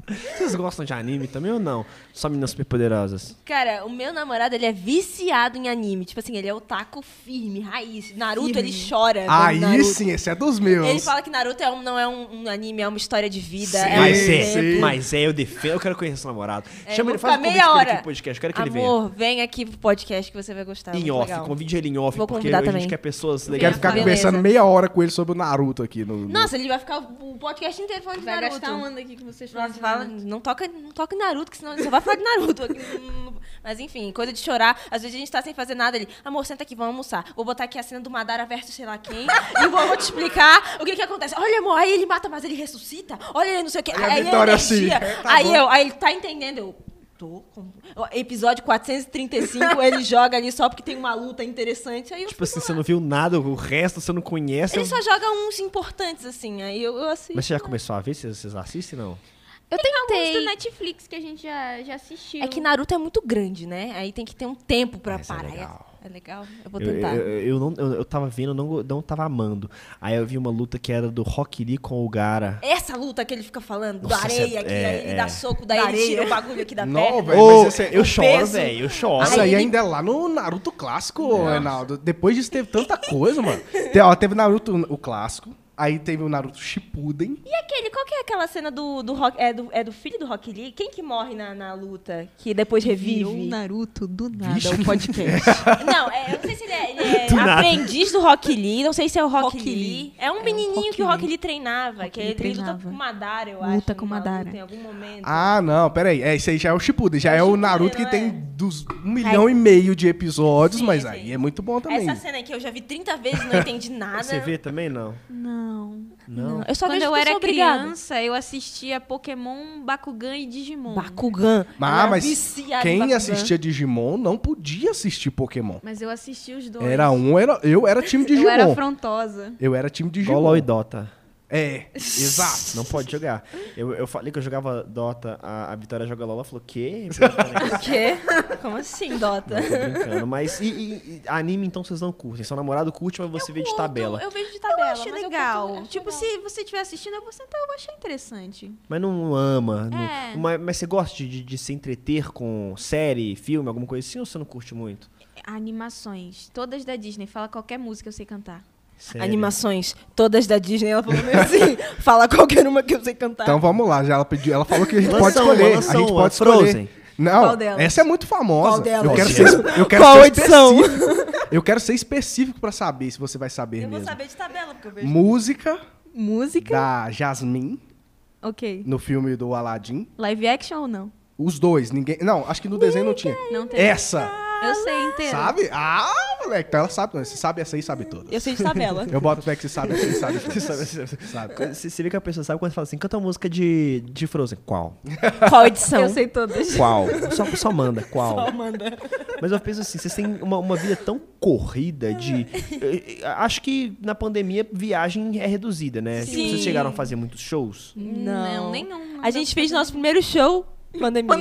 Vocês gostam de anime também ou não? Só meninas superpoderosas? Cara, o meu namorado, ele é viciado em anime. Tipo assim, ele é otaku firme, raiz. Naruto, Firme. ele chora. vendo Aí Naruto. sim, esse é dos meus. Ele fala que Naruto é um, não é um, um anime, é uma história de vida. Sim, é um Mas sim. é, exemplo. mas é, eu defendo. Eu quero conhecer o namorado. É, Chama vou ele, faz um ficar convite meia pra ele hora. aqui no podcast. Eu quero que ele venha. Amor, vem aqui pro podcast que você vai gostar. Em muito off, legal. convide ele em off, Vou porque convidar a gente também. quer pessoas Quero legais. ficar Beleza. conversando meia hora com ele sobre o Naruto aqui. No, no- Nossa, ele vai ficar o podcast inteiro falando de Vai Naruto. gastar onda aqui que vocês Nossa, falam. fala, não, toca, não toca em Naruto, que senão ele só vai falar de Naruto. aqui no- no- Mas enfim, coisa de chorar. Às vezes a gente tá sem fazer nada. Ele, amor, senta aqui, vamos almoçar. Vou botar aqui a cena do Madara versus sei lá quem. E vou, vou te explicar o que que acontece. Olha, amor, aí ele mata, mas ele ressuscita. Olha, ele não sei o que. Olha a Aí Vitória, energia. assim. É, tá aí bom. eu, aí ele tá entendendo. Eu, tô com... Episódio quatrocentos e trinta e cinco, ele joga ali só porque tem uma luta interessante. Aí eu Tipo assim, você não viu nada, o resto você não conhece. Ele só joga uns importantes, assim. Aí eu, eu assisto. Mas você já começou a ver? Vocês, vocês assistem, não? Eu Tem tentei. alguns do Netflix que a gente já, já assistiu. É que Naruto é muito grande, né? Aí tem que ter um tempo pra Mas é parar. legal. É legal? Eu vou Eu, tentar. eu, eu, não, eu, eu tava vendo, não, não tava amando. Aí eu vi uma luta que era do Rock Lee com o Gara. Essa luta que ele fica falando, Nossa, da areia, essa- que é, aí ele é. dá soco, daí Da ele tira areia. o bagulho aqui da Não, perna. velho, Ô, mas esse é- eu o choro, peso. velho, eu choro. Isso aí ele- ainda é lá no Naruto clássico, Reinaldo. Depois disso teve tanta coisa, mano. Te- ó, teve Naruto o clássico, aí teve o Naruto Shippuden. E aquele, qual que é aquela cena do, do Rock, é do, é do filho do Rock Lee? Quem que morre na, na luta, que depois Virou revive? um Naruto do nada, Vixe. o podcast. Não, é, eu não sei se ele é, ele é Do nada. aprendiz do Rock Lee, não sei se é o Rock, Rock Lee. Lee. É um É o menininho Rock que o Rock Lee. Lee treinava, Rock que Lee ele, ele luta treinava. com Madara, eu Luta acho. com numa Madara. luta Em algum momento. Ah, não, peraí. É, esse aí já é o Shippuden. Já É é, o o Shippuden, Naruto que não tem é? dos um milhão e meio de episódios, Sim, mas sim. aí é muito bom também. Essa cena aqui eu já vi trinta vezes e não entendi nada. Você vê também, não? Não. Não. Eu só Quando vejo eu porque era sou obrigada. criança, eu assistia Pokémon, Bakugan e Digimon. Bakugan. Mas, Ela é mas viciada em quem Bakugan. assistia Digimon não podia assistir Pokémon. Mas eu assisti os dois. Era um, era, eu era time Digimon. Eu era afrontosa. Eu era time Digimon. Igual LOL e Dota. É, exato. Não pode jogar. Eu, eu falei que eu jogava Dota, a, a Vitória joga LOL, ela falou, quê? O quê? Como assim, Dota? Não, tô brincando. Mas e, e- e anime, então, vocês não curtem? Seu namorado curte, mas você vê de Curto, tabela. Eu vejo de Eu tabela. acho mas eu legal. curto, acho tipo, legal. se você estiver assistindo, eu vou sentar, eu vou achar interessante. Mas não ama. não- É. mas, mas você gosta de, de- de se entreter com série, filme, alguma coisa assim, ou você não curte muito? Animações, todas da Disney. Fala qualquer música, eu sei cantar. Sério? Animações, todas da Disney, ela falou meio assim, fala qualquer uma que eu sei cantar. Então vamos lá, já ela pediu, ela falou que a gente Lança pode uma, escolher. lança A gente uma, pode escolher. Frozen. Não, Qual delas? essa é muito famosa. Qual delas? Eu quero Qual ser, eu quero Qual ser edição? específico. Eu quero ser específico pra saber se você vai saber eu vou mesmo. saber de tabela, porque eu vejo. Música Música? da Jasmine Ok. no filme do Aladdin. Live action ou não? Os dois, ninguém. Não, acho que no desenho não tinha. Não tem. Essa, Eu sei inteiro. sabe? Ah, moleque, então ela sabe. Você sabe essa aí, sabe todas. Eu sei de tabela. Eu boto fé que você sabe, você sabe todas. Sabe, sabe- Sabe. Quando Você, você vê que a pessoa sabe quando você fala assim, canta uma música de, de Frozen. Qual? Qual edição? Eu sei todas. Qual? Só, só manda, qual? Só manda. Mas eu penso assim, vocês têm uma, uma vida tão corrida de... eh, eh, Acho que na pandemia viagem é reduzida, né? Tipo, Sim. vocês chegaram a fazer muitos shows, Não. nenhum. A gente fez nosso primeiro show, pandemia.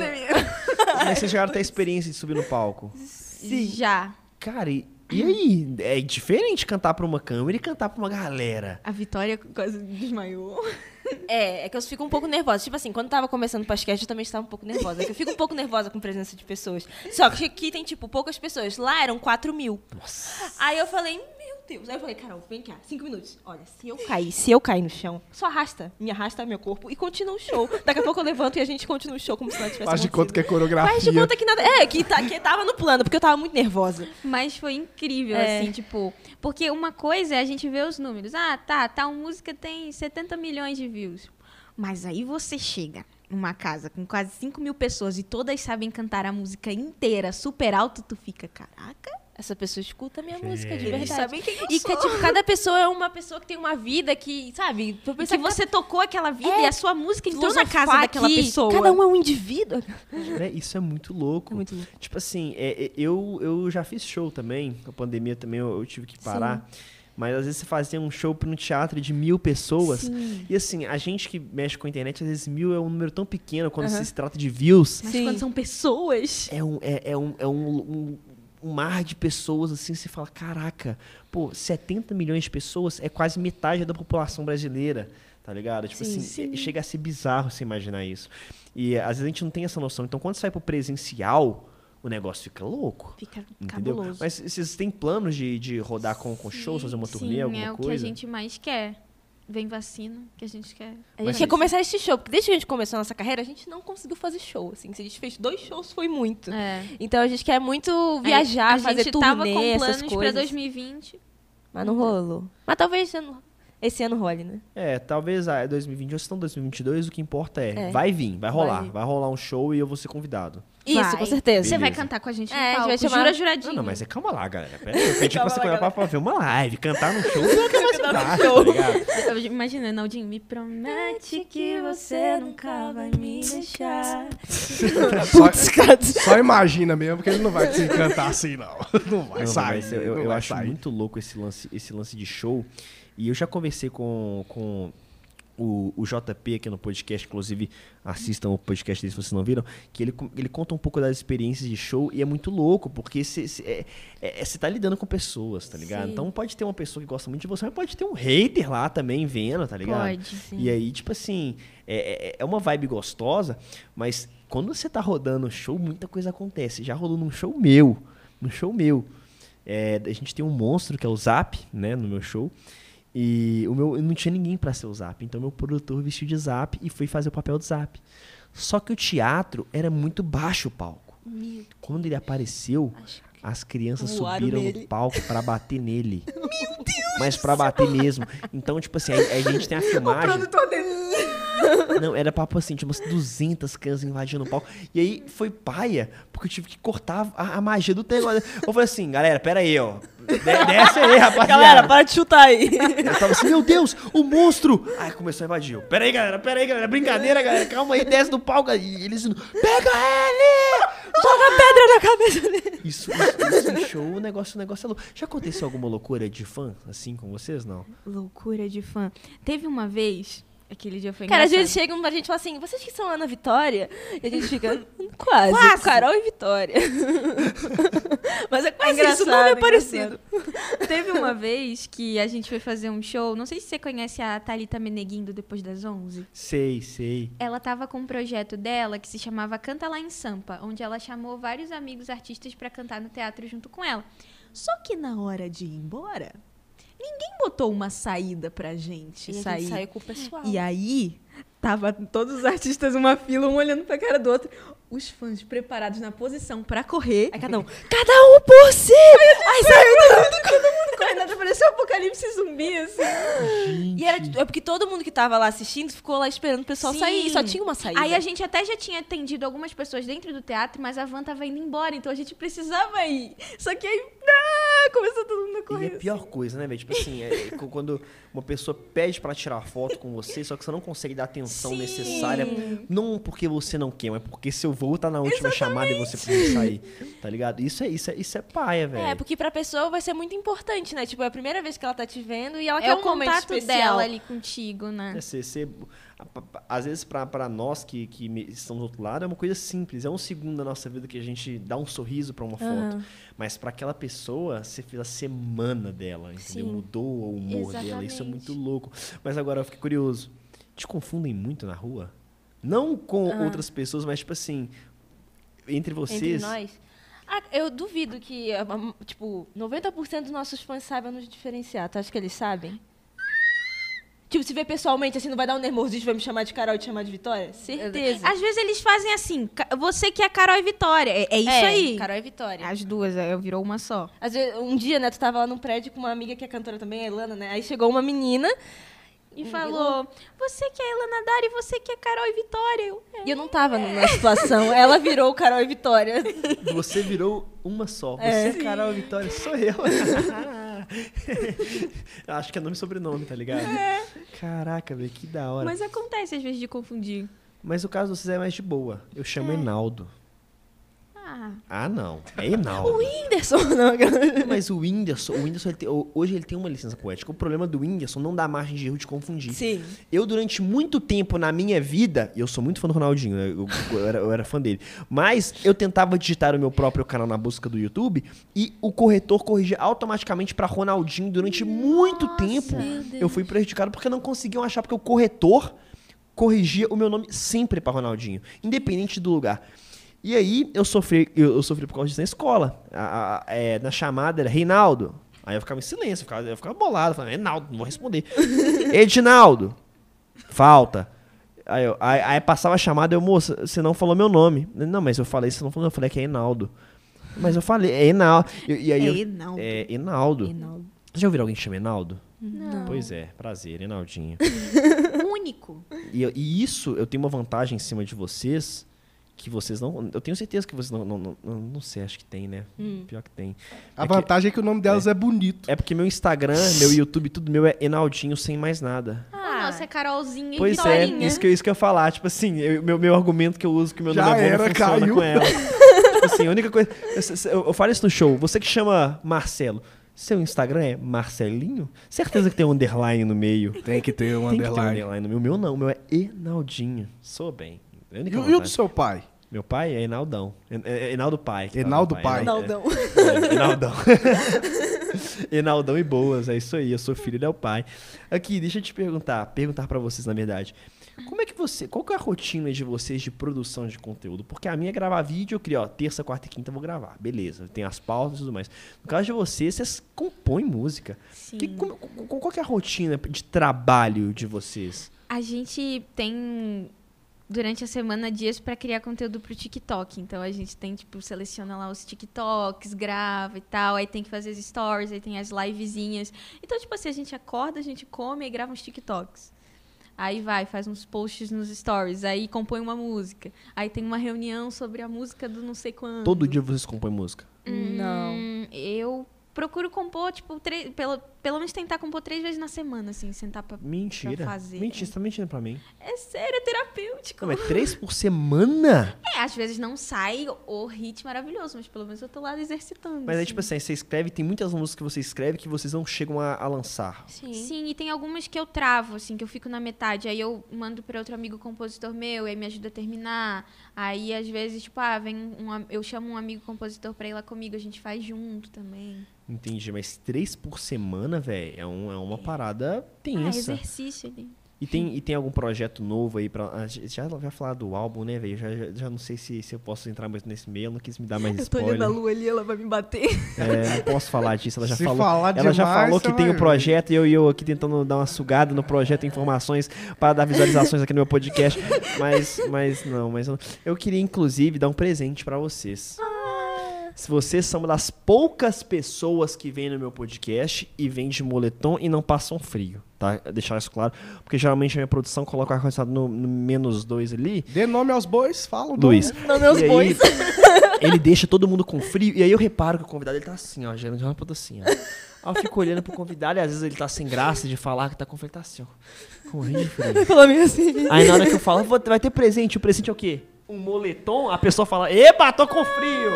mas vocês chegaram a ter a experiência de subir no palco. Sim. Já. Cara, e, e aí? É diferente cantar pra uma câmera e cantar pra uma galera. A Vitória quase desmaiou. É, é que eu fico um pouco nervosa. Tipo assim, quando tava começando o podcast, eu também estava um pouco nervosa. É que eu fico um pouco nervosa com presença de pessoas. Só que aqui tem, tipo, poucas pessoas. Lá eram quatro mil. Nossa. Aí eu falei, meu Deus. Aí eu falei, Carol, vem cá, cinco minutos. Olha, se eu cair, se eu cair no chão, só arrasta, me arrasta meu corpo e continua o show. Daqui a pouco eu levanto e a gente continua o show como se nada tivesse Faz de conta que é acontecido. coreografia. Faz de conta que nada... É, que, tá, que tava no plano, porque eu tava muito nervosa. Mas foi incrível, É. assim, tipo... Porque uma coisa é a gente ver os números. Ah, tá, tal música tem setenta milhões de views. Mas aí você chega numa casa com quase cinco mil pessoas e todas sabem cantar a música inteira, super alto, tu fica, caraca... Essa pessoa escuta a minha música, de Eles verdade. sabem quem eu E sou. que, tipo, cada pessoa é uma pessoa que tem uma vida que, sabe? Vou pensar Que você tocou aquela vida É, e a sua música entrou na filosofar casa daquela aqui, pessoa. Cada um é um indivíduo. Né? Isso é muito louco. É muito louco. Tipo assim, é, é, eu, eu já fiz show também. Com a pandemia também eu, eu tive que parar. Mas às vezes você fazia um show para um teatro de mil pessoas. Sim. E assim, a gente que mexe com a internet, às vezes mil é um número tão pequeno quando Aham. se trata de views. Mas Sim. quando são pessoas... É um, é, é um, é um, um, um mar de pessoas, assim, você fala, caraca, pô, setenta milhões de pessoas é quase metade da população brasileira. tá ligado? Tipo Sim, assim, sim. chega a ser bizarro você imaginar isso. E às vezes a gente não tem essa noção. Então, quando sai pro presencial, o negócio fica louco. Fica Entendeu? cabuloso. Mas vocês têm planos de, de rodar com, com shows, fazer uma turnê, Sim, alguma é o coisa? que a gente mais quer. Vem vacina, que a gente quer. A Mas gente quer isso- começar esse show, porque desde que a gente começou a nossa carreira, a gente não conseguiu fazer show, assim. Se a gente fez dois shows, foi muito. É. Então a gente quer muito viajar, a fazer gente turnê, tava com essas planos pra coisas. dois mil e vinte. Mas não rolou. Mas talvez esse ano, esse ano role, né? É, talvez ah, dois mil e vinte ou se não dois mil e vinte e dois, o que importa é, É. vai vir, vai rolar. Vai. Vai rolar um show e eu vou ser convidado. Isso, Vai. com certeza. Você vai Beleza. cantar com a gente no É, a gente palco. vai chamar- Jura juradinho. Não, não, mas é calma lá, galera. Pera aí, eu pedi pra Calma você lá, colocar galera. pra ver uma live, cantar no show, não é mais fácil, tá ligado? Eu imagino, Naldinho, me promete que você nunca vai me deixar. Só, só imagina mesmo que ele não vai se cantar assim, não. Não vai Não, sair. mas eu, eu- não eu vai acho sair. muito louco esse lance, esse lance de show. E eu já conversei com, com o, o J P aqui no podcast, inclusive assistam o podcast dele se vocês não viram, que ele, co- ele conta um pouco das experiências de show e é muito louco, porque você é, é, cê tá lidando com pessoas, tá ligado? Sim. Então pode ter uma pessoa que gosta muito de você, mas pode ter um hater lá também vendo, tá ligado? Pode. E aí, tipo assim, é, é- é uma vibe gostosa, mas quando você tá rodando show, muita coisa acontece. Já rolou num show meu, num show meu. É, a gente tem um monstro que é o Zap, né, no meu show. E o meu, não tinha ninguém pra ser o Zap. Então meu produtor vestiu de Zap e foi fazer o papel do Zap. Só que o teatro era muito baixo o palco. Quando ele apareceu, as crianças Voaram subiram nele. no palco pra bater nele. Meu Deus! Mas pra bater mesmo. Então, tipo assim, a, a gente tem a filmagem. Não, era papo assim, tinha umas duzentas crianças invadindo o palco. E aí foi paia, porque eu tive que cortar a, a magia do negócio. Eu falei assim, galera, pera aí, ó. De- Desce aí, rapaziada. Galera, para de chutar aí. Eu tava assim, meu Deus, o monstro! Aí começou a invadir. Eu, pera aí, galera, pera aí, galera. Brincadeira, galera. Calma aí, desce do palco. E eles dizendo, pega ele! Joga pedra na cabeça dele. Isso, isso, isso em show, o negócio, o negócio é louco. Já aconteceu alguma loucura de fã, assim, com vocês, não? Loucura de fã. Teve uma vez, aquele dia foi Cara, às engraçado. vezes chegam pra gente e falam assim, vocês que são Ana Vitória? E a gente fica, quase, Quase. Carol e Vitória. Mas é quase É isso, o nome é engraçado, parecido. Teve uma vez que a gente foi fazer um show, não sei se você conhece a Thalita Meneguin do Depois das onze. Sei, sei. Ela tava com um projeto dela que se chamava Canta Lá em Sampa, onde ela chamou vários amigos artistas pra cantar no teatro junto com ela. Só que na hora de ir embora, ninguém botou uma saída pra gente E a sair. gente saiu com o pessoal. E aí, tava todos os artistas uma fila, um olhando pra cara do outro. Os fãs preparados na posição pra correr. Aí cada um, cada um por si! Aí saiu todo mundo. Todo mundo correndo, parecia um apocalipse zumbi, assim. E era é porque todo mundo que tava lá assistindo ficou lá esperando o pessoal Sim. sair. Só tinha uma saída. Aí a gente até já tinha atendido algumas pessoas dentro do teatro, mas a van tava indo embora, então a gente precisava ir. Só que aí, ah, começou todo mundo a E correr. é a pior coisa, né, velho? Tipo assim, é, é quando uma pessoa pede pra tirar foto com você, só que você não consegue dar a atenção Sim. necessária. Não porque você não quer, mas porque seu voo tá na última chamada e você precisa sair. Tá ligado? Isso é, isso é, isso é paia, velho. É, porque pra pessoa vai ser muito importante, né? Tipo, é a primeira vez que ela tá te vendo e ela É quer o um momento contato especial. dela ali contigo, né? É, você- você- a- a- às vezes, pra, pra nós que, que me- estamos do outro lado, é uma coisa simples. É um segundo da nossa vida que a gente dá um sorriso pra uma foto. Aham. Mas pra aquela pessoa, você fez a semana dela, entendeu? Sim. Mudou o humor dela. Isso é Exatamente. muito louco. Mas agora eu fiquei curioso. Te confundem muito na rua? Não com Ah. outras pessoas, mas tipo assim, entre Entre vocês. nós. Ah, eu duvido que, ah, ah, tipo, noventa por cento dos nossos fãs saibam nos diferenciar. Tu acha que eles sabem? Tipo, se ver pessoalmente, assim, não vai dar um nervosismo, vai me chamar de Carol e te chamar de Vitória? Certeza. Às vezes eles fazem assim, ca- você que é Carol e Vitória. É, é isso É, aí. Carol e Vitória. As duas, é, virou uma só. Às vezes, um dia, né, tu tava lá num prédio com uma amiga que é cantora também, a Elana, né? Aí chegou uma menina E falou, você que é Elana Dari, você que é Carol e Vitória. Eu, é. e eu não tava na situação. Ela virou Carol e Vitória. Você virou uma só. Você É. é Carol Vitória, sou eu. Acho que é nome e sobrenome, tá ligado? Caraca, velho, que da hora. Mas... Mas acontece às vezes de confundir. o caso de vocês é mais de boa. Eu chamo Enaldo. Ah, Ah. Ah, não. É Enaldo. O Whindersson, não. Mas o Whindersson, o Whindersson ele tem, hoje ele tem uma licença poética. O problema do Whindersson não dá margem de erro de confundir. Sim. Eu, durante muito tempo na minha vida, eu sou muito fã do Ronaldinho, né? eu, eu, era, eu era fã dele, mas eu tentava digitar o meu próprio canal na busca do YouTube e o corretor corrigia automaticamente pra Ronaldinho durante muito tempo. Eu fui prejudicado porque não conseguiam achar, porque o corretor corrigia o meu nome sempre pra Ronaldinho, independente do lugar. E aí, eu sofri, eu, eu sofri por causa disso na escola. A, a, é, na chamada era Reinaldo. Aí eu ficava em silêncio, eu ficava, eu ficava bolado. Falava, Reinaldo, não vou responder. Edinaldo, falta. Aí, eu, aí, aí passava a chamada, eu, moça, você não falou meu nome. Não, mas eu falei, você não falou, eu falei que é Reinaldo. Mas eu falei, é Enaldo. E, e aí É eu, Enaldo. É Enaldo. Enaldo. Você já ouviu alguém que chama Enaldo? Não. Pois é, prazer, Enaldinho. Único. E, e isso, eu tenho uma vantagem em cima de vocês, que vocês não... Eu tenho certeza que vocês não... Não, não, não, não sei, acho que tem, né? Hum. Pior que tem. A É que- vantagem é que o nome delas é, bonito. É porque meu Instagram, meu YouTube, tudo meu é Enaldinho sem mais nada. Ah, nossa, é Carolzinha e Pois é, Vitorinha. isso que, eu- isso que eu ia falar. Tipo assim, eu- meu, meu argumento que eu uso que meu Já nome é bom era, não funciona caiu. com ela. Tipo assim, a única coisa... Eu, eu, eu falo isso no show. Você que chama Marcelo, seu Instagram é Marcelinho? Certeza que tem um underline no meio. Tem que ter um Tem que ter um underline. underline no meu. O meu não, o meu é Enaldinho. Sou bem. É a única E, o- e o do vantagem. seu pai? Meu pai é Enaldão. É, é Enaldo Pai. que fala Enaldo meu Pai. Enal- Enaldão. É, é, Enaldão. Enaldão e boas, é isso aí. Eu sou filho, ele é o pai. Aqui, deixa eu te perguntar, perguntar pra vocês, na verdade. Como é que você, qual que é a rotina de vocês de produção de conteúdo? Porque a minha é gravar vídeo, eu queria, ó, terça, quarta e quinta eu vou gravar. Beleza, tem as pautas e tudo mais. No caso de vocês, vocês compõem música. Sim. Que, como- qual qual que é a rotina de trabalho de vocês? A gente tem, durante a semana, dias pra criar conteúdo pro TikTok. Então, a gente tem, tipo, seleciona lá os TikToks, grava e tal. Aí tem que fazer as stories, aí tem as livezinhas. Então, tipo assim, a gente acorda, a gente come e grava uns TikToks. Aí vai, faz uns posts nos stories, aí compõe uma música. Aí tem uma reunião sobre a música do não sei quando. Todo dia vocês compõem música? Não. Hum, eu procuro compor, tipo, três, pelo, pelo menos tentar compor três vezes na semana, assim, sentar pra... Mentira. Pra fazer, Mentira, é. você tá mentindo pra mim. É sério, é terapêutico. Não, é três por semana? É, às vezes não sai o hit maravilhoso, mas pelo menos eu tô lá exercitando. Mas aí, assim. tipo assim, você escreve, tem muitas músicas que você escreve que vocês não chegam a, a lançar. Sim. Sim, e tem algumas que eu travo, assim, que eu fico na metade. Aí eu mando pra outro amigo compositor meu, aí me ajuda a terminar. Aí, às vezes, tipo, ah, vem um, am- eu chamo um amigo compositor pra ir lá comigo, a gente faz junto também. Entendi, mas três por semana, velho, é, um, é uma parada Ah, tensa. exercício ali. E tem, e tem algum projeto novo aí pra... A gente já vai falar do álbum, né, velho? Já, já, já não sei se, se eu posso entrar mais nesse meio, eu não quis me dar mais Eu tô olhando a spoiler. lua ali, ela vai me bater. É, não posso falar disso, ela já Se falou. falar Ela já demais, falou você que tem vai o projeto e eu, e eu aqui tentando dar uma sugada no projeto, informações para dar visualizações aqui no meu podcast. Mas, mas não, mas eu, eu queria inclusive dar um presente para vocês. Se vocês são uma das poucas pessoas que vêm no meu podcast e vêm de moletom e não passam frio, tá? Deixar isso claro, porque geralmente a minha produção coloca o ar-condicionado no, no menos dois ali. Dê nome aos bois, fala o Luiz. nome. Não, meus E aí, bois. ele deixa todo mundo com frio. E aí eu reparo que o convidado ele tá assim, ó, gerando uma puta assim, ó. Aí eu fico olhando pro convidado e às vezes ele tá sem graça de falar que tá com frio, ele tá assim, ó. Morrendo de frio. Falou meio assim. Aí na hora que eu falo, "Vou- vai ter presente, o presente é o quê? Um moletom? A pessoa fala, epa, tô com frio!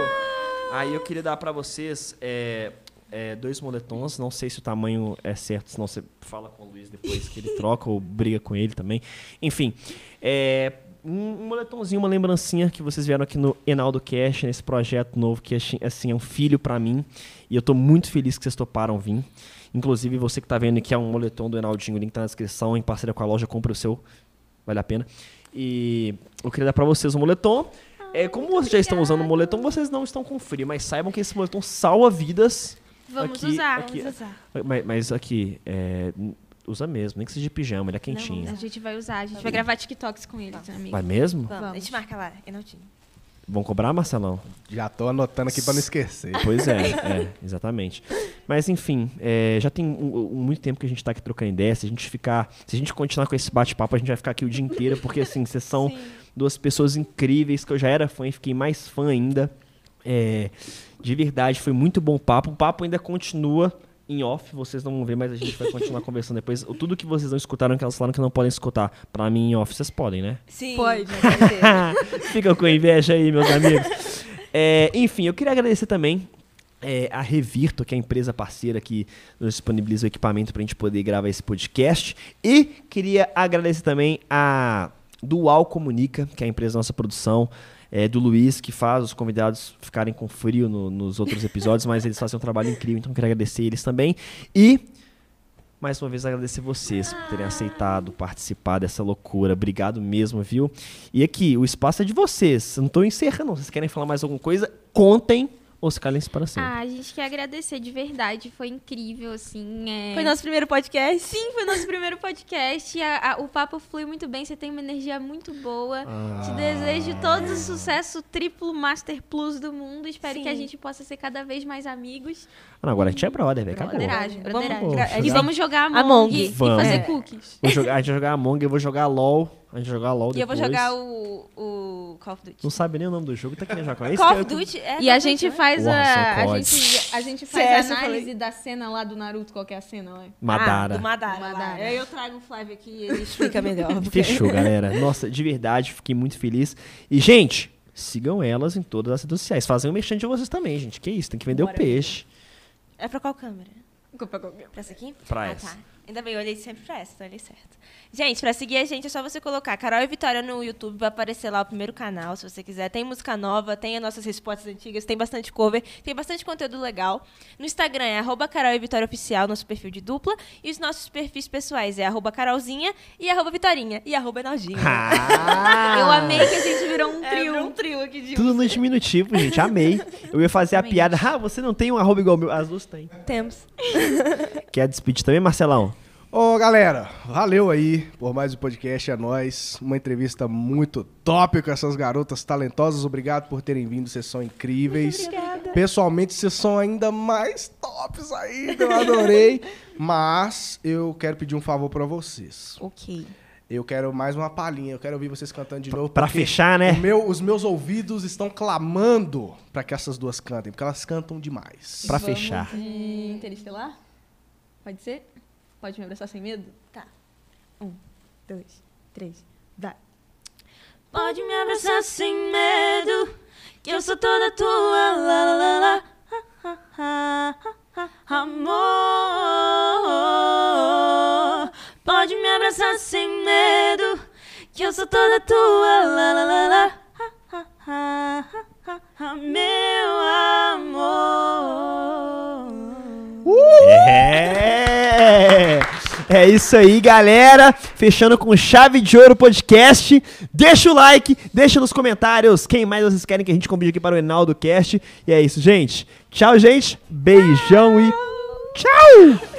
Aí eu queria dar pra vocês é, é, dois moletons, não sei se o tamanho é certo, senão você fala com o Luiz depois que ele troca ou briga com ele também. Enfim, é, um, um moletomzinho, uma lembrancinha que vocês vieram aqui no Enaldo Cash, nesse projeto novo que assim, é um filho pra mim. E eu tô muito feliz que vocês toparam vir. Inclusive, você que tá vendo que é um moletom do Enaldinho, o link tá na descrição, em parceria com a loja, compre o seu, vale a pena. E eu queria dar pra vocês um moletom. É, como vocês já estão usando o moletom, vocês não estão com frio, mas saibam que esse moletom salva vidas. Vamos Aqui- usar, aqui- vamos usar. Mas, mas aqui, é, usa mesmo, nem que seja de pijama, ele é quentinho. A gente vai usar, a gente vai gravar TikToks com ele, amigo. Vai mesmo? Vamos, Vamos. a gente marca lá, Enaldinho. Vão cobrar, Marcelão? Já tô anotando aqui pra não esquecer. Pois é, é, exatamente. Mas enfim, é, já tem um- um- muito tempo que a gente tá aqui trocando ideia. Se a gente ficar, se a gente continuar com esse bate-papo, a gente vai ficar aqui o dia inteiro, porque assim, vocês são duas pessoas incríveis, que eu já era fã e fiquei mais fã ainda. É, de verdade, foi muito bom o papo. O papo ainda continua em off, vocês não vão ver, mas a gente vai continuar conversando depois. Tudo que vocês não escutaram, que elas falaram que não podem escutar, pra mim em off, vocês podem, né? Sim. Pode. com certeza. Ficam com inveja aí, meus amigos. É, enfim, eu queria agradecer também é, a Revirto, que é a empresa parceira que nos disponibiliza o equipamento pra gente poder gravar esse podcast. E queria agradecer também a Dual Comunica, que é a empresa da nossa produção, é, do Luiz, que faz os convidados ficarem com frio no, nos outros episódios, mas eles fazem um trabalho incrível, então eu queria agradecer eles também. E mais uma vez agradecer vocês por terem aceitado participar dessa loucura. Obrigado mesmo, viu? E aqui, o espaço é de vocês. Eu não tô encerrando, não. Vocês querem falar mais alguma coisa? Contem ou se calem-se para sempre. Ah, a gente quer agradecer de verdade. Foi incrível, assim. É... Foi nosso primeiro podcast? Sim, foi nosso primeiro podcast. A, a, o papo flui muito bem. Você tem uma energia muito boa. Ah. Te desejo todo o sucesso triplo Master Plus do mundo. Espero Sim. que a gente possa ser cada vez mais amigos. Ah, não, agora a gente é brother, velho. Acabou. Broderagem, Vamos broderagem. gra- E jogar- vamos jogar Among, Among. e Vamos. fazer É. cookies. Vou jogar, a gente vai jogar Among, eu vou jogar LOL. A gente vai jogar LOL E eu vou depois. jogar o, o Call of Duty. Não sabe nem o nome do jogo, tá querendo jogar com esse Call que of eu- Duty é... E a gente né? faz Porra, são a, a codes. gente, a gente C faz S, a eu análise falei. da cena lá do Naruto. Qual que é a cena lá? Madara. Ah, do Madara. Madara. lá. Aí eu trago o Flávio aqui e ele explica melhor. porque- Fechou, galera. Nossa, de verdade, fiquei muito feliz. E, gente, sigam elas em todas as redes sociais. Fazem um merchan de vocês também, gente. Que isso, tem que vender Bora. o peixe. É pra qual câmera? Pra essa aqui? Pra ah, essa. tá. Ainda bem, eu olhei sempre pra essa, então eu olhei certo. Gente, pra seguir a gente é só você colocar Carol e Vitória no YouTube, vai aparecer lá o primeiro canal, se você quiser. Tem música nova, tem as nossas respostas antigas, tem bastante cover, tem bastante conteúdo legal. No Instagram é arroba Carol e Vitória Oficial, nosso perfil de dupla. E os nossos perfis pessoais é arroba Carolzinha e arroba Vitorinha e arroba Enaldinha. Ah! Eu amei que a gente virou um É, trio. virou um trio aqui de Tudo no diminutivo, gente. Amei. Eu ia fazer a piada. Ah, você não tem um arroba igual o meu. As duas tem. Temos. Quer despedir também, Marcelão? Ô, galera, valeu aí por mais um podcast, é nóis. Uma entrevista muito top com essas garotas talentosas. Obrigado por terem vindo, vocês são incríveis. Obrigada. Pessoalmente, vocês são ainda mais tops ainda, eu adorei. Mas eu quero pedir um favor pra vocês. Ok. Eu quero mais uma palhinha, eu quero ouvir vocês cantando de novo. Pra porque fechar, né? o meu- os meus ouvidos estão clamando pra que essas duas cantem, porque elas cantam demais. Pra Vamos fechar. de Interestelar? Pode ser? Pode me abraçar sem medo? Tá. Um, dois, três, vai. Pode me abraçar sem medo, que eu sou toda tua, lá, lá, lá, lá. Ha, ha, ha, ha, amor. Pode me abraçar sem medo, que eu sou toda tua, lá, lá, lá, lá. Ha, ha, ha, ha, ha, meu amor. É! É isso aí, galera. Fechando com chave de ouro o podcast. Deixa o like, deixa nos comentários quem mais vocês querem que a gente convide aqui para o Enaldo Cast. E é isso, gente. Tchau, gente. Beijão e tchau!